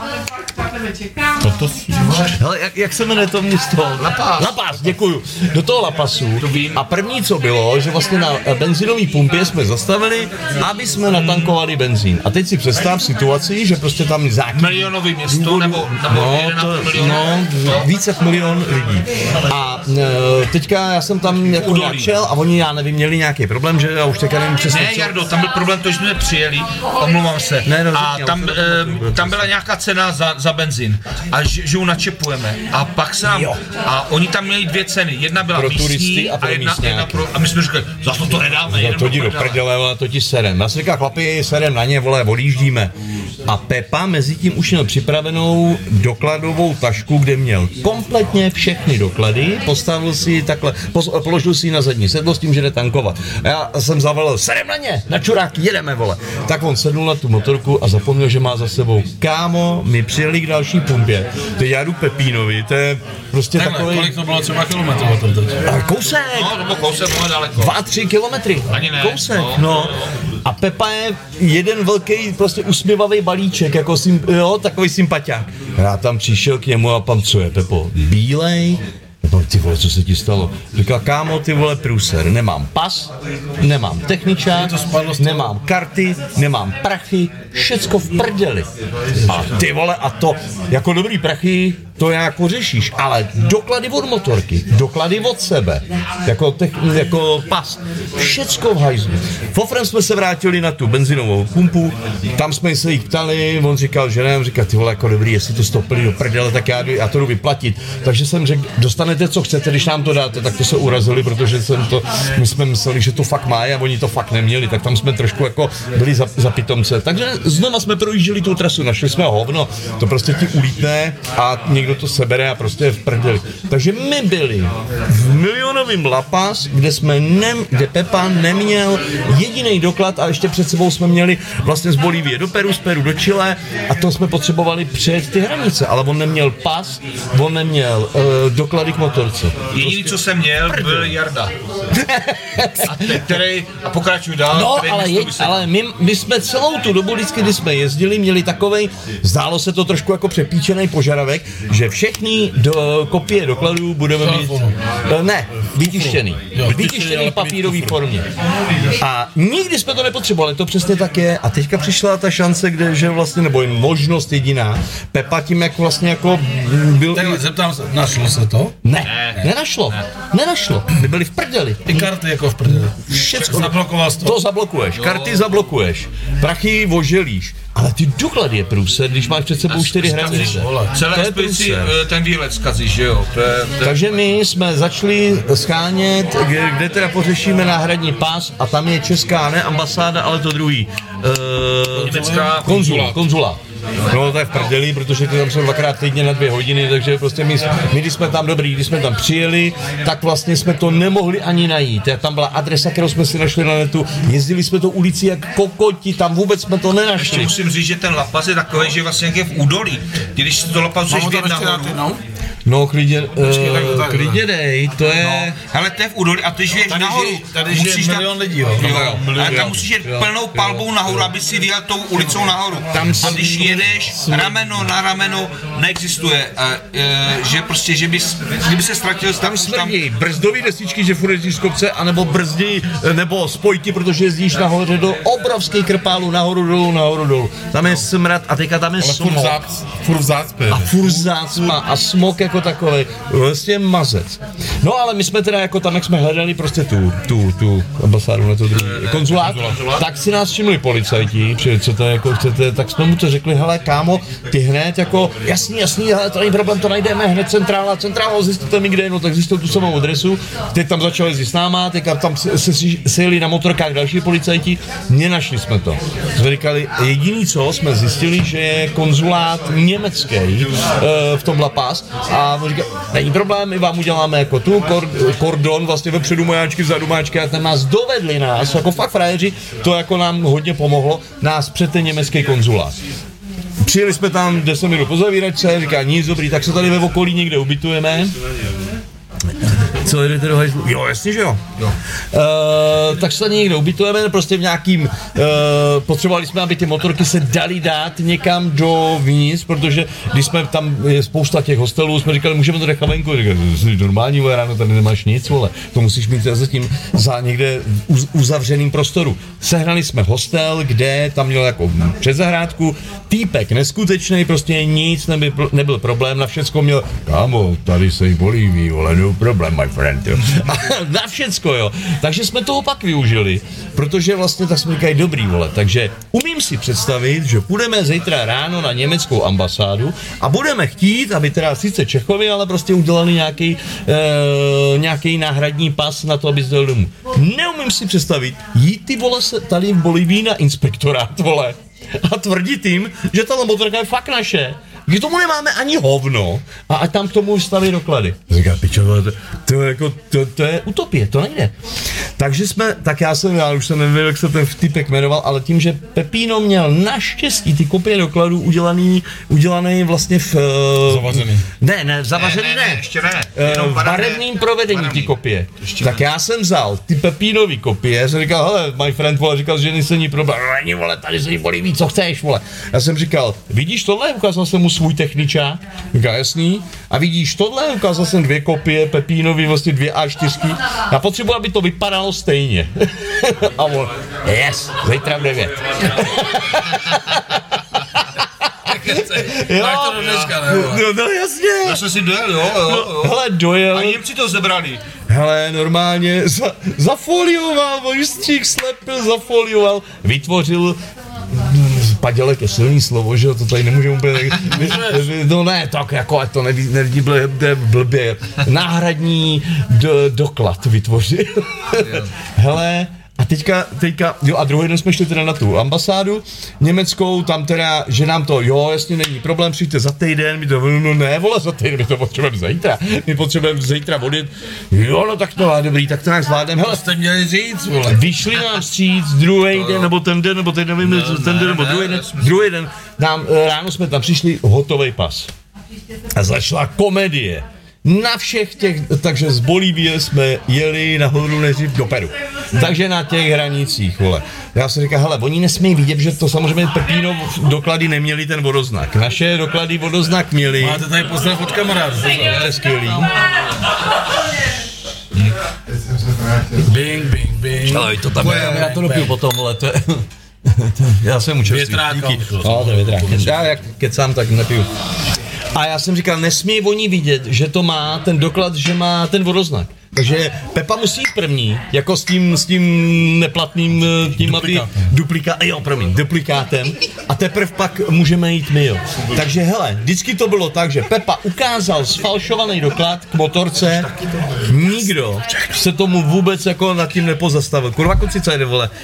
Hele, jak se jmenuje to město? La Paz, děkuju. Do toho La Pazu. A první, co bylo, že vlastně na benzinové pumpě jsme zastavili, aby jsme natankovali benzín. A teď si představ situaci, že prostě tam milionový město, nebo 1,5 milionu. Více milion lidí. A teďka já jsem tam jako nějak šel a oni, já nevím, měli nějaký problém, že já už teďka nevím přesně. Ne, Jardo, tam byl problém to, že jsme přijeli, omlouvám se, a tam byla nějaká cena za benzín a že ji načepujeme a pak se nám, a oni tam měli 2 ceny, jedna byla pro místní turisty a jedna pro, a my jsme říkali, za to nedáme. To jdi do prdele, vole, to ti serem. Já si říkal, chlapi, serem na ně, vole, odjíždíme. A Pepa mezi tím už měl připravenou dokladovou tašku, kde měl kompletně všechny doklady, postavil si takhle, položil si ji na zadní sedlo s tím, že jde tankovat. A já jsem zavolal, serem na ně, na čuráky, jedeme, vole. Tak on sednul na tu motorku a zapomněl, že má za sebou. Kámo, my přijeli k další pumpě. Teď já jdu Pepínovi, to je prostě takový. Kolik to bylo třeba kilometrů o tom teď? Kousek. No, to bylo kousek, bylo daleko. 2-3 kilometry. Ani ne. Kousek, no. A Pepa je jeden velký prostě usměvavý balíček, jako takový sympatiák. Já tam přišel k němu a pam, co je, Pepo, bílej? Ty vole, co se ti stalo? Říkal, kámo, ty vole, průser, nemám pas, nemám techničák, nemám karty, nemám prachy, všecko v prdeli. A ty vole, a to, jako dobrý prachy, to jako řešíš, ale doklady od motorky, doklady od sebe, jako pas, všecko v hajzlu. Fofrem jsme se vrátili na tu benzinovou pumpu, tam jsme se jich ptali, on říkal, že ne, on říkal, ty vole, jako dobrý, jestli to stopili do prdele, tak já to jdu vyplatit. Takže jsem řekl, dostanete, co chcete, když nám to dáte, tak to se urazili, protože my jsme mysleli, že to fakt mají a oni to fakt neměli, tak tam jsme trošku jako byli za pitomce. Takže znova jsme projížděli tu trasu, našli jsme hovno, to prostě ti ulítne a někdo to sebere a prostě je v prdeli. Takže my byli v milionové pepínovým lapas, kde Pepa neměl jediný doklad a ještě před sebou jsme měli vlastně z Bolívie do Peru, z Peru do Chile a to jsme potřebovali přejet ty hranice, ale on neměl pas, on neměl doklady k motorce. Jediný, co jsem měl, byl Jarda. A pokračuj dál. No, ale my jsme celou tu dobu, vždycky, kdy jsme jezdili, měli takovej, zdálo se to trošku jako přepíčený požadavek, že všechny kopie dokladů budeme mít, vytištěný papírový formě. A nikdy jsme to nepotřebovali, to přesně tak je. A teďka přišla ta šance, že vlastně, nebo možnost jediná, Pepa tím jak vlastně jako byl... Takhle, zeptám se, našlo se to? Ne, nenašlo. My byli v prdeli. I karty jako v prdeli. Všecko. Zablokoval jsi to? To zablokuješ, karty zablokuješ, prachy oželíš, ale ty doklady je průser, když máš před sebou 4 hranice. Celé expedici ten výlet zkazíš, že jo? Takže my jsme začali schánět, kde teda pořešíme náhradní pás a tam je česká, ne ambasáda, ale to druhý. Německá konzulát. No to je v prdeli, protože tam jsou 2krát týdně na 2 hodiny, takže prostě my když jsme tam přijeli, tak vlastně jsme to nemohli ani najít. Tam byla adresa, kterou jsme si našli na netu, jezdili jsme to ulici jak kokoti, tam vůbec jsme to nenašli. Ještě musím říct, že ten Lapas je takový, že vlastně jak je v údolí. Když to Lapasuješ vět nahoru. No, klidně dej, to je... No, hele, to je v údolí a ty žiješ nahoru. Tady žije milion lidí, jo. Ale tam musíš jít plnou palbou nahoru, aby si vyjel tou ulicou nahoru. A když jedeš rameno na rameno, neexistuje, že prostě, že kdyby se ztratil... Tam smrdí brzdový destičky, že furt jezdíš z kopce, anebo brzdi, nebo spojky, protože jezdíš nahoře do obrovských krpálů, nahoru dolů. Tam je smrad a teďka tam je smog. Furt zácpy. A furt zácpa a smog jako takovej, vlastně mazec. No ale my jsme teda jako tam, jak jsme hledali prostě tu ambasádu na to druhý konzulát, tak si nás všimli policajti, že co to jako chcete, tak jsme mu to řekli, hele kámo, ty hned jako, jasný, hele, to není problém, to najdeme, hned centrála, zjistíte mi kde, no tak zjistil tu samou adresu, teď tam začali jezdit s náma, teďka tam se jeli na motorkách další policajti, nenašli jsme to. Jsme říkali, jediný co, jsme zjistili, že je konzulát německý v tom La Paz a on říká, není problém, my vám uděláme jako tu kordon, vlastně vepředu majáčky, vzadu majáčky a ten nás dovedli jako fakt frajeři, to jako nám hodně pomohlo, nás před ten německý konzulát. Přijeli jsme tam 10 minut po zavíračce, říká nic, dobrý, tak se tady ve okolí někde ubytujeme. Co jdete do hajzlu? Jo, jasně, že jo. Tak se tady někde ubytujeme, prostě v nějakým, potřebovali jsme, aby ty motorky se daly dát někam dovnitř, protože když jsme tam, je spousta těch hostelů, jsme říkali, můžeme to nechat venku, říkali, jsi normální, vole, ráno tady nemáš nic, vole, to musíš mít zatím za někde uzavřeným prostoru. Sehnali jsme hostel, kde tam měl jako předzahrádku, týpek neskutečný, prostě nic nebyl problém, na všecko měl, kámo, tady se jí Bolívii, vole, no problém, my friend, jo. Na všecko, jo. Takže jsme toho pak využili, protože vlastně tak jsme říkali, dobrý, vole, takže umím si představit, že půjdeme zítra ráno na německou ambasádu a budeme chtít, aby teda sice Čechovi, ale prostě udělali nějaký náhradní pas na to, aby jel domů. Neumím si představit, jít ty vole se tady v Bolívii na inspektorát, vole, a tvrdit jim, že ta motorka je fakt naše. Když tomu nemáme ani hovno a ať tam k tomu staví doklady. Říká, pičo, to je utopie, to nejde. Takže já už jsem nevěděl, jak se ten typek jmenoval, ale tím, že Pepino měl naštěstí ty kopie dokladů udělaný vlastně v... Zavařený. Ne, zavařený ne. Ještě ne. V barevným provedení ty kopie. Tak já jsem vzal ty Pepínový kopie, jsem říkal, hele, my friend, vole, říkal, že není problém, není, vole, tady se jí Bolívii, co chceš, vole. Já jsem říkal, vidíš tohle, ukázal jsem mu svůj techničák, říká, jasný, a vidíš tohle, ukázal jsem 2 kopie Pepínový, vlastně 2 A4, já potřebuji, aby to vypadalo stejně. A on, yes, zítra v 9. Jo, to do dneška, ne? No jasně. Já jsem si dojel, jo. Hele, dojel. A Němci to zebrali. Hele, normálně zafolioval, můj střík slepil, zafolioval, vytvořil padělek je silný slovo, že jo, to tady nemůžeme úplně... No ne, tak jako, ať to nevidí blbě. Náhradní doklad vytvořil. Hele, A teďka, jo a druhý den jsme šli teda na tu ambasádu německou, tam teda, že nám to, jo, jasně není problém, přijďte za týden, my to, no ne, vole, za týden, my to potřebujeme zítra, my potřebujeme zítra odjet, jo, no tak to je dobrý, tak to nás zvládneme, hele, Jste měli říct, vole. vyšli nám vstříc druhý den, nebo ten den, nebo teď nevím, ten den, nebo druhý den, nám, ráno jsme tam přišli, hotový pas. A začala komedie. Na všech těch, takže z Bolívie jsme jeli nahoru nejdřív do Peru. Takže na těch hranicích, vole. Já jsem říkal, hele, oni nesmí vidět, že to samozřejmě Pepino doklady neměli ten vodoznak. Naše doklady vodoznak měli. Máte tady pozdrav od kamarádů. To je skvělý. Bing, bing, bing. Ale to tam je, já to dopiju potom, vole, to je... Já jsem účastný. Díky. No, to je větrák. Já jak kecám, tak nepiju. A já jsem říkal, nesmí oni vidět, že to má ten doklad, že má ten vodoznak. Takže Pepa musí jít první, jako s tím neplatným duplikátem a teprve pak můžeme jít my, jo. Takže hele, vždycky to bylo tak, že Pepa ukázal sfalšovaný doklad k motorce, nikdo se tomu vůbec jako nad tím nepozastavil. Kurva, konci, co jde, vole.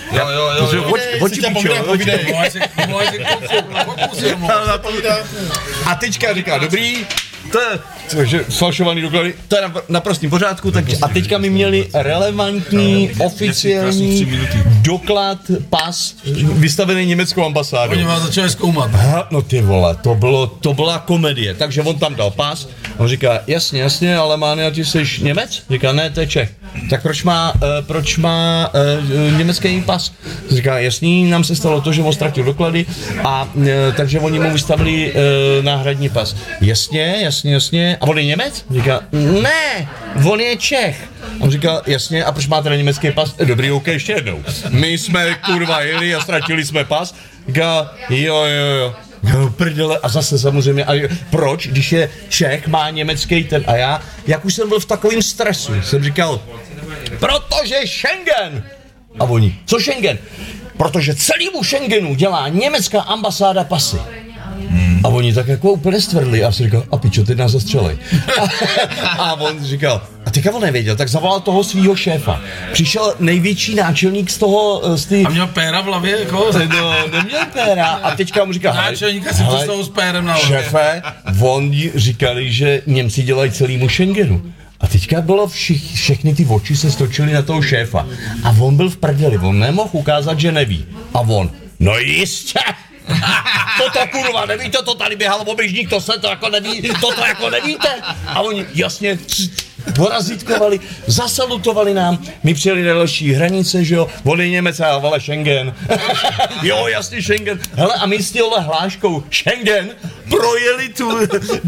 A teďka říká, dobrý, to je falšovaný doklady, to je na prostým pořádku, takže a teďka mi měli relevantní, oficiální doklad, pas, vystavený německou ambasádou. Oni vás začali zkoumat. No ty vole, to byla komedie, takže on tam dal pas, on říká, jasně, ale Mánia, ty jsi Němec? Říká, ne, to je Čech. Tak proč má německý pas? Říká, jasný, nám se stalo to, že on ztratil doklady a takže oni mu vystavili náhradní pas. Jasně. A on je Němec? Říká, ne, on je Čech. On říká, jasně, a proč máte na německý pas? Dobrý, OK, ještě jednou. My jsme kurva jeli a ztratili jsme pas. Říká, jo. Prdele, a zase samozřejmě, a proč, když je Čech, má německý ten a já, jak už jsem byl v takovém stresu, jsem říkal, protože Schengen. A oni, co Schengen? Protože celýmu Schengenu dělá německá ambasáda pasy. A oni tak jako úplně stvrdli a si říkal, a pičo, ty nás zastřelej. A on říkal, a teďka on nevěděl, tak zavolal toho svýho šéfa. Přišel největší náčelník z toho, A měl péra v hlavě, jako? No, neměl péra a teďka mu říkal, náčelníka si postavil s pérem na hlavě. Šéfe, oni říkali, že Němci dělají celýmu Schengenu. A teďka bylo všechny ty oči se stočily na toho šéfa. A on byl v prdeli, on nemohl ukázat, že neví. A on, no jistě! Toto kurva, nevíte, to tady běhal oběžník, to jako neví, toto jako nevíte. A oni jasně porazítkovali, zasalutovali nám, my přijeli na další hranice, že jo, vody Němec a vole Schengen. Jo, jasně Schengen. Hele, a my s těhle hláškou Schengen projeli tu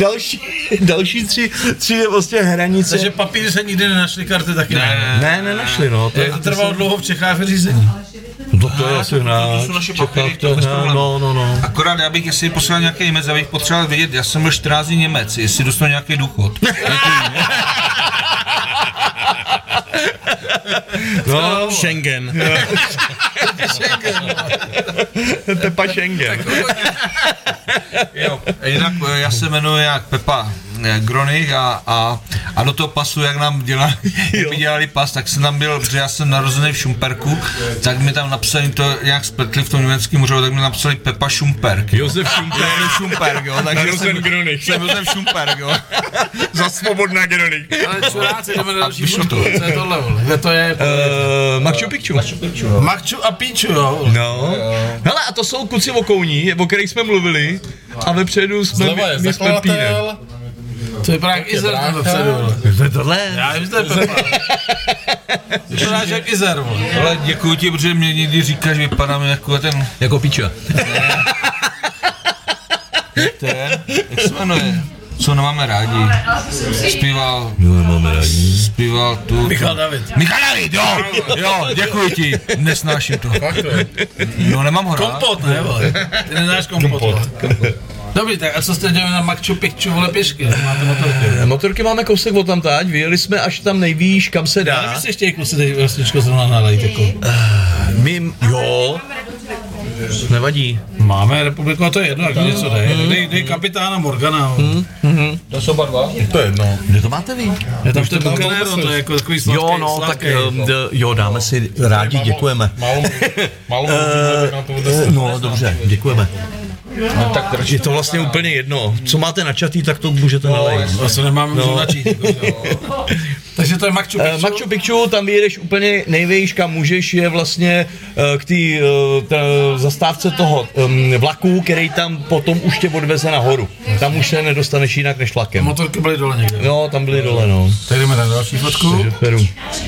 další tři vlastně hranice. Takže papíry se nikdy nenašly, karty taky ne. Nenašli, no. To trvalo dlouho v Čechách vyřízení. To je asi no. Akorát já bych, jestli poslal nějaký Němec, já bych potřeboval vědět, já jsem byl 14 dní Němec, jestli dostal nějaký důchod. No, Schengen. Pepa Schengen. Jo, jinak já se jmenuji jak Pepa Gronych a do toho pasu, jak nám dělali pas, tak jsem tam byl, protože já jsem narozený v Šumperku, tak mi tam napsali to, nějak spletli v tom německém úřadu, tak mi napsali Pepa Šumperk. Josef Šumperk, jo, takže jsem Josef Šumperk, jo. Za svobodná Gronych. Ale čuráci, jdeme na další fotku. Co je tohle, vole? Kde to je? Machu Picchu. Machu a Picchu, jo. No. Hele, a to jsou kluci okouní, o kterých jsme mluvili, a vepředu jsme my s Pepínem. To vypadá jak Izer tam vepředu, vole. To je tohle? Já vím, že to je Pepa. Vypadáš jak Izer, vole. Ale děkuji ti, protože mě někdy říkáš, že vypadám jako ten... Jako piča. Jak se jmenuje? Co nemáme rádi? Zpíval tu... Michal David, jo, děkuji ti, nesnáším to. No, nemám ho rád. Kompot, ne, vole. Ty neznáš kompot. Dobrý, tak a co jste dělali na Machu Picchu, vole, pěšky? Máte motorky? Motorky máme kousek od tamtať, vyjeli jsme až tam nejvýš, kam se dá. Já nevím, jestli ještě kluci teď vlastničko zrovna nalejt, jako. Jo. Nevadí. Máme republiku, a to je jedno, jak něco dej kapitána Morgana. To jsou oba dva. To je jedno. Kde to máte vy? Je tam ten Bucanero, to je jako takový sladký. Jo, no, tak jo, dáme si, rádi, děkujeme. Málo na to No, dobře, děkujeme. No, tak Je to vlastně úplně jedno. Co máte načatý, tak to můžete nalejt. Vlastně nemáme můžu načít. Takže to je Machu Picchu. Machu Picchu, tam vyjedeš úplně nejvejš, kam můžeš, je vlastně k té zastávce toho vlaku, který tam potom už tě odveze nahoru. Tam už se nedostaneš jinak než vlakem. Motorky byly dole někde. No, tam byly dole, no. Tak jdeme na další fotku. Peru.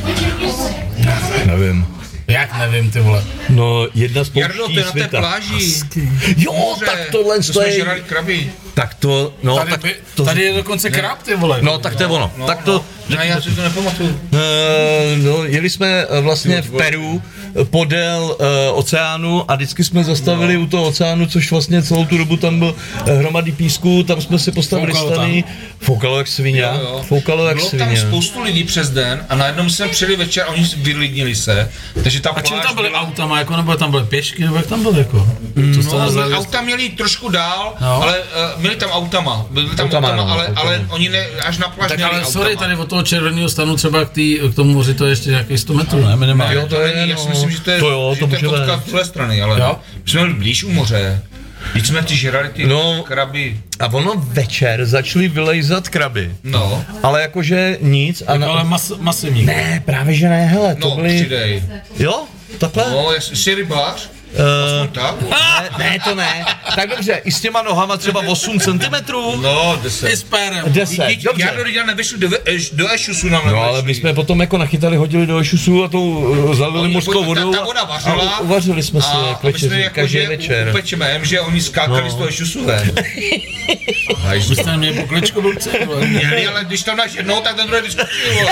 Nevím. Jak nevím, ty vole. No, jedna z Jardo, to je pouští na té světa. pláži. Jo, tak tohle To jsme je... žrali kraby. Tak to, no, Tady, tak to... tady je dokonce krab, ty vole. No, tak to je ono. Tak to... No, já si to nepamatuju. No, jeli jsme vlastně v Peru podél oceánu a vždycky jsme zastavili u toho oceánu, což vlastně celou tu dobu tam byl hromady písku, tam jsme si postavili stany. Foukalo jak svině. Foukalo jak Bylo svině. tam spoustu lidí přes den a najednou jsme přijeli večer a oni vylidnili se. Takže ta A čím pláž tam byly byla- autama, jako, nebo tam byly pěšky, nebo jak tam byly, jako? No, auta měli trošku dál, ale měli tam autama. Byli tam autama, ale oni ne, až na pláž Tak měli ale autama. sorry, tady od toho červeného stanu třeba k tomu moři to je ještě nějakých 100 metrů, ne? Minimálně. Jo, to je, Já si myslím, že to je, to jo, že to to je může fotka být. z druhé strany, ale Jo? my jsme byli blíž u moře. Když jsme ty žrali ty kraby. A ono večer začali vylejzat kraby. No. Ale jakože nic. A Ale masivní. Ne, právě že ne, hele, to No, byly... přidej. Jo? Takhle? No, jsi rybář? Tak? Ne, to ne. Tak dobře, i s těma nohama třeba 8 cm? No, 10. I s pérem. 10, dobře. Já do nevyšli do Ešusu nám No ale my jsme potom jako nachytali, hodili do Ešusu a tou zalili mořskou vodou ta voda vařila a uvařili jsme si jak večeři, každý večer. Upečeme, že oni skákali z toho Ešusu ven. Vy jste neměli pokličku blbce, Měli, ale když tam dáš jednou, tak ten druhý vyskočil.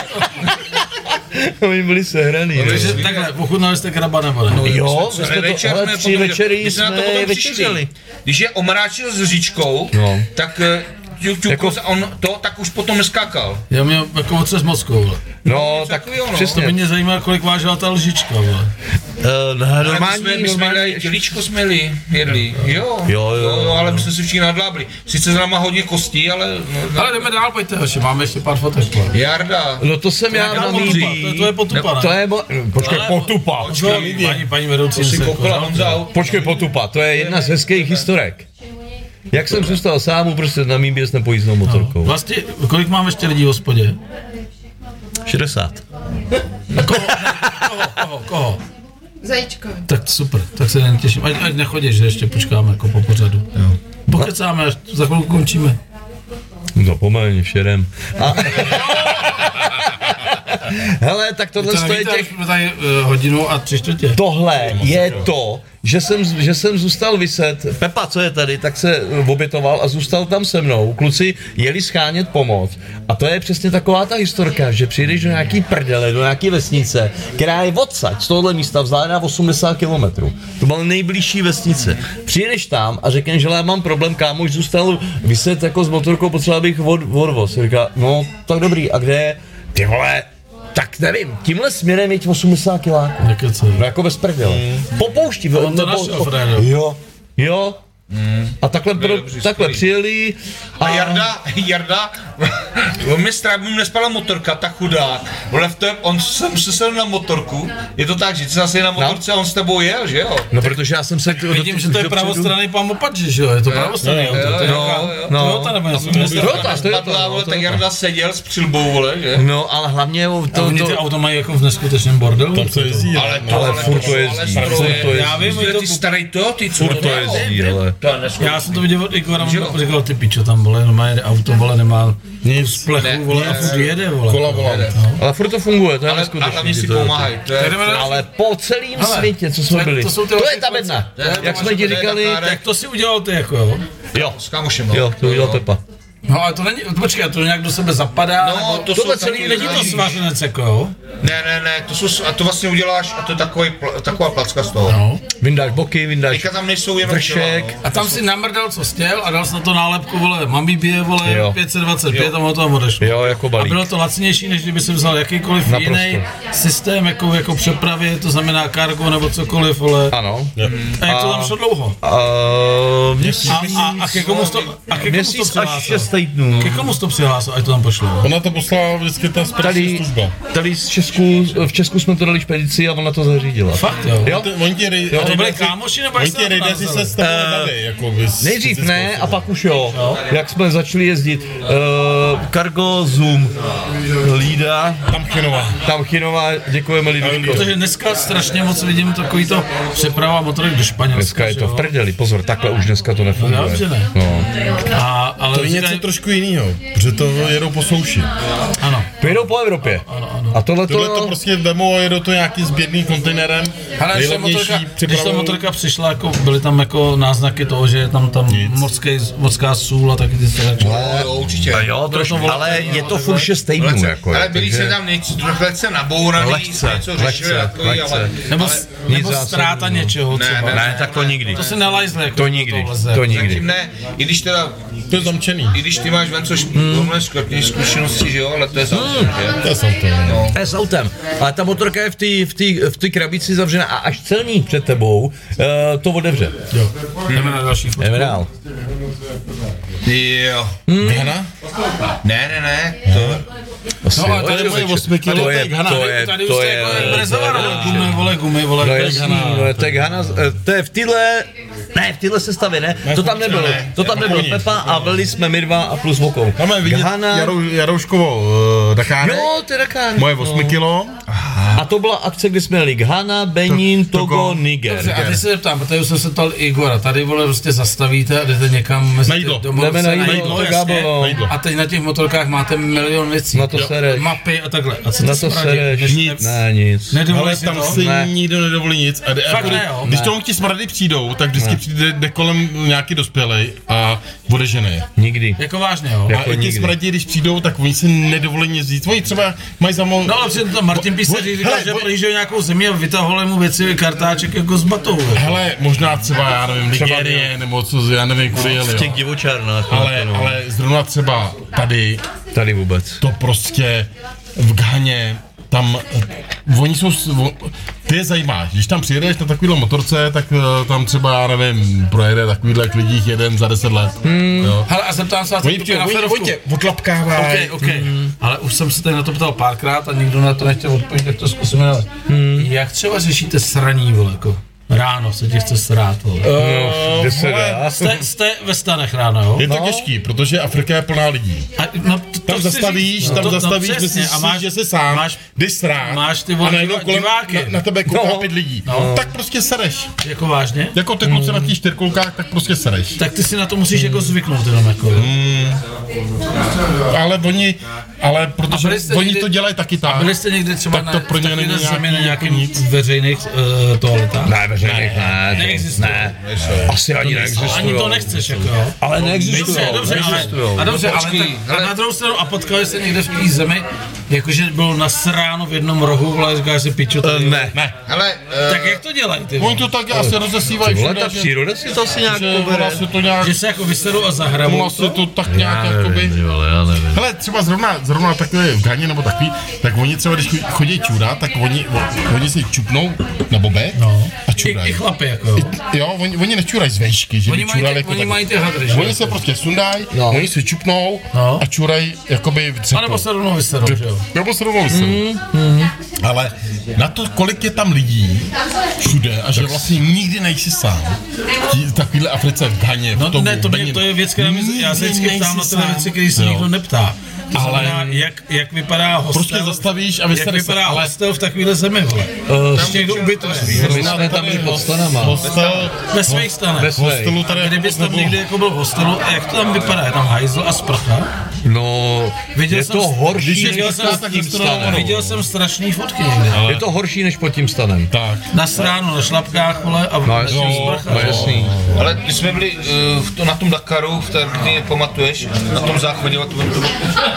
Oni byli sehraný. Takže takhle, ochutnali jste kraba nebo ne? Jo, my jsme to, ale 3 večery jsme je večeřili. Když je omráčil s říčkou, tak Jako- tak už potom neskákal. Já měl jako otřes mozkou. No, tak takovýho, no. To přesně. by mě zajímalo, kolik vážila ta lžička. Normální, My jsme normální. tělíčko jsme jedli. Jo, Jo. ale my jsme si všichni nadlábli. Sice za náma hodně kostí, ale... Ale jdeme dál, pojďte, hoši, máme ještě pár fotek. Jarda. No to jsem já na mídí. To je potupa, ne? To je, počkej, Ale- potupa. Paní vedoucí. Si koukala Honza. Počkej, potupa, to je jedna z hezkých historek. Jak jsem zůstal sám uprostřed na mým s nepojízdnou motorkou. Vlastně, kolik máme ještě lidí v hospodě? 60. Koho? Zajíčkovi. Tak super, tak se jen těším. Ať nechodíš, že ještě počkáme jako po pořadu. Pokecáme, až za chvilku končíme. Zapomeň, všedem. Hele, tak tohle je těch... Tady hodinu a 3/4. Tohle je to, že jsem zůstal vyset. Pepa, co je tady, tak se obětoval a zůstal tam se mnou. Kluci jeli schánět pomoc. A to je přesně taková ta historka, že přijdeš do nějaký prdele, do nějaký vesnice, která je odsaď z tohohle místa vzdálená 80 km. To byla nejbližší vesnice. Přijedeš tam a řekneš, že já mám problém, kámoš zůstal vyset jako s motorkou, potřeba bych odvoz. Říká, no tak dobrý, a kde je? Ty vole, tak nevím, tímhle směrem jeď 80 kiláků. No jako bez prdele. Po poušti. On to našel, Fredo. Jo. A takhle přijeli A Jarda, on mi strávím nespala motorka, tak chudák. On jsem se sedl na motorku, je to tak, že ty zase na motorce a on s tebou jel, že jo? No protože já jsem se... Vidím, že to je pravostranný pan Opač, že jo? Je to pravostranný auto. To je Toyota nebo něco. Padla, vole, tak Jarda seděl s přilbou, vole, že? No, ale hlavně Oni ty auto mají jako v neskutečném bordelu. Tam se jezdí, ale furt to jezdí. Já vím, Ty starý ty co? Furt to jezdí, hele. Já jsem to viděl od Igora, říkal, ty pičo, tam, vole, no má jede auto, vole, nemá nic plechu, vole, a furt jede, vole. Kola volant. Ale furt to funguje, to je A hlavně neskutečný. si to je- pomáhají. Ale po celém světě, co jsme byli, to jsou ty to je velké ta klece. bedna. To je Jak to jsme ti vaše říkali, bedna, Tak to si udělal ty, jako jo. jo, S kámošem, no. jo, to udělal Pepa. No ale to není, počkej, to nějak do sebe zapadá, No, nebo to tohle jsou celý taky není to lidi. svařenec, jako jo. Ne, to vlastně uděláš a to je taková placka z toho. No. Vyndáš boky, vyndáš Teďka tam nejsou jenom vršek. A tam si namrdal, co chtěl a dal jsi na to nálepku, vole, Mambibie, vole, Jo. 525 a ono tam odešlo. Jo, jako A balík. bylo to lacnější, než kdyby si vzal jakýkoliv Naprosto. jiný systém, jako přepravy, to znamená cargo nebo cokoliv, vole. Ano. A jak to tam šlo dlouho? A ke komu jsi to Měsíc až přihlásil? 6 týdnů. Ke komu jsi to přihlásil, ať to tam pošlo? Ona to poslala vždycky ta spediční služba. Tady v Česku jsme to dali špedici a ona to zařídila. Fakt jo? Jo? Oni ti To byli kámoši nebo jak oni se ti na to rejdeři navzali? se s tebou baví, jako bys... Nejdřív ne, a pak už jo. Jak jsme začali jezdit Cargo Zoom Lída, tam Chinová, děkujeme Liduško. Protože dneska strašně moc vidím takový to přeprava motorek do Španělska. Dneska je to v že jo? prdeli, pozor, takhle už dneska to nefunguje. Dobře, ne. No. Ale To je něco trošku jiného, protože to jedou po souši. Ano. To jedou po Evropě. A Tohle to tohle prostě vemou a jedou to nějakým sběrným kontejnerem. Ale když ta motorka přišla, jako, byly tam jako náznaky toho, že je tam mořská sůl a taky ty staračky. určitě. jo, trošku, ale je to furt 6 týdnů. Jako, Ale byli se tam něco trochu lehce nabouraný, Lehce, něco řešili takový, ale... Nebo ztráta něčeho třeba. Ne, tak to nikdy. To se nelajzle. Jako To nikdy, to nikdy. Zatím ne, i když teda, To je zamčený. i když ty máš ven což tomhle škrtný zkušenosti, že jo, ale to je samozřejmě, že? To je samté. To je s autem. Ale ta motorka je v té krabici zavřená a až celník před tebou to otevře. Jo. Jdeme na další fotku. Jdeme dál. Jo. Hana? Ne, to... No a tady moje 8 kg. Tady už to je jako brezová, gumy, vole, No tak jasný, Hana. no, tak Hana, to je v téhle sestavě, ne? To tam nebylo. To tam nebylo Pepa a byli jsme my dva a plus Vokov. Máme vidět Hana, Jarouškovo Dakar. jo, to je Dakar. Moje 8 kilo. A to byla akce, kdy jsme jeli Ghana, Benin, Togo, Niger. A teď se zeptám, protože už jsem se ptal Igora, tady vole prostě zastavíte a jdete někam mezi Na jídlo. Jdeme na jídlo, to jasně. Gábor, no. A teď na těch motorkách máte milion věcí. Na to sereš. Mapy a takhle. A co Na ty to smradí? sereš. Nic. Ne, nic. Nedovolí Ale si tam to? si Ne. nikdo nedovolí nic. A Fakt ne, jo? když Ne. tomu ti smrady přijdou, tak vždycky jde kolem nějaký dospělej a odežený. Nikdy. Jako vážně, jo? Jako A i ti nikdy. smradi, když přijdou, tak oni si nedovolí nic říct. Oni třeba mají za mnou... No ale před to Martin Písařík říkal, Hele, že projížděl nějakou zemi a vytahovali mu věci kartáček jako z batou. Hele, možná třeba, já nevím, Nigérie, nebo co, já nevím, kudy jeli, V těch jo. divočárnách. Ale zrovna třeba Tady vůbec. to prostě v Ghaně, tam, oni jsou, ty je zajímáš, když tam přijedeš na takovýhle motorce, tak tam třeba, já nevím, projede takovýhle lidí jeden za 10 let, jo. Hele, a zeptám se vás Oni na ferovku. tě odlapkávají. OK. Ale už jsem se tady na to ptal párkrát a nikdo na to nechtěl odpovědět, tak to zkusíme. Jak třeba řešíte sraní, vole, jako? Ráno se tě chce srát, vole. Kde se dá? Jste ve stanech ráno, jo? Je to těžký, protože Afrika je plná lidí. A, no, Tam zastavíš, myslíš si, že jsi sám, jdeš srát máš ty a vole najednou kolem diváky. na tebe kouká 5 lidí. Tak prostě sereš. Jako vážně? Jako ty kluci na těch čtyřkolkách, tak prostě sereš. Tak ty si na to musíš jako zvyknout jenom jako. Ale protože byli jste oni někdy- to dělají taky tak. Byli jste někdy třeba Tak na to pro ně není zemi na nějaký nějakým nic. veřejných toaletách? Ne, veřejných ne. Neexistuje. Ne. Asi ani neexistují. Ani to nechceš, jako jo? Ale neexistují. Dobře, ale na druhou stranu, a potkali jste někde v té zemi, jakože bylo nasráno v jednom rohu, vole, říkáš si piču tady. Ne. Ale, Tak jak to dělají ty? Oni to tak asi rozesívají Vole, ta všude, příroda si to asi nějak že pobere. ona se to nějak, Že se jako vyserou a zahrabou. ona se to tak nějak jakoby... já nevím. Hele, třeba zrovna takové v Ghaně nebo takový, tak oni třeba, když chodí čůrat, tak oni si čupnou na bobe a I čurají. chlapy, jako. Jo, oni nečurají z vejšky, že by čurali jako Oni tak. mají ty hadry, že? Oni se prostě sundají, oni si čupnou a čurají jakoby A třepou. nebo se rovnou vyserou, že jo? Nebo se rovnou vyserou. Ale na to, kolik je tam lidí všude a že vlastně nikdy nejsi sám. Takovýhle Africe v Ghaně, v No Togu, ne, v Beninu. to je věc, která mi, já se vždycky Nikdy ptám na nejsi tyhle sám. věci, které se Jo. nikdo neptá. To Ale- znamená, jak vypadá hostel, Prostě zastavíš a jak vysereš se, vypadá ale- hostel v takovéhle zemi, vole. Ještě někdo ubytuje. My jsme tam byli pod stanama. Hostel, Ve svých stanech. Ve svých. hostelu tady Kdybys tam nebo- někdy jako byl v hostelu, a jak to tam vypadá? Je tam hajzl a sprcha? No, Viděl je jsem- to horší viděl než jsem- pod tím stanem. Viděl jsem strašný fotky někde. Je to horší než pod tím stanem. Tak. Na sránu, na šlapkách, vole, a No, sprcha. no jasný. ale když jsme byli na tom Dakaru, v té, ty pamatuješ, na tom záchodě,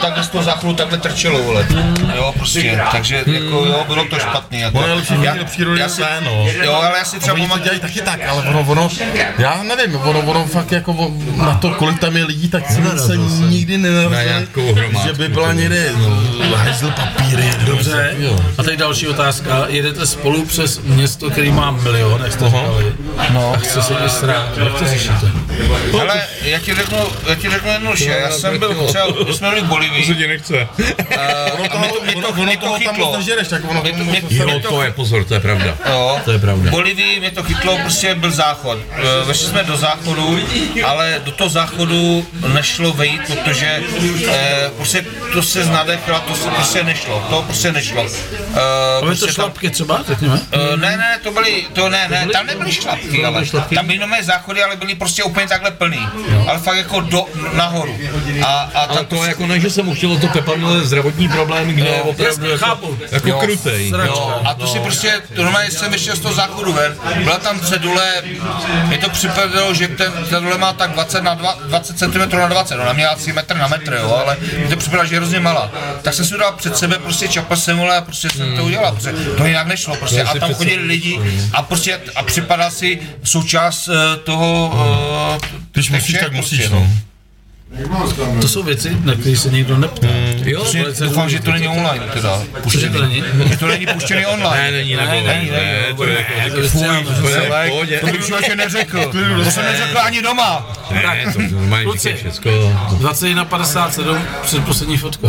takhle z toho záchodu takhle trčelo, vole. Jo, prostě, takže jako jo, bylo to špatný. Jako. Ono je lepší do přírody, no. Jo, ale já si třeba Oni to dělají taky tak, ale ono, já nevím, ono fakt jako na to, kolik tam je lidí, tak se nikdy nenarazili, že by byla někde hajzl papíry. Dobře, a teď další otázka. Jedete spolu přes město, který má milion, jak jste říkali, a chce se tě srát. Jak to řešíte? ale já ti řeknu jednoduše, já jsem byl třeba, my jsme byli v Bolívii. To tě nechce. Mě to chytlo. To je pozor, to je pravda. Jo, To je pravda. v Bolívii mě to chytlo, prostě byl záchod. Vešli jsme do záchodu, ale do toho záchodu nešlo vejít, protože prostě to se znadechla, to se prostě nešlo. To prostě nešlo. Ale to šlapky třeba, řekněme? Ne, tam nebyly šlapky, ale tam byly nové záchody, ale byly prostě úplně takhle plný. Ale fakt jako nahoru. A Ale to jako ne, že jsem mu chtělo to Pepa měl zdravotní problém, kde je opravdu jako krutej. A to si prostě, normálně jsem vyšel z toho záchodu ven, byla tam cedule, mě to připadalo, že ten cedule má tak 20 cm na 20, ona měla asi metr na metr, jo, ale mě to připadalo, že je hrozně malá. Tak jsem si dal před sebe, prostě čapal jsem, vole, a prostě jsem to udělal, protože to jinak nešlo, prostě, a tam chodili lidi a prostě, a připadá si součást toho, Když musíš, tak musíš, no. To jsou věci, na které se někdo neptá. Jo, doufám, že to není online teda. Že to není? Že to není puštěný online. Není, To bych člověk neřekl. To jsem neřekl ani doma. Kluci, 21:57, předposlední fotka.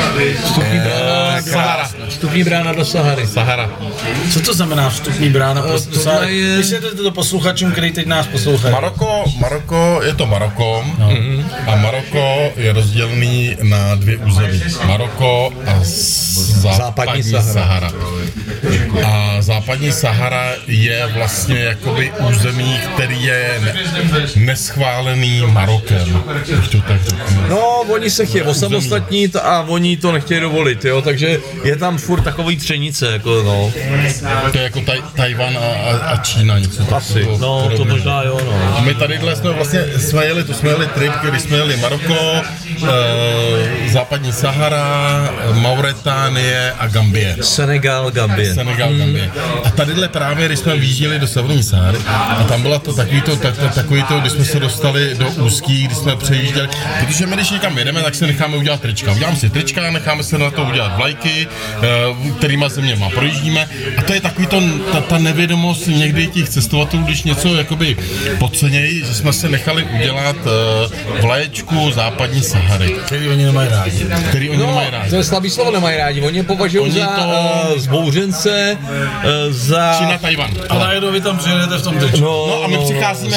Vstupní brána do Sahary. Co to znamená vstupní brána do Sahary? Vysvětlete to posluchačům, který teď nás poslouchají. Maroko je to Maroko a Maroko je rozdělený na dvě území. Maroko a západní Sahara. A západní Sahara je vlastně jakoby území, který je neschválený Marokem. To tak No, oni se chtějí osamostatnit a oni to nechtějí dovolit, jo, takže je tam furt takový třenice, jako no. To je jako Tajvan a Čína, něco takového. No, to možná jo, no. A my tadyhle jsme jeli trip, když jsme jeli Maroko, západní Sahara, Mauritánie a Gambie. Senegal, Gambie. A tadyhle právě, když jsme vyjížděli do severní Sahary, a tam byla to takový to, když jsme se dostali do úzkých, když jsme přejížděli, protože my když někam jedeme, tak si necháme udělat trička. Uděláme si trička, necháme se na to udělat vlajky, kterýma zeměma projíždíme, a to je takový ta nevědomost někdy těch cestovatelů, když něco jakoby podcenějí, že jsme se nechali udělat vlaječku západní Sahary. Který oni nemají rádi. To je slabý slovo, nemají rádi. Oni považují za zbouřence, za... Čína, Tajvan. A najednou vy tam přijedete v tom tričku. No a my přicházíme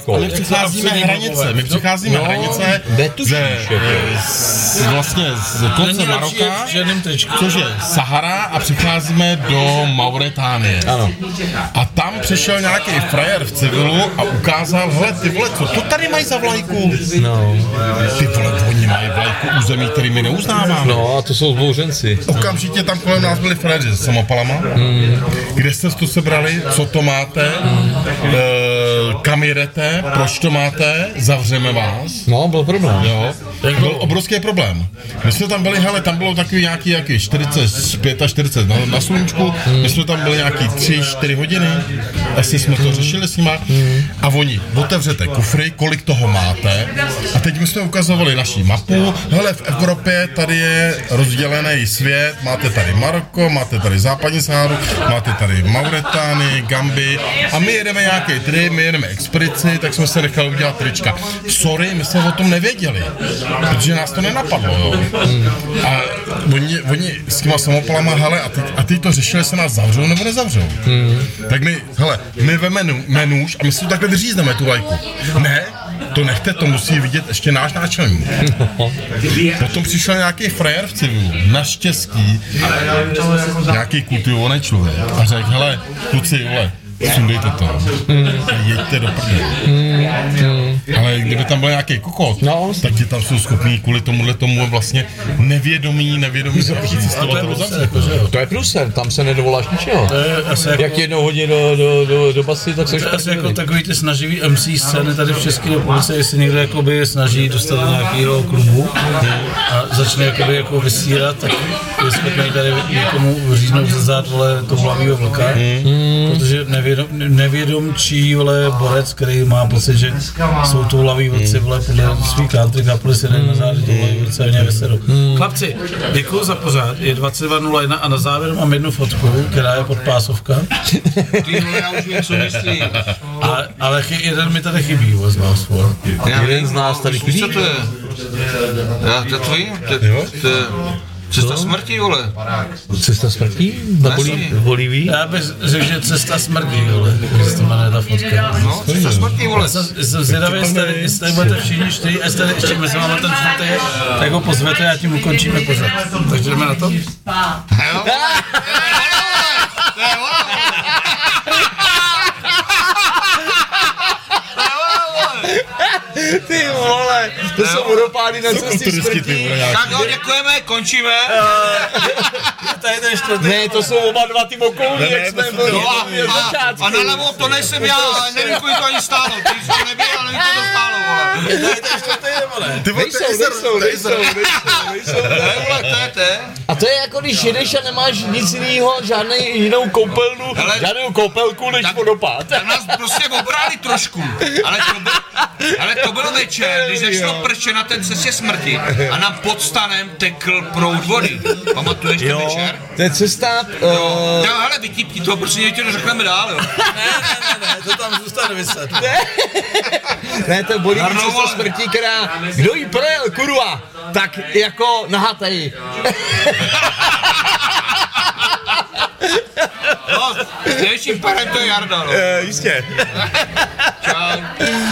hranice vlastně z konce Maroka, což je Sahara, a přicházíme do Mauritánie. Ano. A tam přišel nějaký frajer v civilu a ukázal, hele, ty vole, co to tady mají za vlajku? No. Ty vole, oni mají vlajku území, který my neuznáváme. No a to jsou zbouřenci. Okamžitě tam kolem nás byli frajeři s samopalama. Kde jste to sebrali, co to máte, kam jedete, proč to máte, zavřeme vás. No, byl problém. Jo, byl obrovský problém. My jsme tam byli, hele, tam bylo takový nějaký 45 na sluníčku, my jsme tam byli nějaký 3-4 hodiny, asi jsme to řešili s nima, a oni, otevřete kufry, kolik toho máte, a teď my jsme ukazovali naši mapu, hele, v Evropě tady je rozdělený svět, máte tady Maroko, máte tady západní Saharu, máte tady Mauritánii, Gambii, a my jedeme nějaký trip, my jedeme expedici, tak jsme se nechali udělat trička. Sorry, my jsme o tom nevěděli, protože nás to nenapadlo, jo. A oni s těma samopalama, hele, a ty to řešili, se nás zavřou nebo nezavřou. Tak my veme nůž a my si to takhle vyřízneme, tu vlajku. Ne, to nechte, to musí vidět ještě náš náčelník. Potom přišel nějaký frajer v civilu, naštěstí, nějaký kultivovaný člověk, a řekl, hele, kluci, vole, sundejte to. to do prdele. Ale kdyby tam byl nějaký kokot, tak ti tam jsou schopní kvůli tomu vlastně nevědomí zapršit cestovatelů zavřít. To je průser, tam se nedovoláš ničeho. Jak jednou hodí do basy, tak se asi jako takový ty snaživý MC scény tady v České republice, jestli někdo jakoby snaží dostat do nějakého klubu a začne jakoby jako vysírat, tak je schopný tady někomu říznout ze zád, vole, to hlavýho vlka, protože nevědomčí, vole, borec, který má pocit, že jsou to hlavý vlci, vole, podle svých country kapely se dají na záři do hlavý vlci a v něj vysedou. Chlapci, děkuju za pořád, je 22:01 a na závěr mám jednu fotku, která je podpásovka. Ty vole, já už vím, co myslí. Ale jeden mi tady chybí, vole, z vás, vole. Jeden z nás tady chybí. Co to je? Já to vím, to je cesta smrti, vole. Cesta smrti? Na Bolívii? Já bych řekl, že cesta smrti, vole, když to jmenuje ta fotka. No, cesta smrti, vole. Jsem zvědavý, jestli tady budete všichni 4, a jestli tady ještě mezi váma ten čtvrtý, tak ho pozvete a tím ukončíme pořád. Takže jdeme na to? Jo? Ty vole, to jsou vodopády na cestě smrti. Tak jo, děkujeme, končíme. Tady to ještě Ne, to jsou oba dva ty okolní, jak jsme byli. A nalevo to nejsem já, ale nevím, kolik to ani stálo. Ty jsi to nebyl, ale nevím, kolik to stálo, vole. Tady to ještě ty, vole. Nejsou. To je. A to je jako když jedeš a nemáš nic jiného, žádnou jinou koupelnu, žádnou koupelku než vodopád. Tak nás prostě obrali trošku, ale to bylo večer, když začalo pršet na té cestě smrti a nám pod stanem tekl proud vody. Pamatuješ ten večer? To je cesta... No, hele, vytipni to, protože někdy to řekneme dál, jo. Ne, to tam zůstane vyset. Ne, to je bolívní cesta smrti, která... Kdo jí projel, kurva, tak jako nahatej. No, největším parem to je Jarda, no. Jistě. Čau.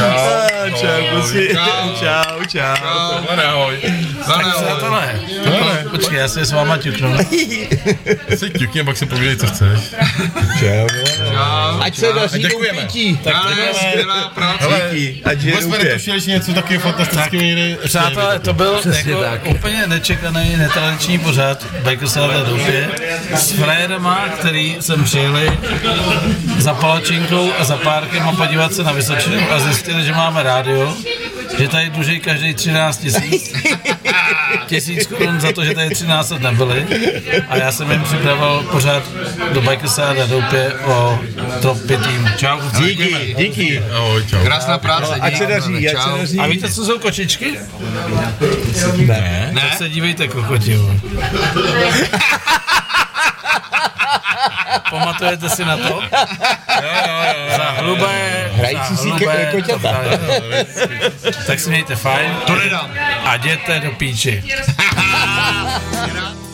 Čau. Ahoj. Přátelé, počkej, já se s váma ťuknu. Si ťukně, pak si povídej, co chceš. Ať se daří do pití. Skvělá práce. Ať je Vůbec jsme netušili, že něco takového fantastického někdy. Přátelé, to byl jako úplně nečekaný, netradiční pořad Bajkosáda Doupě s frajerama, který sem přijeli za palačinkou a za párkem a podívat se na Vysočinu a zjistili, že máme rádio, že tady dluží každý 13 000 Korun za to, že tady 13 let nebyli a já jsem jim připravil pořád do Bajkosáda Doupě o top 5 týmu. Čau. Díky. Ahoj, čau. Krásná práce. Ať se daří. A víte, co jsou kočičky? Ne. Tak se dívejte, kokoti. Pamatujete si na to? Jo. Za hlubé. Hrající si koťata. Tak si mějte fajn. To nedám. A jděte do píči.